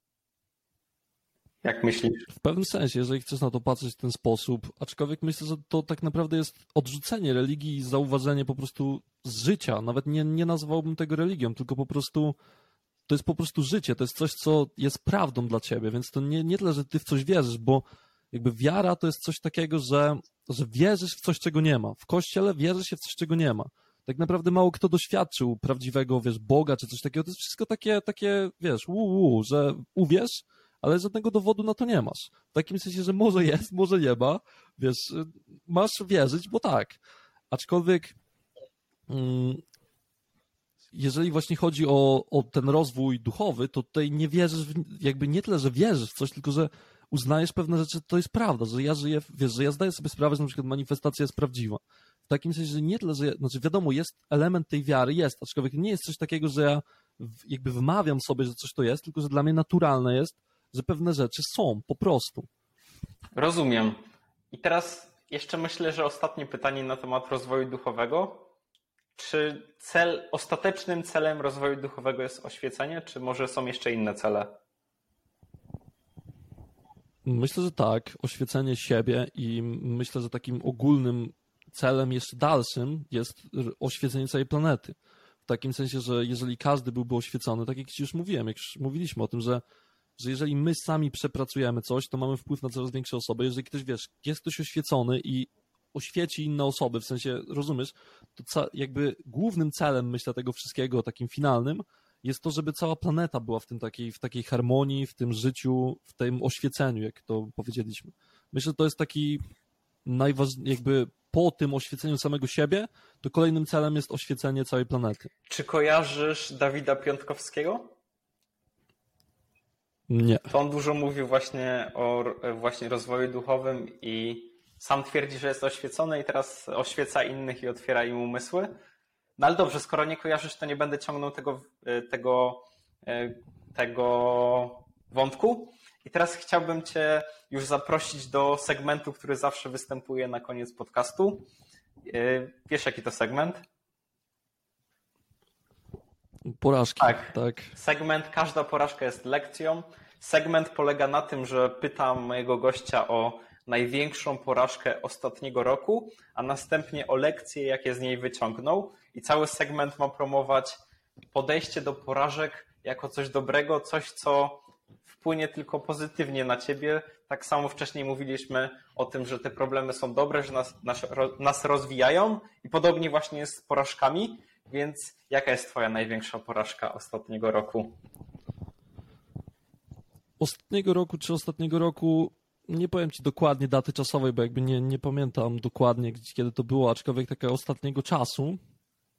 Jak myślisz? W pewnym sensie, jeżeli chcesz na to patrzeć w ten sposób, aczkolwiek myślę, że to tak naprawdę jest odrzucenie religii i zauważenie po prostu z życia. Nawet nie, nie nazwałbym tego religią, tylko po prostu to jest po prostu życie, to jest coś, co jest prawdą dla ciebie, więc to nie, nie tyle, że ty w coś wierzysz, bo jakby wiara to jest coś takiego, że, że wierzysz w coś, czego nie ma. W Kościele wierzy się w coś, czego nie ma. Tak naprawdę mało kto doświadczył prawdziwego, wiesz, Boga czy coś takiego. To jest wszystko takie, takie wiesz, uu, że uwierz, ale żadnego dowodu na to nie masz. W takim sensie, że może jest, może nie ma, wiesz, masz wierzyć, bo tak. Aczkolwiek mm, jeżeli właśnie chodzi o, o ten rozwój duchowy, to tutaj nie wierzysz, w, jakby nie tyle, że wierzysz w coś, tylko że uznajesz pewne rzeczy, to jest prawda, że ja żyję, wiesz, że ja zdaję sobie sprawę, że na przykład manifestacja jest prawdziwa. W takim sensie, że nie tyle, że ja, znaczy wiadomo, jest element tej wiary, jest, aczkolwiek nie jest coś takiego, że ja w, jakby wmawiam sobie, że coś to jest, tylko że dla mnie naturalne jest, że pewne rzeczy są, po prostu. Rozumiem. I teraz jeszcze myślę, że ostatnie pytanie na temat rozwoju duchowego. Czy cel, ostatecznym celem rozwoju duchowego jest oświecenie, czy może są jeszcze inne cele? Myślę, że tak, oświecenie siebie i myślę, że takim ogólnym celem jeszcze dalszym jest oświecenie całej planety. W takim sensie, że jeżeli każdy byłby oświecony, tak jak ci już mówiłem, jak już mówiliśmy o tym, że, że jeżeli my sami przepracujemy coś, to mamy wpływ na coraz większe osoby. Jeżeli ktoś, wiesz, jest ktoś oświecony i oświeci inne osoby, w sensie, rozumiesz, to ca- jakby głównym celem, myślę, tego wszystkiego, takim finalnym, jest to, żeby cała planeta była w tym takiej, w takiej harmonii, w tym życiu, w tym oświeceniu, jak to powiedzieliśmy. Myślę, że to jest taki najważniejszy, jakby po tym oświeceniu samego siebie, to kolejnym celem jest oświecenie całej planety. Czy kojarzysz Dawida Piątkowskiego? Nie. To on dużo mówił właśnie o właśnie rozwoju duchowym i sam twierdzi, że jest oświecony i teraz oświeca innych i otwiera im umysły. No ale dobrze, skoro nie kojarzysz, to nie będę ciągnął tego, tego, tego wątku. I teraz chciałbym Cię już zaprosić do segmentu, który zawsze występuje na koniec podcastu. Wiesz, jaki to segment? Porażki. Tak. tak. Segment Każda porażka jest lekcją. Segment polega na tym, że pytam mojego gościa o największą porażkę ostatniego roku, a następnie o lekcje, jakie z niej wyciągnął. I cały segment ma promować podejście do porażek jako coś dobrego, coś, co wpłynie tylko pozytywnie na ciebie. Tak samo wcześniej mówiliśmy o tym, że te problemy są dobre, że nas, nas, nas rozwijają i podobnie właśnie jest z porażkami. Więc jaka jest twoja największa porażka ostatniego roku? Ostatniego roku czy ostatniego roku nie powiem ci dokładnie daty czasowej, bo jakby nie, nie pamiętam dokładnie, kiedy to było, aczkolwiek takiego ostatniego czasu,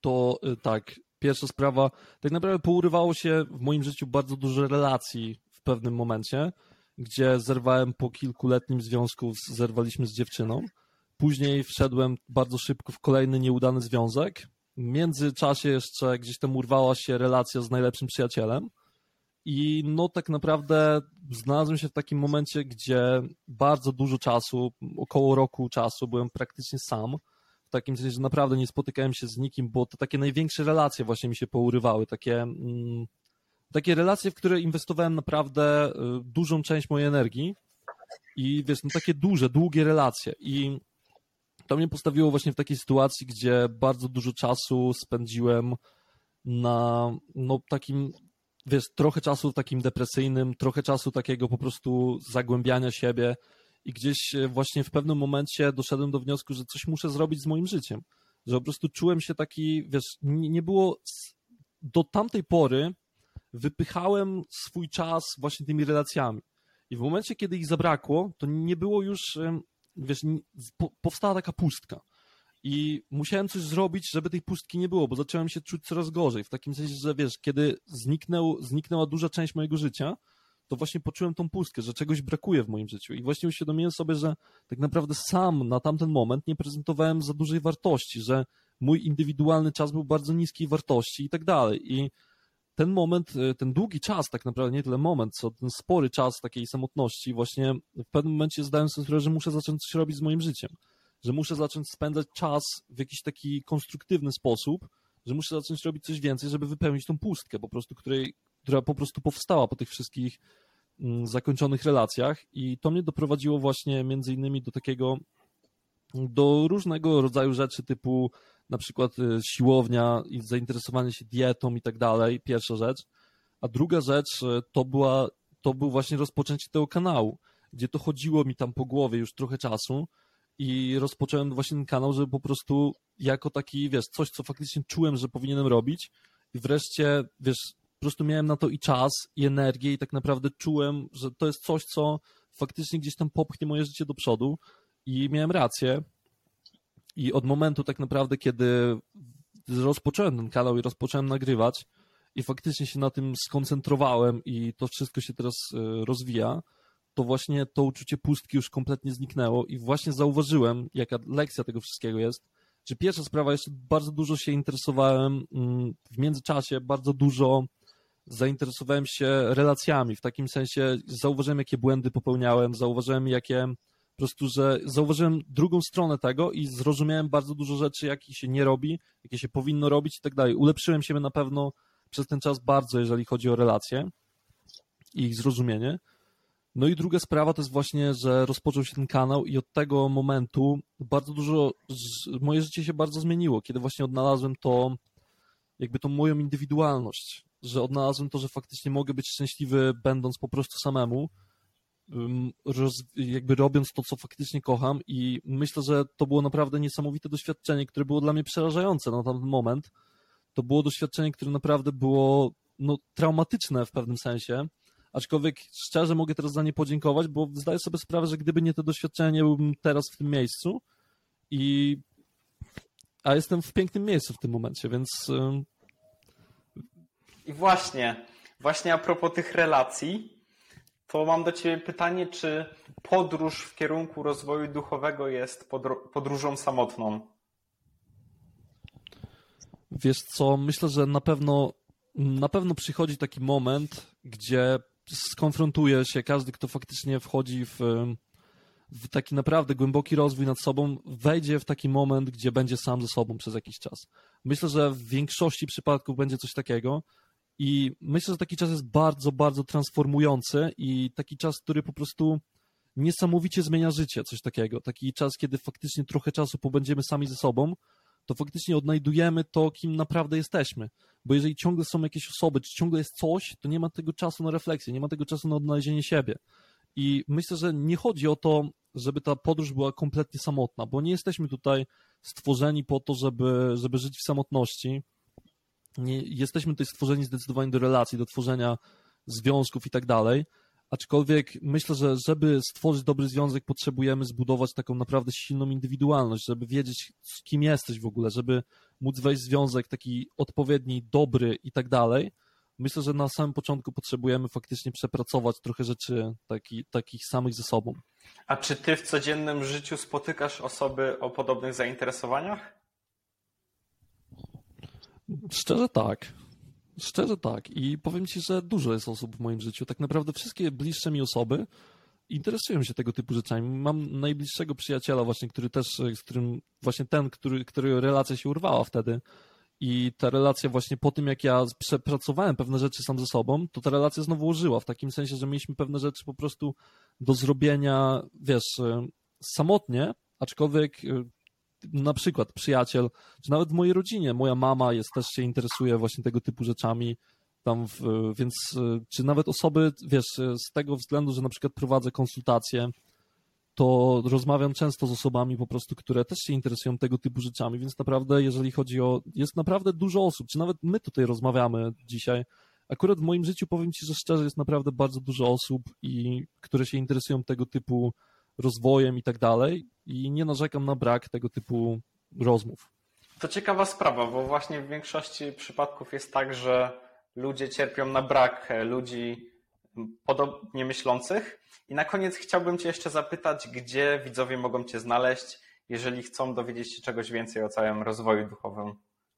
to y, tak, pierwsza sprawa, tak naprawdę pourywało się w moim życiu bardzo dużo relacji w pewnym momencie, gdzie zerwałem po kilkuletnim związku, zerwaliśmy z dziewczyną. Później wszedłem bardzo szybko w kolejny nieudany związek. W międzyczasie jeszcze gdzieś tam urwała się relacja z najlepszym przyjacielem. I no tak naprawdę znalazłem się w takim momencie, gdzie bardzo dużo czasu, około roku czasu byłem praktycznie sam. W takim sensie, że naprawdę nie spotykałem się z nikim, bo to takie największe relacje właśnie mi się pourywały. Takie, mm, takie relacje, w które inwestowałem naprawdę y, dużą część mojej energii. I wiesz, no takie duże, długie relacje. I to mnie postawiło właśnie w takiej sytuacji, gdzie bardzo dużo czasu spędziłem na no takim, wiesz, trochę czasu takim depresyjnym, trochę czasu takiego po prostu zagłębiania siebie i gdzieś właśnie w pewnym momencie doszedłem do wniosku, że coś muszę zrobić z moim życiem, że po prostu czułem się taki, wiesz, nie, nie było, do tamtej pory wypychałem swój czas właśnie tymi relacjami i w momencie, kiedy ich zabrakło, to nie było już, wiesz, powstała taka pustka. I musiałem coś zrobić, żeby tej pustki nie było, bo zacząłem się czuć coraz gorzej. W takim sensie, że wiesz, kiedy zniknął, zniknęła duża część mojego życia, to właśnie poczułem tą pustkę, że czegoś brakuje w moim życiu. I właśnie uświadomiłem sobie, że tak naprawdę sam na tamten moment nie prezentowałem za dużej wartości, że mój indywidualny czas był bardzo niskiej wartości i tak dalej. I ten moment, ten długi czas, tak naprawdę nie tyle moment, co ten spory czas takiej samotności, właśnie w pewnym momencie zdałem sobie sprawę, że muszę zacząć coś robić z moim życiem. Że muszę zacząć spędzać czas w jakiś taki konstruktywny sposób, że muszę zacząć robić coś więcej, żeby wypełnić tą pustkę po prostu, której, która po prostu powstała po tych wszystkich mm, zakończonych relacjach i to mnie doprowadziło właśnie między innymi do takiego, do różnego rodzaju rzeczy typu na przykład y, siłownia i zainteresowanie się dietą i tak dalej, pierwsza rzecz, a druga rzecz y, to była, to był właśnie rozpoczęcie tego kanału, gdzie to chodziło mi tam po głowie już trochę czasu. I rozpocząłem właśnie ten kanał, żeby po prostu jako taki, wiesz, coś, co faktycznie czułem, że powinienem robić i wreszcie, wiesz, po prostu miałem na to i czas, i energię i tak naprawdę czułem, że to jest coś, co faktycznie gdzieś tam popchnie moje życie do przodu i miałem rację i od momentu tak naprawdę, kiedy rozpocząłem ten kanał i rozpocząłem nagrywać i faktycznie się na tym skoncentrowałem i to wszystko się teraz rozwija, to właśnie to uczucie pustki już kompletnie zniknęło i właśnie zauważyłem, jaka lekcja tego wszystkiego jest, że pierwsza sprawa, jeszcze bardzo dużo się interesowałem w międzyczasie, bardzo dużo zainteresowałem się relacjami, w takim sensie zauważyłem, jakie błędy popełniałem, zauważyłem, jakie po prostu, że zauważyłem drugą stronę tego i zrozumiałem bardzo dużo rzeczy, jakich się nie robi, jakie się powinno robić i tak dalej. Ulepszyłem się na pewno przez ten czas bardzo, jeżeli chodzi o relacje i ich zrozumienie. No i druga sprawa to jest właśnie, że rozpoczął się ten kanał i od tego momentu bardzo dużo, moje życie się bardzo zmieniło, kiedy właśnie odnalazłem to, jakby tą moją indywidualność, że odnalazłem to, że faktycznie mogę być szczęśliwy będąc po prostu samemu, roz, jakby robiąc to, co faktycznie kocham i myślę, że to było naprawdę niesamowite doświadczenie, które było dla mnie przerażające na tamten moment. To było doświadczenie, które naprawdę było no, traumatyczne w pewnym sensie, aczkolwiek szczerze mogę teraz za nie podziękować, bo zdaję sobie sprawę, że gdyby nie to doświadczenie, nie byłbym teraz w tym miejscu i a jestem w pięknym miejscu w tym momencie, więc... I właśnie, właśnie a propos tych relacji, to mam do Ciebie pytanie, czy podróż w kierunku rozwoju duchowego jest podróżą samotną? Wiesz co, myślę, że na pewno, na pewno przychodzi taki moment, gdzie skonfrontuje się każdy, kto faktycznie wchodzi w, w taki naprawdę głęboki rozwój nad sobą, wejdzie w taki moment, gdzie będzie sam ze sobą przez jakiś czas. Myślę, że w większości przypadków będzie coś takiego i myślę, że taki czas jest bardzo, bardzo transformujący i taki czas, który po prostu niesamowicie zmienia życie, coś takiego. Taki czas, kiedy faktycznie trochę czasu pobędziemy sami ze sobą, to faktycznie odnajdujemy to, kim naprawdę jesteśmy. Bo jeżeli ciągle są jakieś osoby, czy ciągle jest coś, to nie ma tego czasu na refleksję, nie ma tego czasu na odnalezienie siebie. I myślę, że nie chodzi o to, żeby ta podróż była kompletnie samotna, bo nie jesteśmy tutaj stworzeni po to, żeby, żeby żyć w samotności. Nie, jesteśmy tutaj stworzeni zdecydowanie do relacji, do tworzenia związków i tak dalej, aczkolwiek myślę, że żeby stworzyć dobry związek, potrzebujemy zbudować taką naprawdę silną indywidualność, żeby wiedzieć, z kim jesteś w ogóle, żeby móc wejść w związek taki odpowiedni, dobry i tak dalej. Myślę, że na samym początku potrzebujemy faktycznie przepracować trochę rzeczy taki, takich samych ze sobą. A czy ty w codziennym życiu spotykasz osoby o podobnych zainteresowaniach? Szczerze tak. Szczerze tak. I powiem ci, że dużo jest osób w moim życiu. Tak naprawdę wszystkie bliższe mi osoby interesują się tego typu rzeczami. Mam najbliższego przyjaciela właśnie, który też, z którym właśnie ten, który, który relacja się urwała wtedy. I ta relacja właśnie po tym, jak ja przepracowałem pewne rzeczy sam ze sobą, to ta relacja znowu ożyła, w takim sensie, że mieliśmy pewne rzeczy po prostu do zrobienia, wiesz, samotnie, aczkolwiek na przykład przyjaciel, czy nawet w mojej rodzinie, moja mama jest też się interesuje właśnie tego typu rzeczami, tam w, więc czy nawet osoby, wiesz, z tego względu, że na przykład prowadzę konsultacje, to rozmawiam często z osobami po prostu, które też się interesują tego typu rzeczami, więc naprawdę jeżeli chodzi o, jest naprawdę dużo osób, czy nawet my tutaj rozmawiamy dzisiaj, akurat w moim życiu powiem ci, że szczerze jest naprawdę bardzo dużo osób, i które się interesują tego typu rozwojem i tak dalej, i nie narzekam na brak tego typu rozmów. To ciekawa sprawa, bo właśnie w większości przypadków jest tak, że ludzie cierpią na brak ludzi podobnie myślących. I na koniec chciałbym cię jeszcze zapytać, gdzie widzowie mogą cię znaleźć, jeżeli chcą dowiedzieć się czegoś więcej o całym rozwoju duchowym.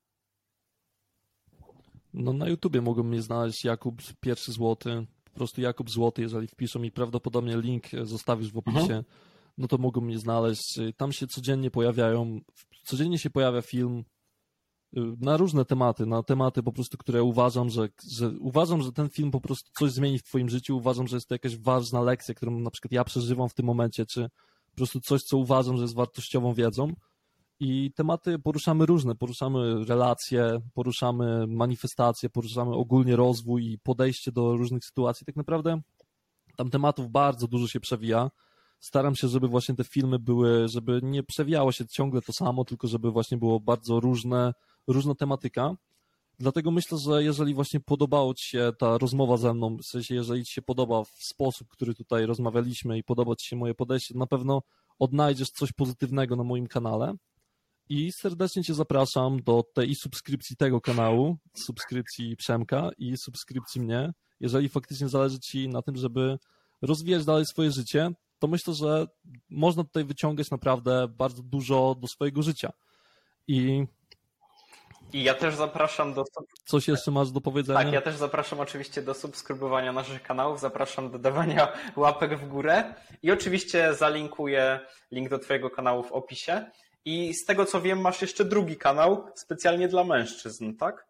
No na YouTubie mogą mnie znaleźć Jakub Pierwszy Złoty, po prostu Jakub Złoty, jeżeli wpiszą i prawdopodobnie link zostawisz w opisie, mhm. no to mogą mnie znaleźć. Tam się codziennie pojawiają, codziennie się pojawia film na różne tematy, na tematy po prostu, które uważam, że, że uważam, że ten film po prostu coś zmieni w twoim życiu, uważam, że jest to jakaś ważna lekcja, którą na przykład ja przeżywam w tym momencie, czy po prostu coś, co uważam, że jest wartościową wiedzą. I tematy poruszamy różne, poruszamy relacje, poruszamy manifestacje, poruszamy ogólnie rozwój i podejście do różnych sytuacji. Tak naprawdę tam tematów bardzo dużo się przewija. Staram się, żeby właśnie te filmy były, żeby nie przewijało się ciągle to samo, tylko żeby właśnie było bardzo różne, różna tematyka. Dlatego myślę, że jeżeli właśnie podobało ci się ta rozmowa ze mną, w sensie jeżeli ci się podoba w sposób, który tutaj rozmawialiśmy i podoba ci się moje podejście, to na pewno odnajdziesz coś pozytywnego na moim kanale. I serdecznie cię zapraszam do tej i subskrypcji tego kanału, subskrypcji Przemka i subskrypcji mnie. Jeżeli faktycznie zależy ci na tym, żeby rozwijać dalej swoje życie, to myślę, że można tutaj wyciągać naprawdę bardzo dużo do swojego życia. I, I ja też zapraszam do... Coś jeszcze masz do powiedzenia? Tak, ja też zapraszam oczywiście do subskrybowania naszych kanałów, zapraszam do dawania łapek w górę i oczywiście zalinkuję link do twojego kanału w opisie. I z tego co wiem, masz jeszcze drugi kanał specjalnie dla mężczyzn, tak?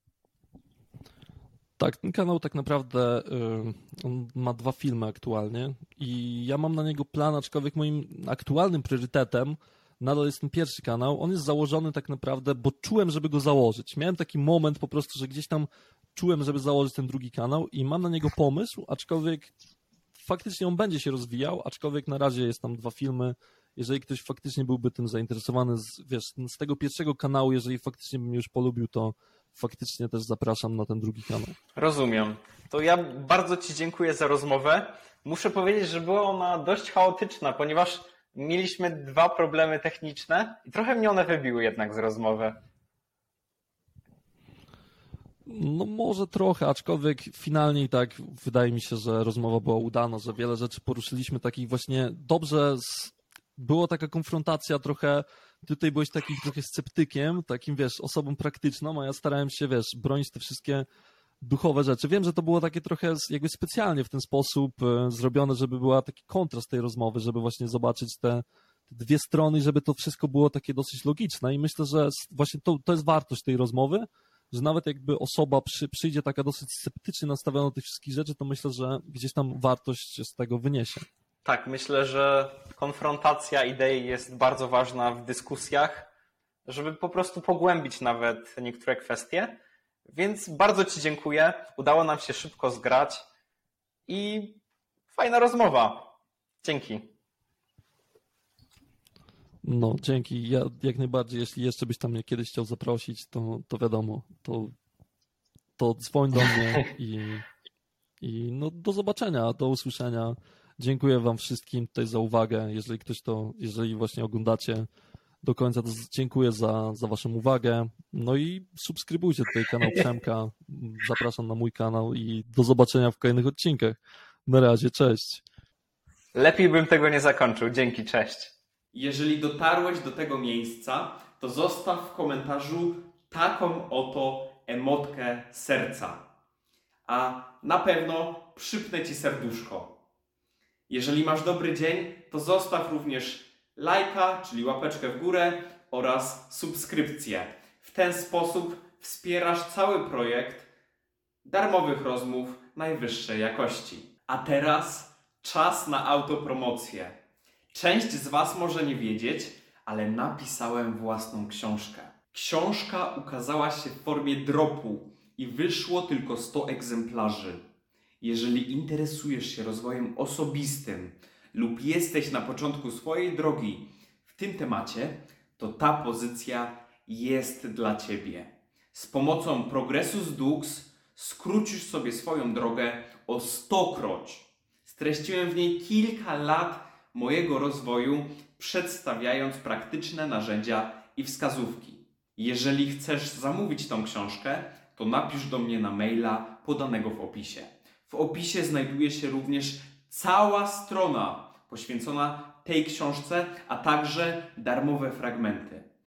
Tak, ten kanał tak naprawdę y, on ma dwa filmy aktualnie i ja mam na niego plan, aczkolwiek moim aktualnym priorytetem nadal jest ten pierwszy kanał. On jest założony tak naprawdę, bo czułem, żeby go założyć. Miałem taki moment po prostu, że gdzieś tam czułem, żeby założyć ten drugi kanał i mam na niego pomysł, aczkolwiek faktycznie on będzie się rozwijał, aczkolwiek na razie jest tam dwa filmy. Jeżeli ktoś faktycznie byłby tym zainteresowany, z, wiesz, z tego pierwszego kanału, jeżeli faktycznie bym już polubił, to faktycznie też zapraszam na ten drugi kanał. Rozumiem. To ja bardzo ci dziękuję za rozmowę. Muszę powiedzieć, że była ona dość chaotyczna, ponieważ mieliśmy dwa problemy techniczne i trochę mnie one wybiły jednak z rozmowy. No może trochę, aczkolwiek finalnie i tak wydaje mi się, że rozmowa była udana, że wiele rzeczy poruszyliśmy takich właśnie dobrze z... Była taka konfrontacja trochę, tutaj byłeś takim trochę sceptykiem, takim, wiesz, osobą praktyczną, a ja starałem się, wiesz, bronić te wszystkie duchowe rzeczy. Wiem, że to było takie trochę jakby specjalnie w ten sposób zrobione, żeby była taki kontrast tej rozmowy, żeby właśnie zobaczyć te, te dwie strony, żeby to wszystko było takie dosyć logiczne i myślę, że właśnie to, to jest wartość tej rozmowy, że nawet jakby osoba przy, przyjdzie taka dosyć sceptycznie nastawiona do tych wszystkich rzeczy, to myślę, że gdzieś tam wartość z tego wyniesie. Tak, myślę, że konfrontacja idei jest bardzo ważna w dyskusjach, żeby po prostu pogłębić nawet niektóre kwestie. Więc bardzo ci dziękuję. Udało nam się szybko zgrać i fajna rozmowa. Dzięki. No, dzięki. Ja jak najbardziej, jeśli jeszcze byś tam mnie kiedyś chciał zaprosić, to, to wiadomo, to, to dzwoń do mnie i I no do zobaczenia, do usłyszenia. Dziękuję wam wszystkim tutaj za uwagę. Jeżeli ktoś to, jeżeli właśnie oglądacie do końca, to dziękuję za, za waszą uwagę. No i subskrybujcie tutaj kanał Przemka. Zapraszam na mój kanał i do zobaczenia w kolejnych odcinkach. Na razie, cześć. Lepiej bym tego nie zakończył. Dzięki, cześć. Jeżeli dotarłeś do tego miejsca, to zostaw w komentarzu taką oto emotkę serca. A na pewno przypnę ci serduszko. Jeżeli masz dobry dzień, to zostaw również lajka, czyli łapeczkę w górę oraz subskrypcję. W ten sposób wspierasz cały projekt darmowych rozmów najwyższej jakości. A teraz czas na autopromocję. Część z was może nie wiedzieć, ale napisałem własną książkę. Książka ukazała się w formie dropu i wyszło tylko sto egzemplarzy. Jeżeli interesujesz się rozwojem osobistym lub jesteś na początku swojej drogi w tym temacie, to ta pozycja jest dla ciebie. Z pomocą Progressus Dux skrócisz sobie swoją drogę o stokroć. Streściłem w niej kilka lat mojego rozwoju, przedstawiając praktyczne narzędzia i wskazówki. Jeżeli chcesz zamówić tą książkę, to napisz do mnie na maila podanego w opisie. W opisie znajduje się również cała strona poświęcona tej książce, a także darmowe fragmenty.